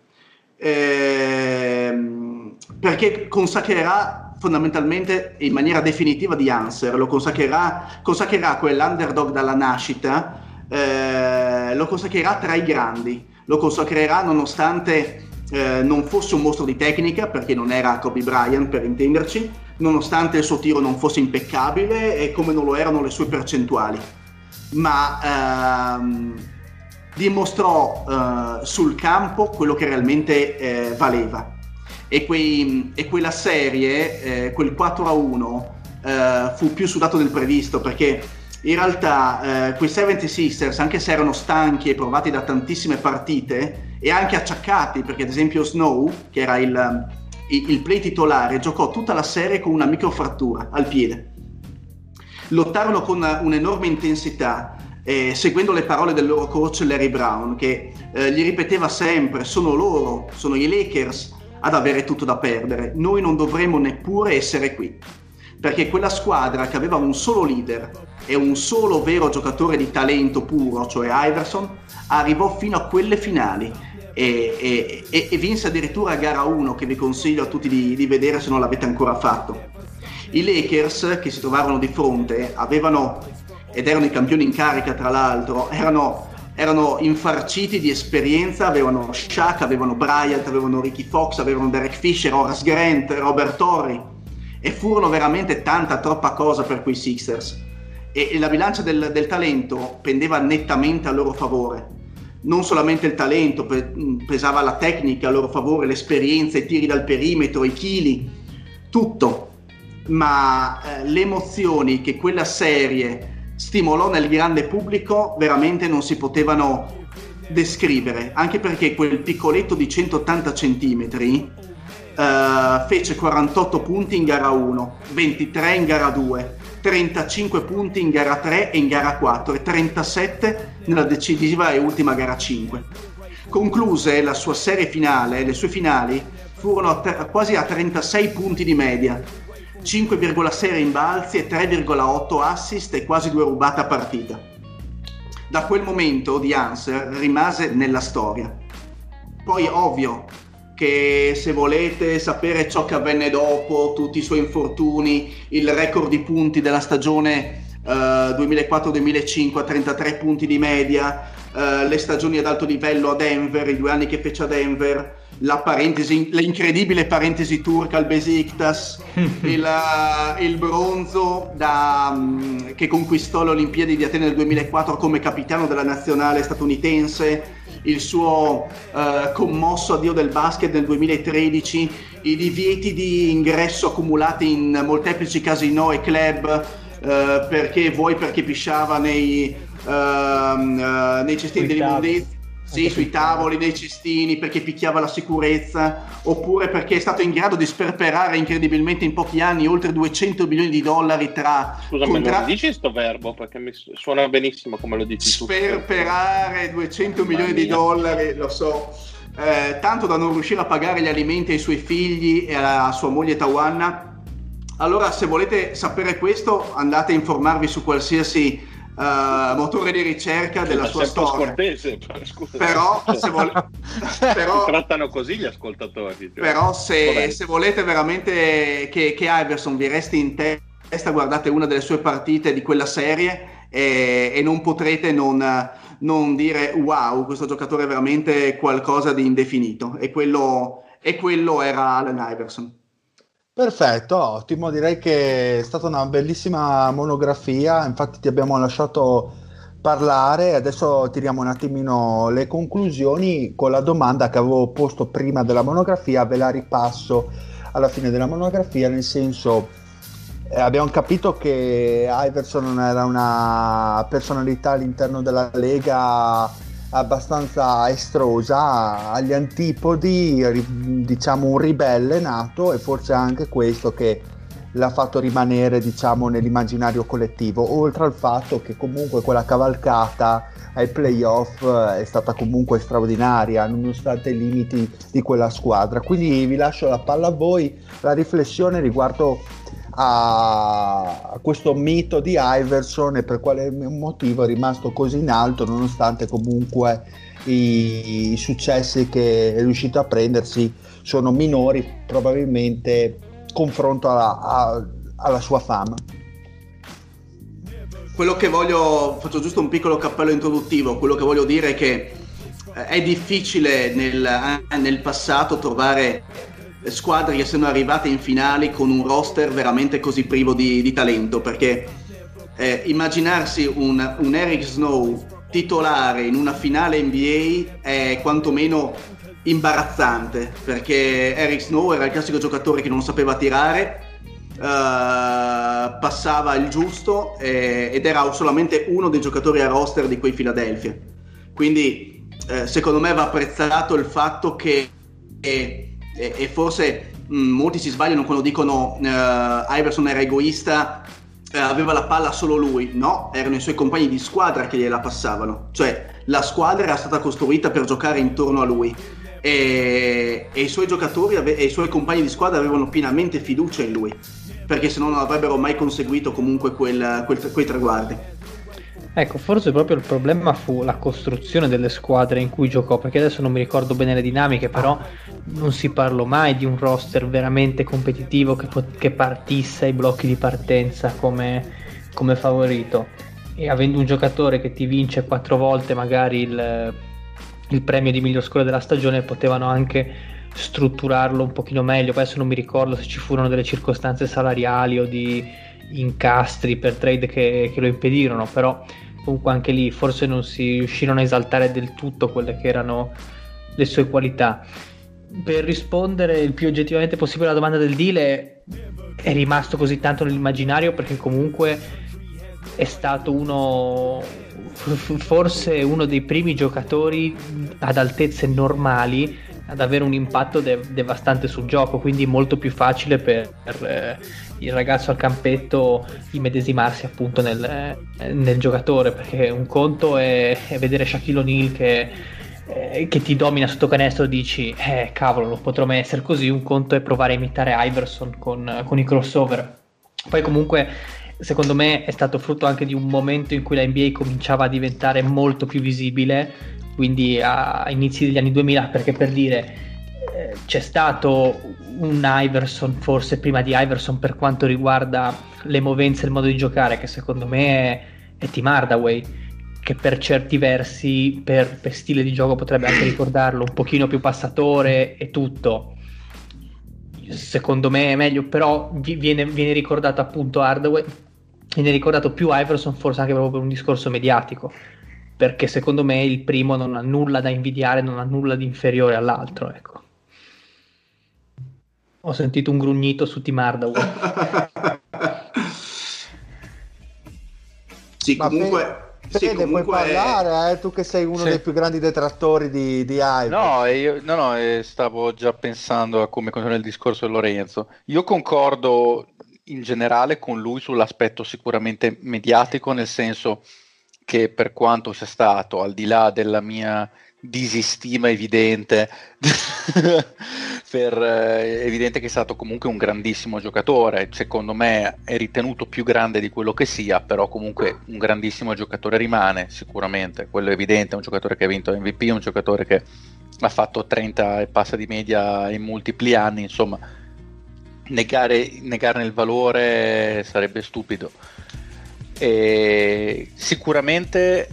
perché consacrerà fondamentalmente in maniera definitiva The Answer, lo consacrerà quell'underdog dalla nascita, lo consacrerà tra i grandi, lo consacrerà nonostante non fosse un mostro di tecnica, perché non era Kobe Bryant per intenderci, nonostante il suo tiro non fosse impeccabile e come non lo erano le sue percentuali, ma dimostrò sul campo quello che realmente valeva, e quella serie, quel 4-1 fu più sudato del previsto, perché in realtà quei 76ers, anche se erano stanchi e provati da tantissime partite e anche acciaccati, perché ad esempio Snow, che era il play titolare, giocò tutta la serie con una microfrattura al piede. Lottarono con un'enorme intensità, seguendo le parole del loro coach Larry Brown, che gli ripeteva sempre: sono loro, sono i Lakers ad avere tutto da perdere, noi non dovremmo neppure essere qui, perché quella squadra che aveva un solo leader e un solo vero giocatore di talento puro, cioè Iverson, arrivò fino a quelle finali e vinse addirittura gara 1, che vi consiglio a tutti di vedere se non l'avete ancora fatto. I Lakers, che si trovarono di fronte, avevano, ed erano i campioni in carica tra l'altro, erano infarciti di esperienza, avevano Shaq, avevano Bryant, avevano Ricky Fox, avevano Derek Fisher, Horace Grant, Robert Torrey, e furono veramente troppa cosa per quei Sixers, e la bilancia del talento pendeva nettamente a loro favore. Non solamente il talento, pesava la tecnica a loro favore, l'esperienza, i tiri dal perimetro, i chili, tutto, ma le emozioni che quella serie stimolò nel grande pubblico veramente non si potevano descrivere, anche perché quel piccoletto di 180 centimetri fece 48 punti in gara 1, 23 in gara 2, 35 punti in gara 3 e in gara 4 e 37 nella decisiva e ultima gara 5. Concluse la sua serie finale, le sue finali furono quasi a 36 punti di media, 5,6 rimbalzi e 3,8 assist e quasi 2 rubate a partita. Da quel momento The Answer rimase nella storia. Poi ovvio che se volete sapere ciò che avvenne dopo, tutti i suoi infortuni, il record di punti della stagione 2004-2005 a 33 punti di media, le stagioni ad alto livello a Denver, i 2 anni che fece a Denver, l'incredibile parentesi turca al Besiktas, il bronzo che conquistò le Olimpiadi di Atene nel 2004 come capitano della nazionale statunitense, il suo commosso addio del basket nel 2013, i divieti di ingresso accumulati in molteplici casinò e club, perché pisciava nei cestini dell'immondizia, sì, sui tavoli, nei cestini, perché picchiava la sicurezza, oppure perché è stato in grado di sperperare incredibilmente in pochi anni oltre 200 milioni di dollari tra... Scusami, non dici sto verbo? Perché mi suona benissimo come lo dici tu. Sperperare 200 milioni di dollari, lo so, tanto da non riuscire a pagare gli alimenti ai suoi figli e alla sua moglie Tawanna. Allora, se volete sapere questo, andate a informarvi su qualsiasi motore di ricerca della sua storia. Scortese, scusa. Però trattano così gli ascoltatori. Cioè. Però se volete veramente che Iverson vi resti in testa, guardate una delle sue partite di quella serie e non potrete non dire wow, questo giocatore è veramente qualcosa di indefinito, e quello era Allen Iverson. Perfetto, ottimo, direi che è stata una bellissima monografia, infatti ti abbiamo lasciato parlare, adesso tiriamo un attimino le conclusioni con la domanda che avevo posto prima della monografia, ve la ripasso alla fine della monografia, nel senso abbiamo capito che Iverson non era una personalità all'interno della Lega abbastanza estrosa, agli antipodi, diciamo un ribelle nato, e forse anche questo che l'ha fatto rimanere, diciamo, nell'immaginario collettivo, oltre al fatto che comunque quella cavalcata ai playoff è stata comunque straordinaria nonostante i limiti di quella squadra. Quindi vi lascio la palla a voi, la riflessione riguardo a questo mito di Iverson e per quale motivo è rimasto così in alto nonostante comunque i successi che è riuscito a prendersi sono minori probabilmente confronto alla sua fama. Quello che faccio giusto un piccolo cappello introduttivo, quello che voglio dire è che è difficile nel passato trovare squadre che sono arrivate in finali con un roster veramente così privo di talento, perché immaginarsi un Eric Snow titolare in una finale NBA è quantomeno imbarazzante, perché Eric Snow era il classico giocatore che non sapeva tirare, passava il giusto ed era solamente uno dei giocatori a roster di quei Philadelphia. Quindi secondo me va apprezzato il fatto che e forse molti si sbagliano quando dicono Iverson era egoista, aveva la palla solo lui. No, erano i suoi compagni di squadra che gliela passavano, cioè la squadra era stata costruita per giocare intorno a lui e i suoi giocatori e i suoi compagni di squadra avevano pienamente fiducia in lui, perché se no non avrebbero mai conseguito comunque quei traguardi. Ecco, forse proprio il problema fu la costruzione delle squadre in cui giocò, perché adesso non mi ricordo bene le dinamiche, però non si parlò mai di un roster veramente competitivo che partisse ai blocchi di partenza come favorito. E avendo un giocatore che ti vince 4 volte magari il premio di miglior scorer della stagione, potevano anche strutturarlo un pochino meglio. Poi adesso non mi ricordo se ci furono delle circostanze salariali o di incastri per trade che lo impedirono, però comunque anche lì forse non si riuscirono a esaltare del tutto quelle che erano le sue qualità. Per rispondere il più oggettivamente possibile alla domanda del deal, è rimasto così tanto nell'immaginario perché comunque è stato forse uno dei primi giocatori ad altezze normali ad avere un impatto devastante sul gioco, quindi molto più facile per il ragazzo al campetto immedesimarsi appunto nel giocatore, perché un conto è vedere Shaquille O'Neal che ti domina sotto canestro e dici cavolo, non potrò mai essere così. Un conto è provare a imitare Iverson con i crossover. Poi comunque secondo me è stato frutto anche di un momento in cui la NBA cominciava a diventare molto più visibile, quindi a inizi degli anni 2000, perché per dire c'è stato un Iverson forse prima di Iverson per quanto riguarda le movenze e il modo di giocare, che secondo me è Tim Hardaway, che per certi versi per stile di gioco potrebbe anche ricordarlo, un pochino più passatore e tutto. Secondo me è meglio, però viene ricordato appunto Hardaway, viene ricordato più Iverson forse anche proprio per un discorso mediatico, perché secondo me il primo non ha nulla da invidiare, non ha nulla di inferiore all'altro, ecco. Ho sentito un grugnito su Tim Hardaway. Sì, comunque Fede, puoi parlare, tu che sei uno dei più grandi detrattori di Iverson. No, stavo già pensando a come continuare il discorso di Lorenzo. Io concordo in generale con lui sull'aspetto sicuramente mediatico, nel senso che per quanto sia stato, al di là della mia disistima evidente evidente che è stato comunque un grandissimo giocatore, secondo me è ritenuto più grande di quello che sia, però comunque un grandissimo giocatore rimane sicuramente, quello è evidente. È un giocatore che ha vinto MVP, un giocatore che ha fatto 30 e passa di media in multipli anni, insomma negarne il valore sarebbe stupido. E sicuramente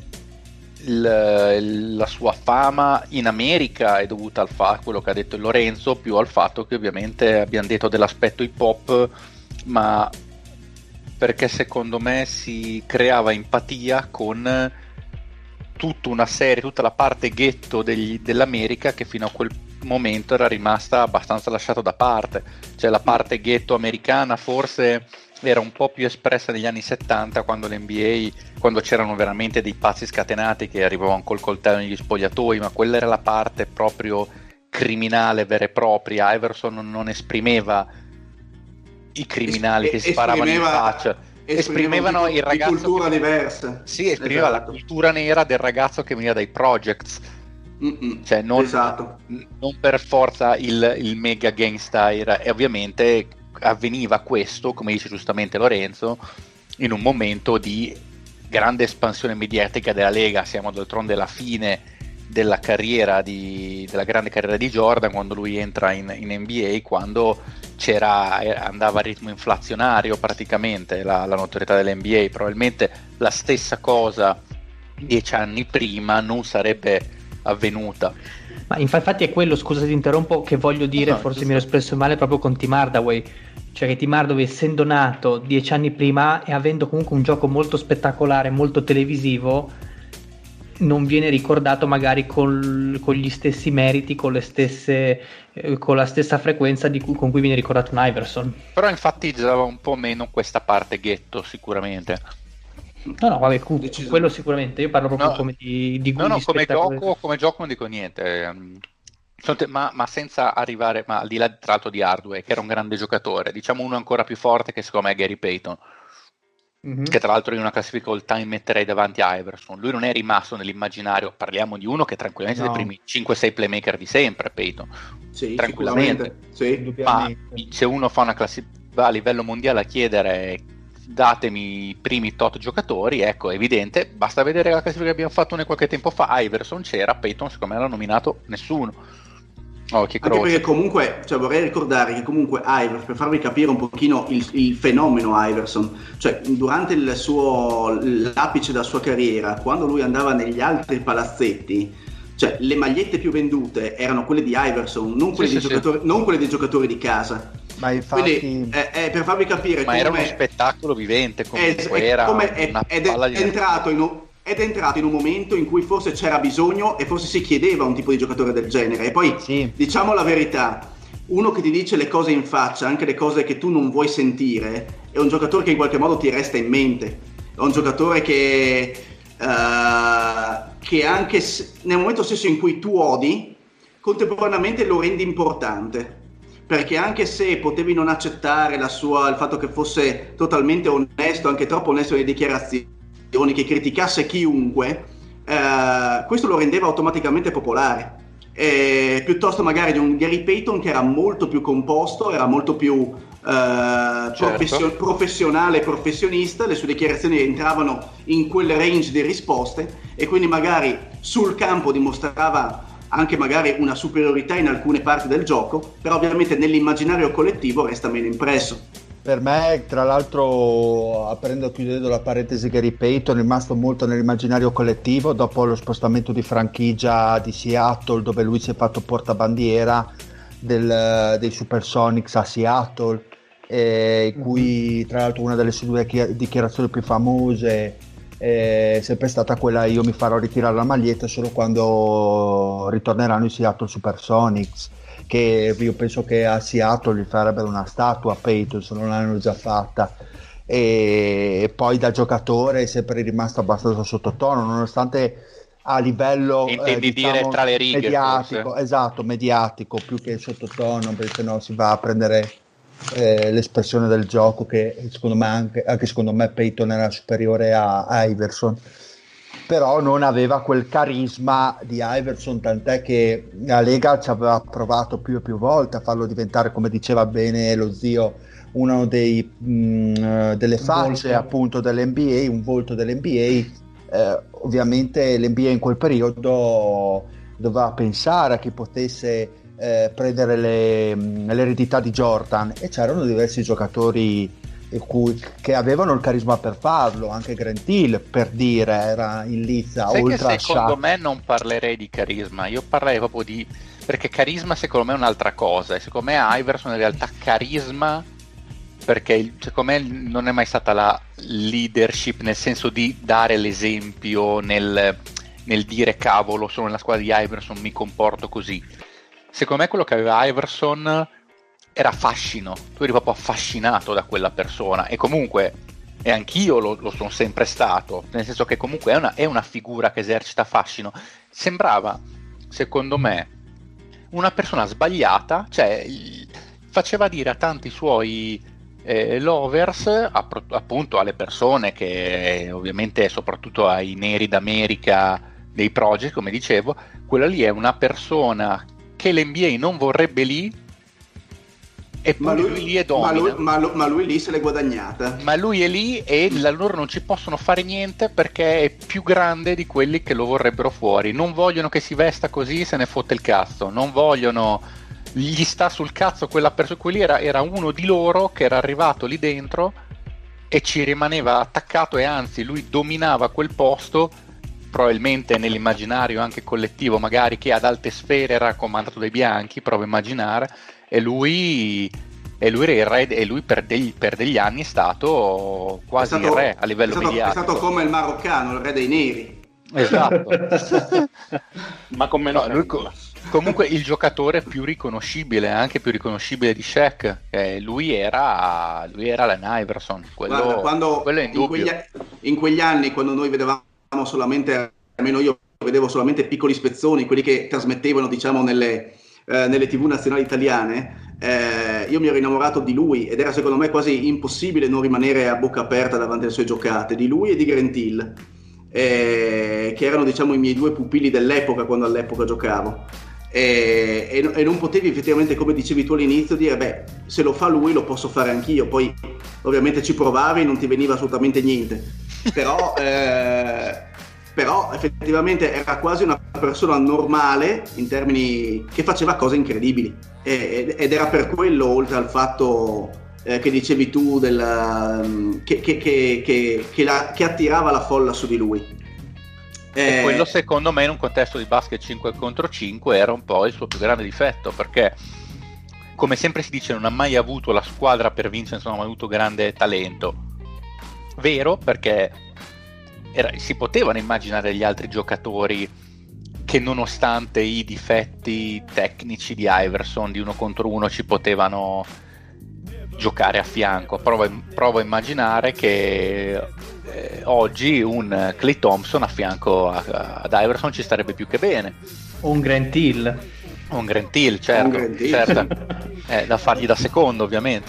la sua fama in America è dovuta a quello che ha detto Lorenzo, più al fatto che ovviamente abbiamo detto dell'aspetto hip hop, ma perché secondo me si creava empatia con tutta la parte ghetto dell'America, che fino a quel momento era rimasta abbastanza lasciata da parte. Cioè la parte ghetto americana forse era un po' più espressa negli anni 70, quando l'NBA, quando c'erano veramente dei pazzi scatenati che arrivavano col coltello negli spogliatoi, ma quella era la parte proprio criminale vera e propria. Iverson non esprimeva i criminali che sparavano in faccia, esprimevano il ragazzo di cultura diversa. Sì, esprimeva la cultura nera del ragazzo che veniva dai projects. Cioè non per forza il mega gangster, e ovviamente avveniva questo, come dice giustamente Lorenzo, in un momento di grande espansione mediatica della Lega. Siamo d'altronde alla fine della grande carriera di Jordan, quando lui entra in NBA, quando andava a ritmo inflazionario praticamente la notorietà dell'NBA. Probabilmente la stessa cosa 10 anni prima non sarebbe avvenuta. Ma infatti è quello, scusa ti interrompo, che voglio dire, forse mi ero espresso male proprio con Tim Hardaway, cioè che Tim Hardaway, essendo nato 10 anni prima e avendo comunque un gioco molto spettacolare, molto televisivo, non viene ricordato magari con gli stessi meriti, con la stessa frequenza con cui viene ricordato un Iverson. Però enfatizzava un po' meno questa parte ghetto, sicuramente. No, vabbè, quello sicuramente. Io parlo proprio come di come gioco non dico niente. Ma senza arrivare, ma al di là tra l'altro di Hardaway, che era un grande giocatore, diciamo uno ancora più forte, che secondo me è Gary Payton, che tra l'altro in una classifica all time metterei davanti a Iverson. Lui non è rimasto nell'immaginario, parliamo di uno che tranquillamente è dei primi 5-6 playmaker di sempre, Payton, sì, tranquillamente, sì. Ma se uno fa una classifica a livello mondiale a chiedere datemi i primi tot giocatori, ecco, è evidente, basta vedere la classifica che abbiamo fatto noi qualche tempo fa. Iverson c'era, Payton secondo me l'ha nominato nessuno. Anche perché comunque, cioè, vorrei ricordare che comunque Iverson, per farvi capire un pochino il fenomeno Iverson, cioè durante l'apice della sua carriera, quando lui andava negli altri palazzetti, cioè le magliette più vendute erano quelle di Iverson, non quelle dei giocatori di casa. Ma infatti... Quindi per farvi capire, ma era uno spettacolo vivente, ed è entrato in un momento in cui forse c'era bisogno e forse si chiedeva un tipo di giocatore del genere. E poi diciamo la verità, uno che ti dice le cose in faccia, anche le cose che tu non vuoi sentire, è un giocatore che in qualche modo ti resta in mente, è un giocatore che anche nel momento stesso in cui tu odi, contemporaneamente lo rendi importante, perché anche se potevi non accettare il fatto che fosse totalmente onesto, anche troppo onesto nelle dichiarazioni, che criticasse chiunque, questo lo rendeva automaticamente popolare, piuttosto magari di un Gary Payton che era molto più composto, era molto più professionale e professionista. Le sue dichiarazioni entravano in quel range di risposte e quindi magari sul campo dimostrava anche magari una superiorità in alcune parti del gioco, però ovviamente nell'immaginario collettivo resta meno impresso. Per me, tra l'altro, chiudendo la parentesi, Gary Payton è rimasto molto nell'immaginario collettivo dopo lo spostamento di franchigia di Seattle, dove lui si è fatto portabandiera dei Supersonics a Seattle, in cui tra l'altro una delle sue dichiarazioni più famose è sempre stata quella: io mi farò ritirare la maglietta solo quando ritorneranno i Seattle Supersonics, che io penso che a Seattle gli farebbero una statua a Payton se non l'hanno già fatta. E poi da giocatore è sempre rimasto abbastanza sottotono, nonostante a livello dire tra le righe, mediatico, forse. Esatto, mediatico più che sottotono, perché no si va a prendere l'espressione del gioco, che secondo me anche secondo me Payton era superiore a Iverson, però non aveva quel carisma di Iverson, tant'è che la Lega ci aveva provato più e più volte a farlo diventare, come diceva bene lo zio, uno delle facce appunto dell'NBA, un volto dell'NBA. Ovviamente l'NBA in quel periodo doveva pensare a chi potesse prendere l'eredità di Jordan, e c'erano diversi giocatori che avevano il carisma per farlo. Anche Grant Hill, per dire, era in lizza. Sai oltre che secondo me non parlerei di carisma, io parlerei proprio perché carisma secondo me è un'altra cosa, e secondo me Iverson in realtà carisma, perché secondo me non è mai stata la leadership nel senso di dare l'esempio nel dire cavolo, sono nella squadra di Iverson, mi comporto così. Secondo me quello che aveva Iverson era fascino, tu eri proprio affascinato da quella persona, e comunque, e anch'io lo sono sempre stato, nel senso che comunque è una figura che esercita fascino. Sembrava, secondo me, una persona sbagliata, cioè faceva dire a tanti suoi lovers, appunto alle persone che ovviamente, soprattutto ai neri d'America dei Project, come dicevo, quella lì è una persona che l'NBA non vorrebbe lì, e poi lui lì è domina. Ma lui lì se l'è guadagnata. Ma lui è lì e loro non ci possono fare niente perché è più grande di quelli che lo vorrebbero fuori. Non vogliono che si vesta così, se ne fotte il cazzo. Non vogliono, gli sta sul cazzo quella persona. Quelli era uno di loro che era arrivato lì dentro e ci rimaneva attaccato, e anzi lui dominava quel posto, probabilmente nell'immaginario anche collettivo, magari, che ad alte sfere era comandato dai bianchi, provo a immaginare. E lui era il re, e lui per degli anni è stato quasi il re a livello mediatico. È stato come il maroccano, il re dei neri. Esatto. Ma con meno comunque il giocatore più riconoscibile, anche più riconoscibile di Shaq, lui era Allen Iverson, quello è indubbio. In quegli anni, quando noi vedevamo solamente, almeno io vedevo solamente piccoli spezzoni, quelli che trasmettevano, diciamo, nelle TV nazionali italiane, io mi ero innamorato di lui ed era secondo me quasi impossibile non rimanere a bocca aperta davanti alle sue giocate, di lui e di Grant Hill, che erano, diciamo, i miei due pupilli dell'epoca quando all'epoca giocavo. E non potevi effettivamente, come dicevi tu all'inizio, dire beh, se lo fa lui lo posso fare anch'io. Poi ovviamente ci provavi e non ti veniva assolutamente niente, però effettivamente era quasi una persona normale in termini che faceva cose incredibili, ed era per quello, oltre al fatto che dicevi tu che attirava la folla su di lui. E quello secondo me in un contesto di basket 5 contro 5 era un po' il suo più grande difetto, perché come sempre si dice non ha mai avuto la squadra per vincere, non ha mai avuto grande talento. Vero, perché si potevano immaginare gli altri giocatori che nonostante i difetti tecnici di Iverson di 1 contro 1 ci potevano giocare a fianco. Provo a immaginare che oggi un Klay Thompson a fianco ad Iverson ci starebbe più che bene. Un Grant Hill, certo. Da fargli da secondo, ovviamente.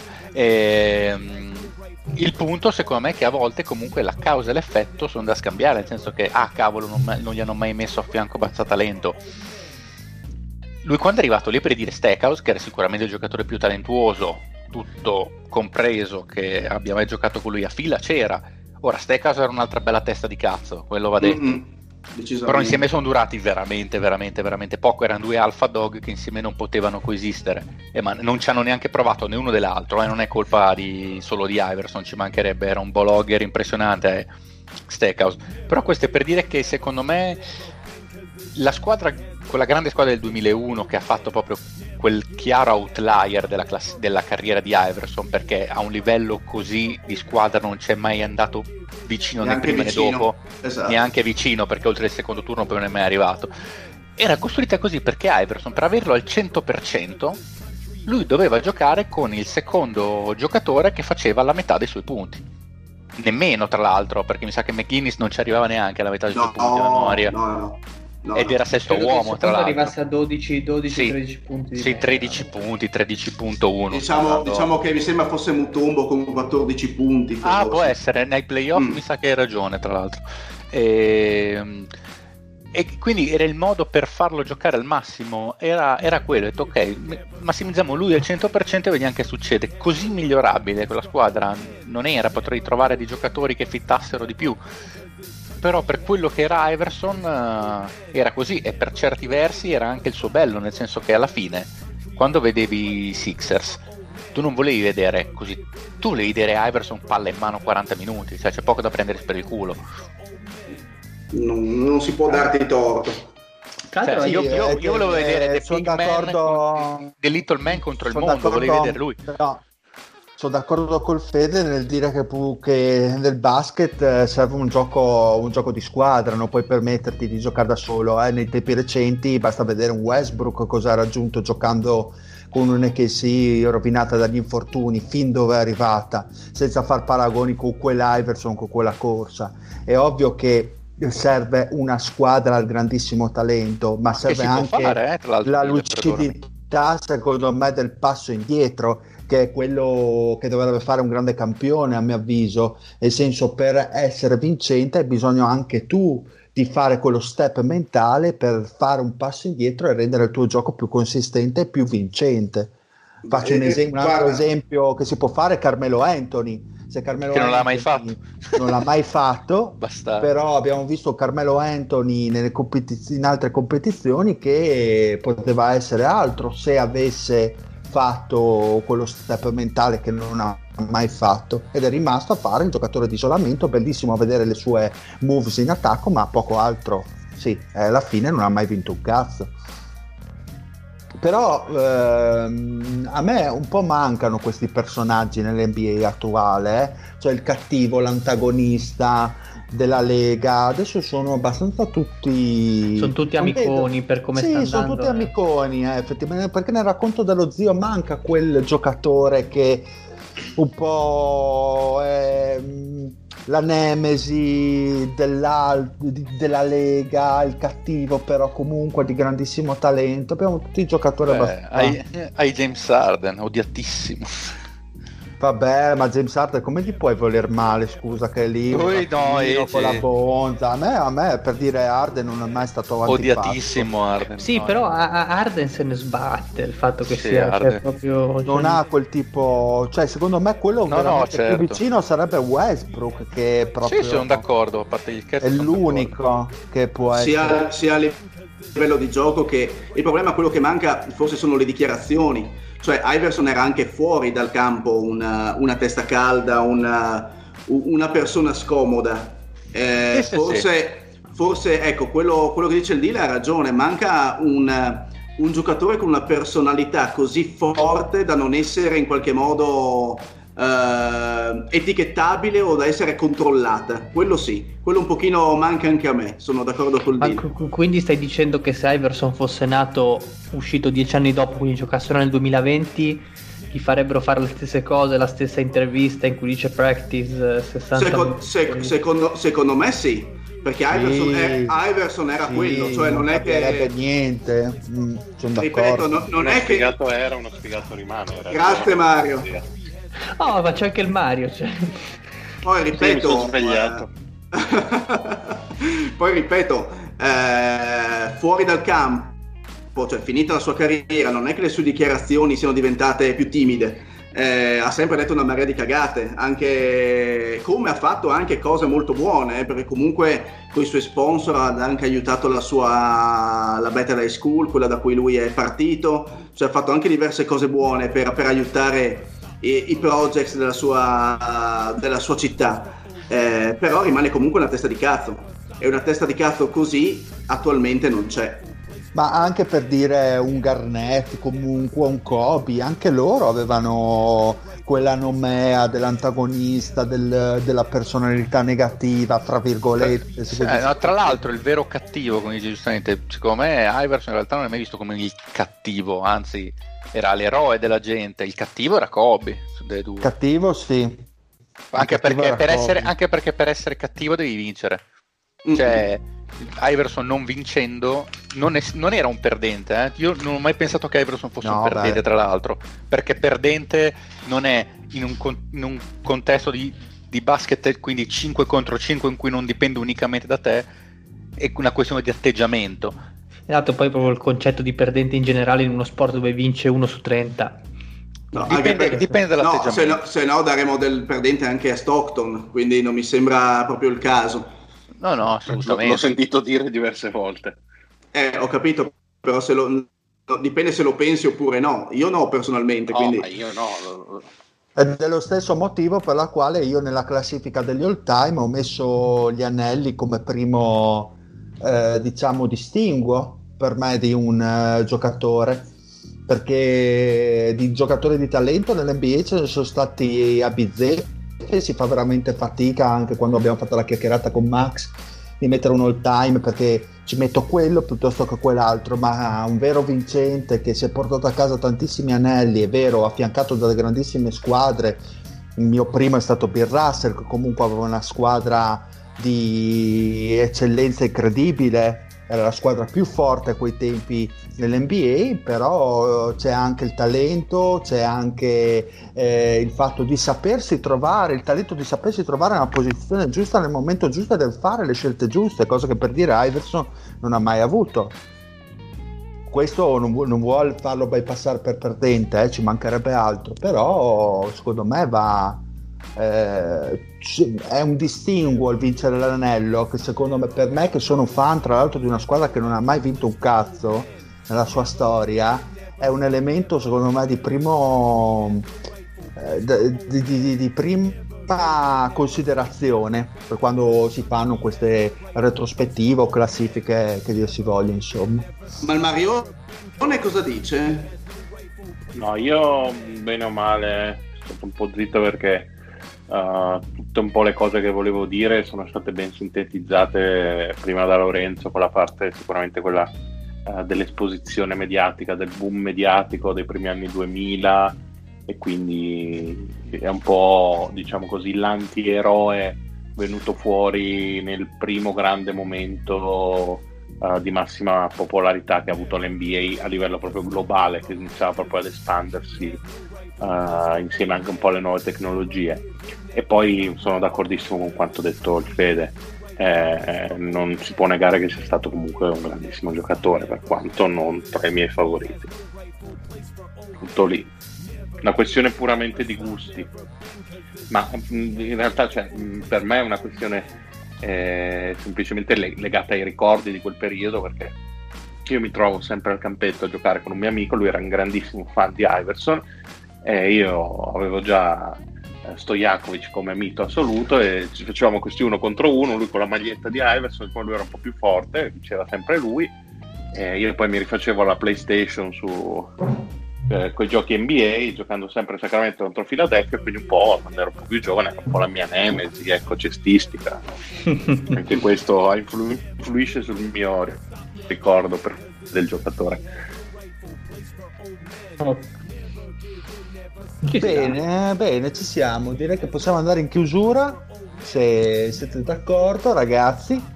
Il punto secondo me è che a volte comunque la causa e l'effetto sono da scambiare, nel senso che cavolo, non gli hanno mai messo a fianco abbastanza talento. Lui quando è arrivato lì per dire Stackhouse, che era sicuramente il giocatore più talentuoso, tutto compreso, che abbia mai giocato con lui a fila, c'era. Ora Stackhouse era un'altra bella testa di cazzo, quello va detto. Però insieme sono durati veramente poco. Erano due alpha dog che insieme non potevano coesistere, ma non ci hanno neanche provato né uno dell'altro, non è colpa solo di Iverson, ci mancherebbe, era un blogger impressionante, Stackhouse. Però questo è per dire che secondo me la squadra, quella grande squadra del 2001 che ha fatto proprio quel chiaro outlier della carriera di Iverson, perché a un livello così di squadra non c'è mai andato vicino né prima né dopo, esatto. Neanche vicino, perché oltre il secondo turno poi non è mai arrivato. Era costruita così perché Iverson, per averlo al 100%, lui doveva giocare con il secondo giocatore che faceva la metà dei suoi punti, nemmeno tra l'altro, perché mi sa che McGuinness non ci arrivava neanche alla metà dei suoi punti a memoria. Ed era sesto uomo, tra l'altro. Arrivasse a 13 punti. Sì, 13 punti, 13.1. Diciamo che mi sembra fosse Mutombo con 14 punti. Può essere, nei playoff mi sa che hai ragione, tra l'altro. E quindi era il modo per farlo giocare al massimo, era quello. Ho detto ok, massimizziamo lui al 100% e vediamo che succede. Così migliorabile quella squadra non era, potrei trovare dei giocatori che fittassero di più. Però per quello che era Iverson era così, e per certi versi era anche il suo bello, nel senso che alla fine quando vedevi i Sixers tu non volevi vedere così, tu volevi vedere Iverson palla in mano 40 minuti, cioè c'è poco da prendersi per il culo. Non si può darti torto. Cioè, io volevo vedere The Big Man, The Little Man contro il mondo, volevo vedere lui. No. Sono d'accordo col Fede nel dire che nel basket serve un gioco di squadra, non puoi permetterti di giocare da solo. Nei tempi recenti basta vedere un Westbrook cosa ha raggiunto giocando con un NKC rovinata dagli infortuni, fin dove è arrivata, senza far paragoni con quell'Iverson, con quella corsa. È ovvio che serve una squadra al grandissimo talento, ma serve anche la lucidità, secondo me, del passo indietro, che è quello che dovrebbe fare un grande campione, a mio avviso. Nel senso, per essere vincente hai bisogno anche tu di fare quello step mentale per fare un passo indietro e rendere il tuo gioco più consistente e più vincente. Faccio un altro esempio che si può fare: Carmelo Anthony. Se Carmelo che non Anthony non l'ha mai fatto, però abbiamo visto Carmelo Anthony in altre competizioni che poteva essere altro se avesse fatto quello step mentale che non ha mai fatto, ed è rimasto a fare un giocatore di isolamento. Bellissimo a vedere le sue moves in attacco, ma poco altro. Sì, alla fine non ha mai vinto un cazzo. Però a me un po' mancano questi personaggi nell'NBA attuale, cioè il cattivo, l'antagonista, della Lega adesso sono abbastanza tutti amiconi per come sta andando. Sì, sono tutti amiconi, effettivamente, perché nel racconto dello zio manca quel giocatore che un po' è la nemesi della Lega, il cattivo però comunque di grandissimo talento. Abbiamo tutti i giocatori abbastanza. Hai James Harden, odiatissimo. Vabbè, ma James Harden come gli puoi voler male, scusa, che è lì con la bonza. A me per dire Harden non è mai stato odiatissimo Harden. Sì, però a Harden se ne sbatte il fatto che sia proprio non ha quel tipo, cioè secondo me quello più vicino sarebbe Westbrook, che proprio sì, sono d'accordo, a parte il è l'unico che può essere sia a livello di gioco, che il problema, quello che manca forse sono le dichiarazioni. Cioè Iverson era anche fuori dal campo una testa calda, una persona scomoda. Forse ecco, quello che dice il Dile ha ragione, manca un giocatore con una personalità così forte da non essere in qualche modo etichettabile o da essere controllata. Quello sì, quello un pochino manca anche a me, sono d'accordo col Dile. Quindi stai dicendo che se Iverson fosse nato uscito 10 anni dopo, quindi giocassero nel 2020, gli farebbero fare le stesse cose, la stessa intervista in cui dice practice 60 secondo me sì, perché Iverson era quello, cioè non è che niente. Sono ripeto, d'accordo. non è che uno sfigato rimane. Grazie Mario. Oh, ma c'è anche il Mario, cioè. Poi ripeto, mi sono svegliato. Poi ripeto, fuori dal campo, cioè finita la sua carriera, non è che le sue dichiarazioni siano diventate più timide. Ha sempre detto una marea di cagate, anche come ha fatto anche cose molto buone, perché comunque con i suoi sponsor ha anche aiutato la Better High School, quella da cui lui è partito, cioè ha fatto anche diverse cose buone per aiutare i projects della sua città, però rimane comunque una testa di cazzo, e una testa di cazzo così attualmente non c'è. Ma anche per dire un Garnett, comunque un Kobe, anche loro avevano quella nomea dell'antagonista, della personalità negativa, tra virgolette. Tra l'altro il vero cattivo, come dice giustamente, secondo me Iverson in realtà non è mai visto come il cattivo, anzi era l'eroe della gente. Il cattivo era Kobe, delle due. Cattivo sì, anche perché per essere cattivo devi vincere. Cioè Iverson non vincendo non era un perdente, Io non ho mai pensato che Iverson fosse un perdente, tra l'altro, perché perdente non è in un contesto di basket, quindi 5 contro 5 in cui non dipende unicamente da te, è una questione di atteggiamento. Esatto, poi proprio il concetto di perdente in generale in uno sport dove vince 1 su 30. No, dipende dall'atteggiamento. Se no daremo del perdente anche a Stockton, quindi non mi sembra proprio il caso. No, assolutamente. L'ho sentito dire diverse volte. Ho capito, però dipende se lo pensi oppure no. Io no, personalmente. Quindi io no. Ed è lo stesso motivo per la quale io nella classifica degli all time ho messo gli anelli come primo distinguo per me di un giocatore, perché di giocatori di talento nell'NBA ce ne sono stati a bizzeffe. Si fa veramente fatica, anche quando abbiamo fatto la chiacchierata con Max, di mettere un all time, perché ci metto quello piuttosto che quell'altro, ma un vero vincente che si è portato a casa tantissimi anelli, è vero, affiancato da grandissime squadre. Il mio primo è stato Bill Russell, che comunque aveva una squadra di eccellenza incredibile, era la squadra più forte a quei tempi nell'NBA, però c'è anche il talento, c'è anche il fatto di sapersi trovare, il talento di sapersi trovare nella posizione giusta, nel momento giusto, e del fare le scelte giuste, cosa che per dire Iverson non ha mai avuto. Questo non vuole farlo bypassare per perdente, ci mancherebbe altro, però secondo me è un distinguo il vincere l'anello, che secondo me, per me che sono fan tra l'altro di una squadra che non ha mai vinto un cazzo nella sua storia, è un elemento secondo me di primo di prima considerazione per quando si fanno queste retrospettive o classifiche che dir si voglia, insomma. Ma il Marione cosa dice? No, io bene o male sono un po' zitto perché tutte un po' le cose che volevo dire sono state ben sintetizzate prima da Lorenzo, con la parte sicuramente quella dell'esposizione mediatica, del boom mediatico dei primi anni 2000, e quindi è un po', diciamo così, l'antieroe venuto fuori nel primo grande momento di massima popolarità che ha avuto l'NBA a livello proprio globale, che iniziava proprio ad espandersi insieme anche un po' alle nuove tecnologie. E poi sono d'accordissimo con quanto detto il Fede, non si può negare che sia stato comunque un grandissimo giocatore, per quanto non tra i miei favoriti. Tutto lì, una questione puramente di gusti, ma in realtà, cioè, per me è una questione semplicemente legata ai ricordi di quel periodo, perché io mi trovo sempre al campetto a giocare con un mio amico, lui era un grandissimo fan di Iverson e io avevo già Stojakovic come mito assoluto, e ci facevamo questi 1 contro 1, lui con la maglietta di Iverson, poi lui era un po' più forte, diceva sempre lui, e io poi mi rifacevo la PlayStation su con i giochi NBA, giocando sempre Sacramento contro Philadelphia, quindi un po', quando ero un po' più giovane, era un po' la mia nemesi, ecco, cestistica. Anche questo influisce sul mio ricordo del giocatore. Bene, ci siamo. Direi che possiamo andare in chiusura, se siete d'accordo, ragazzi.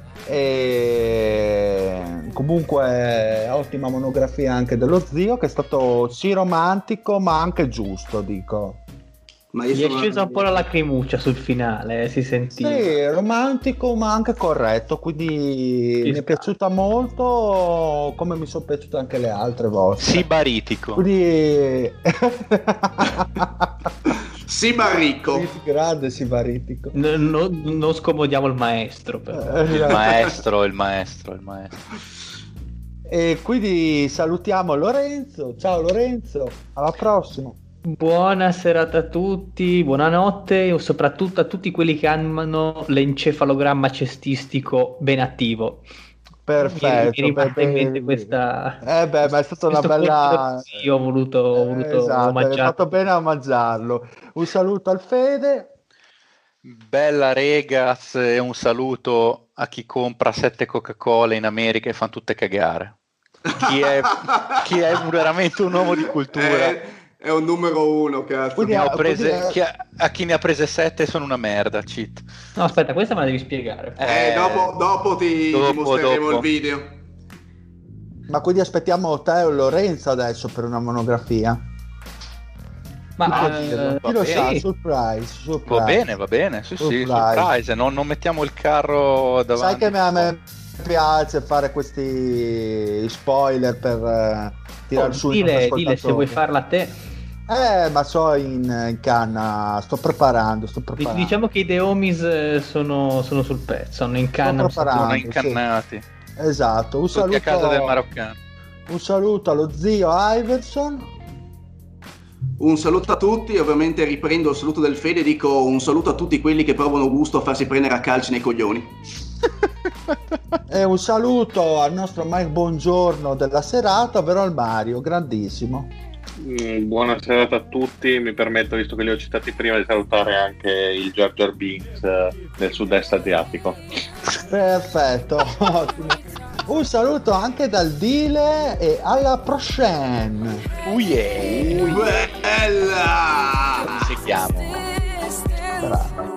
E comunque ottima monografia anche dello zio, che è stato sì romantico ma anche giusto, dico. Ma gli è scesa un po' la lacrimuccia sul finale, si sentiva. Sì, romantico ma anche corretto, quindi mi è piaciuta molto, come mi sono piaciute anche le altre volte. Sibaritico. Quindi Sibaricco. Grande sibaritico. Non scomodiamo il maestro, però. Il maestro. E quindi salutiamo Lorenzo. Ciao Lorenzo, alla prossima. Buona serata a tutti, buonanotte, e soprattutto a tutti quelli che hanno l'encefalogramma cestistico ben attivo. Perfetto. Mi rimane in mente questa. Ma è stata una bella. Io ho voluto esatto, hai fatto bene a mangiarlo. Un saluto al Fede. Bella Regas, e un saluto a chi compra 7 Coca-Cola in America e fanno tutte cagare. Chi è veramente un uomo di cultura. È un numero 1, cazzo. A chi ne ha prese 7 sono una merda, cheat. No, aspetta, questa me la devi spiegare. Dopo ti mostreremo il video. Ma quindi aspettiamo te o Lorenzo adesso per una monografia? Ma chi lo sa, surprise. Va bene, sì, surprise. Non mettiamo il carro davanti. Sai che a me piace fare questi spoiler per tirare su. Dile se vuoi farla a te. Ma so in canna, sto preparando. Diciamo che i The Homies sono sul pezzo, sono in canna, sono incannati. Sì. Esatto, un saluto a casa del maroccano. Un saluto allo zio Iverson. Un saluto a tutti, ovviamente riprendo il saluto del Fede e dico un saluto a tutti quelli che provano gusto a farsi prendere a calci nei coglioni. E un saluto al nostro Mike Buongiorno della serata, ovvero al Mario, grandissimo. Buona serata a tutti, mi permetto, visto che li ho citati prima, di salutare anche il Jar Jar Binks del sud-est asiatico. Perfetto. Un saluto anche dal Dile e alla prochaine. Bella! Ci seguiamo. Bravo.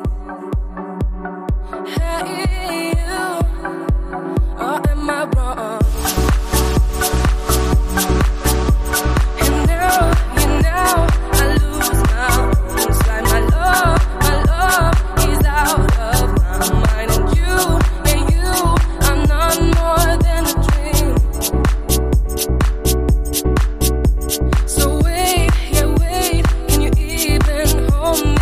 So wait, can you even hold me?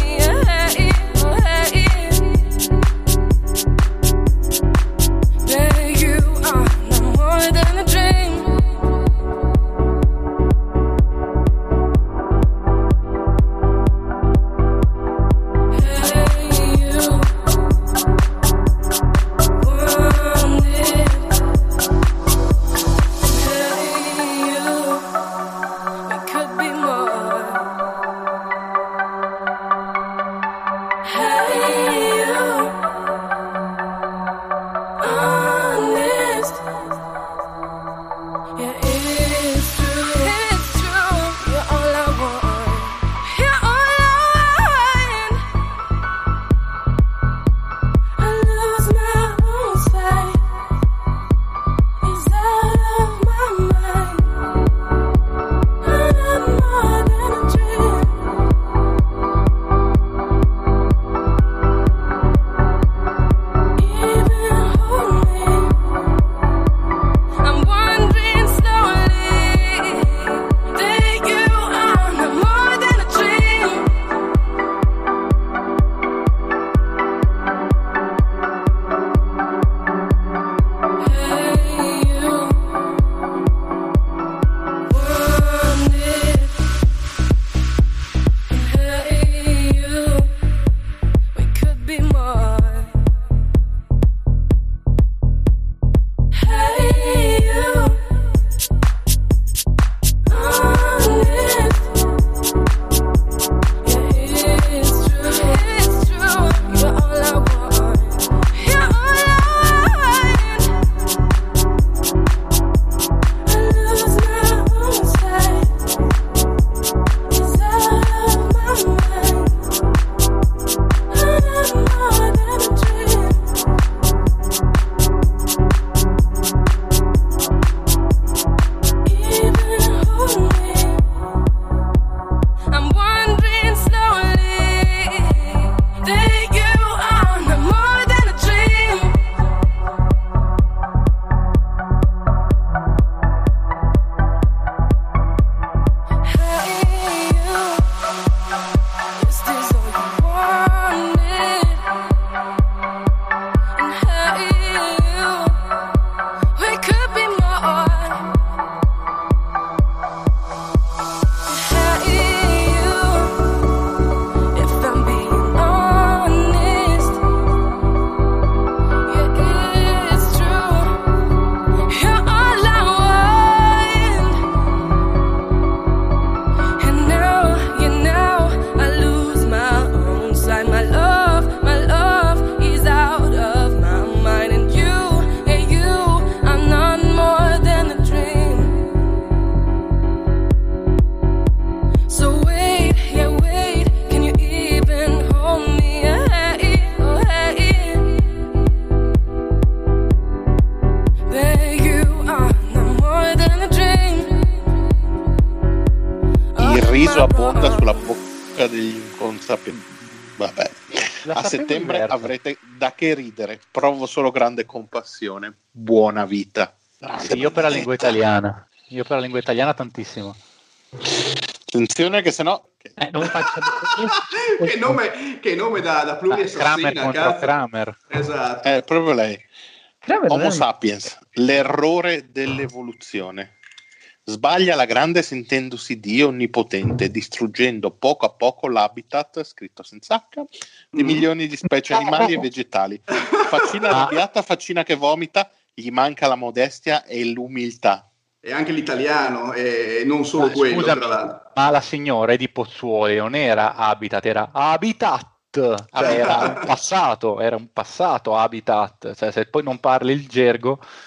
Vabbè. La A sapevo settembre diversa. avrete da che ridere. Provo solo grande compassione. Buona vita. Sì, io per la lingua italiana. Io per la lingua italiana tantissimo. Attenzione che sennò... Non faccia che nome da pluriassassina, Kramer contro cazzo. Kramer. Esatto. È proprio lei. Kramer non Homo è- sapiens, l'errore dell'evoluzione. Sbaglia la grande sentendosi Dio onnipotente, distruggendo poco a poco l'habitat, scritto senza H, di milioni di specie animali e vegetali. Faccina arrabbiata, faccina che vomita, gli manca la modestia e l'umiltà. E anche l'italiano, e non solo quello, Scusami, tra l'altro. ma la signora è di Pozzuoli, non era Habitat, era Habitat. Cioè era un passato Habitat. Cioè, se poi non parli il gergo,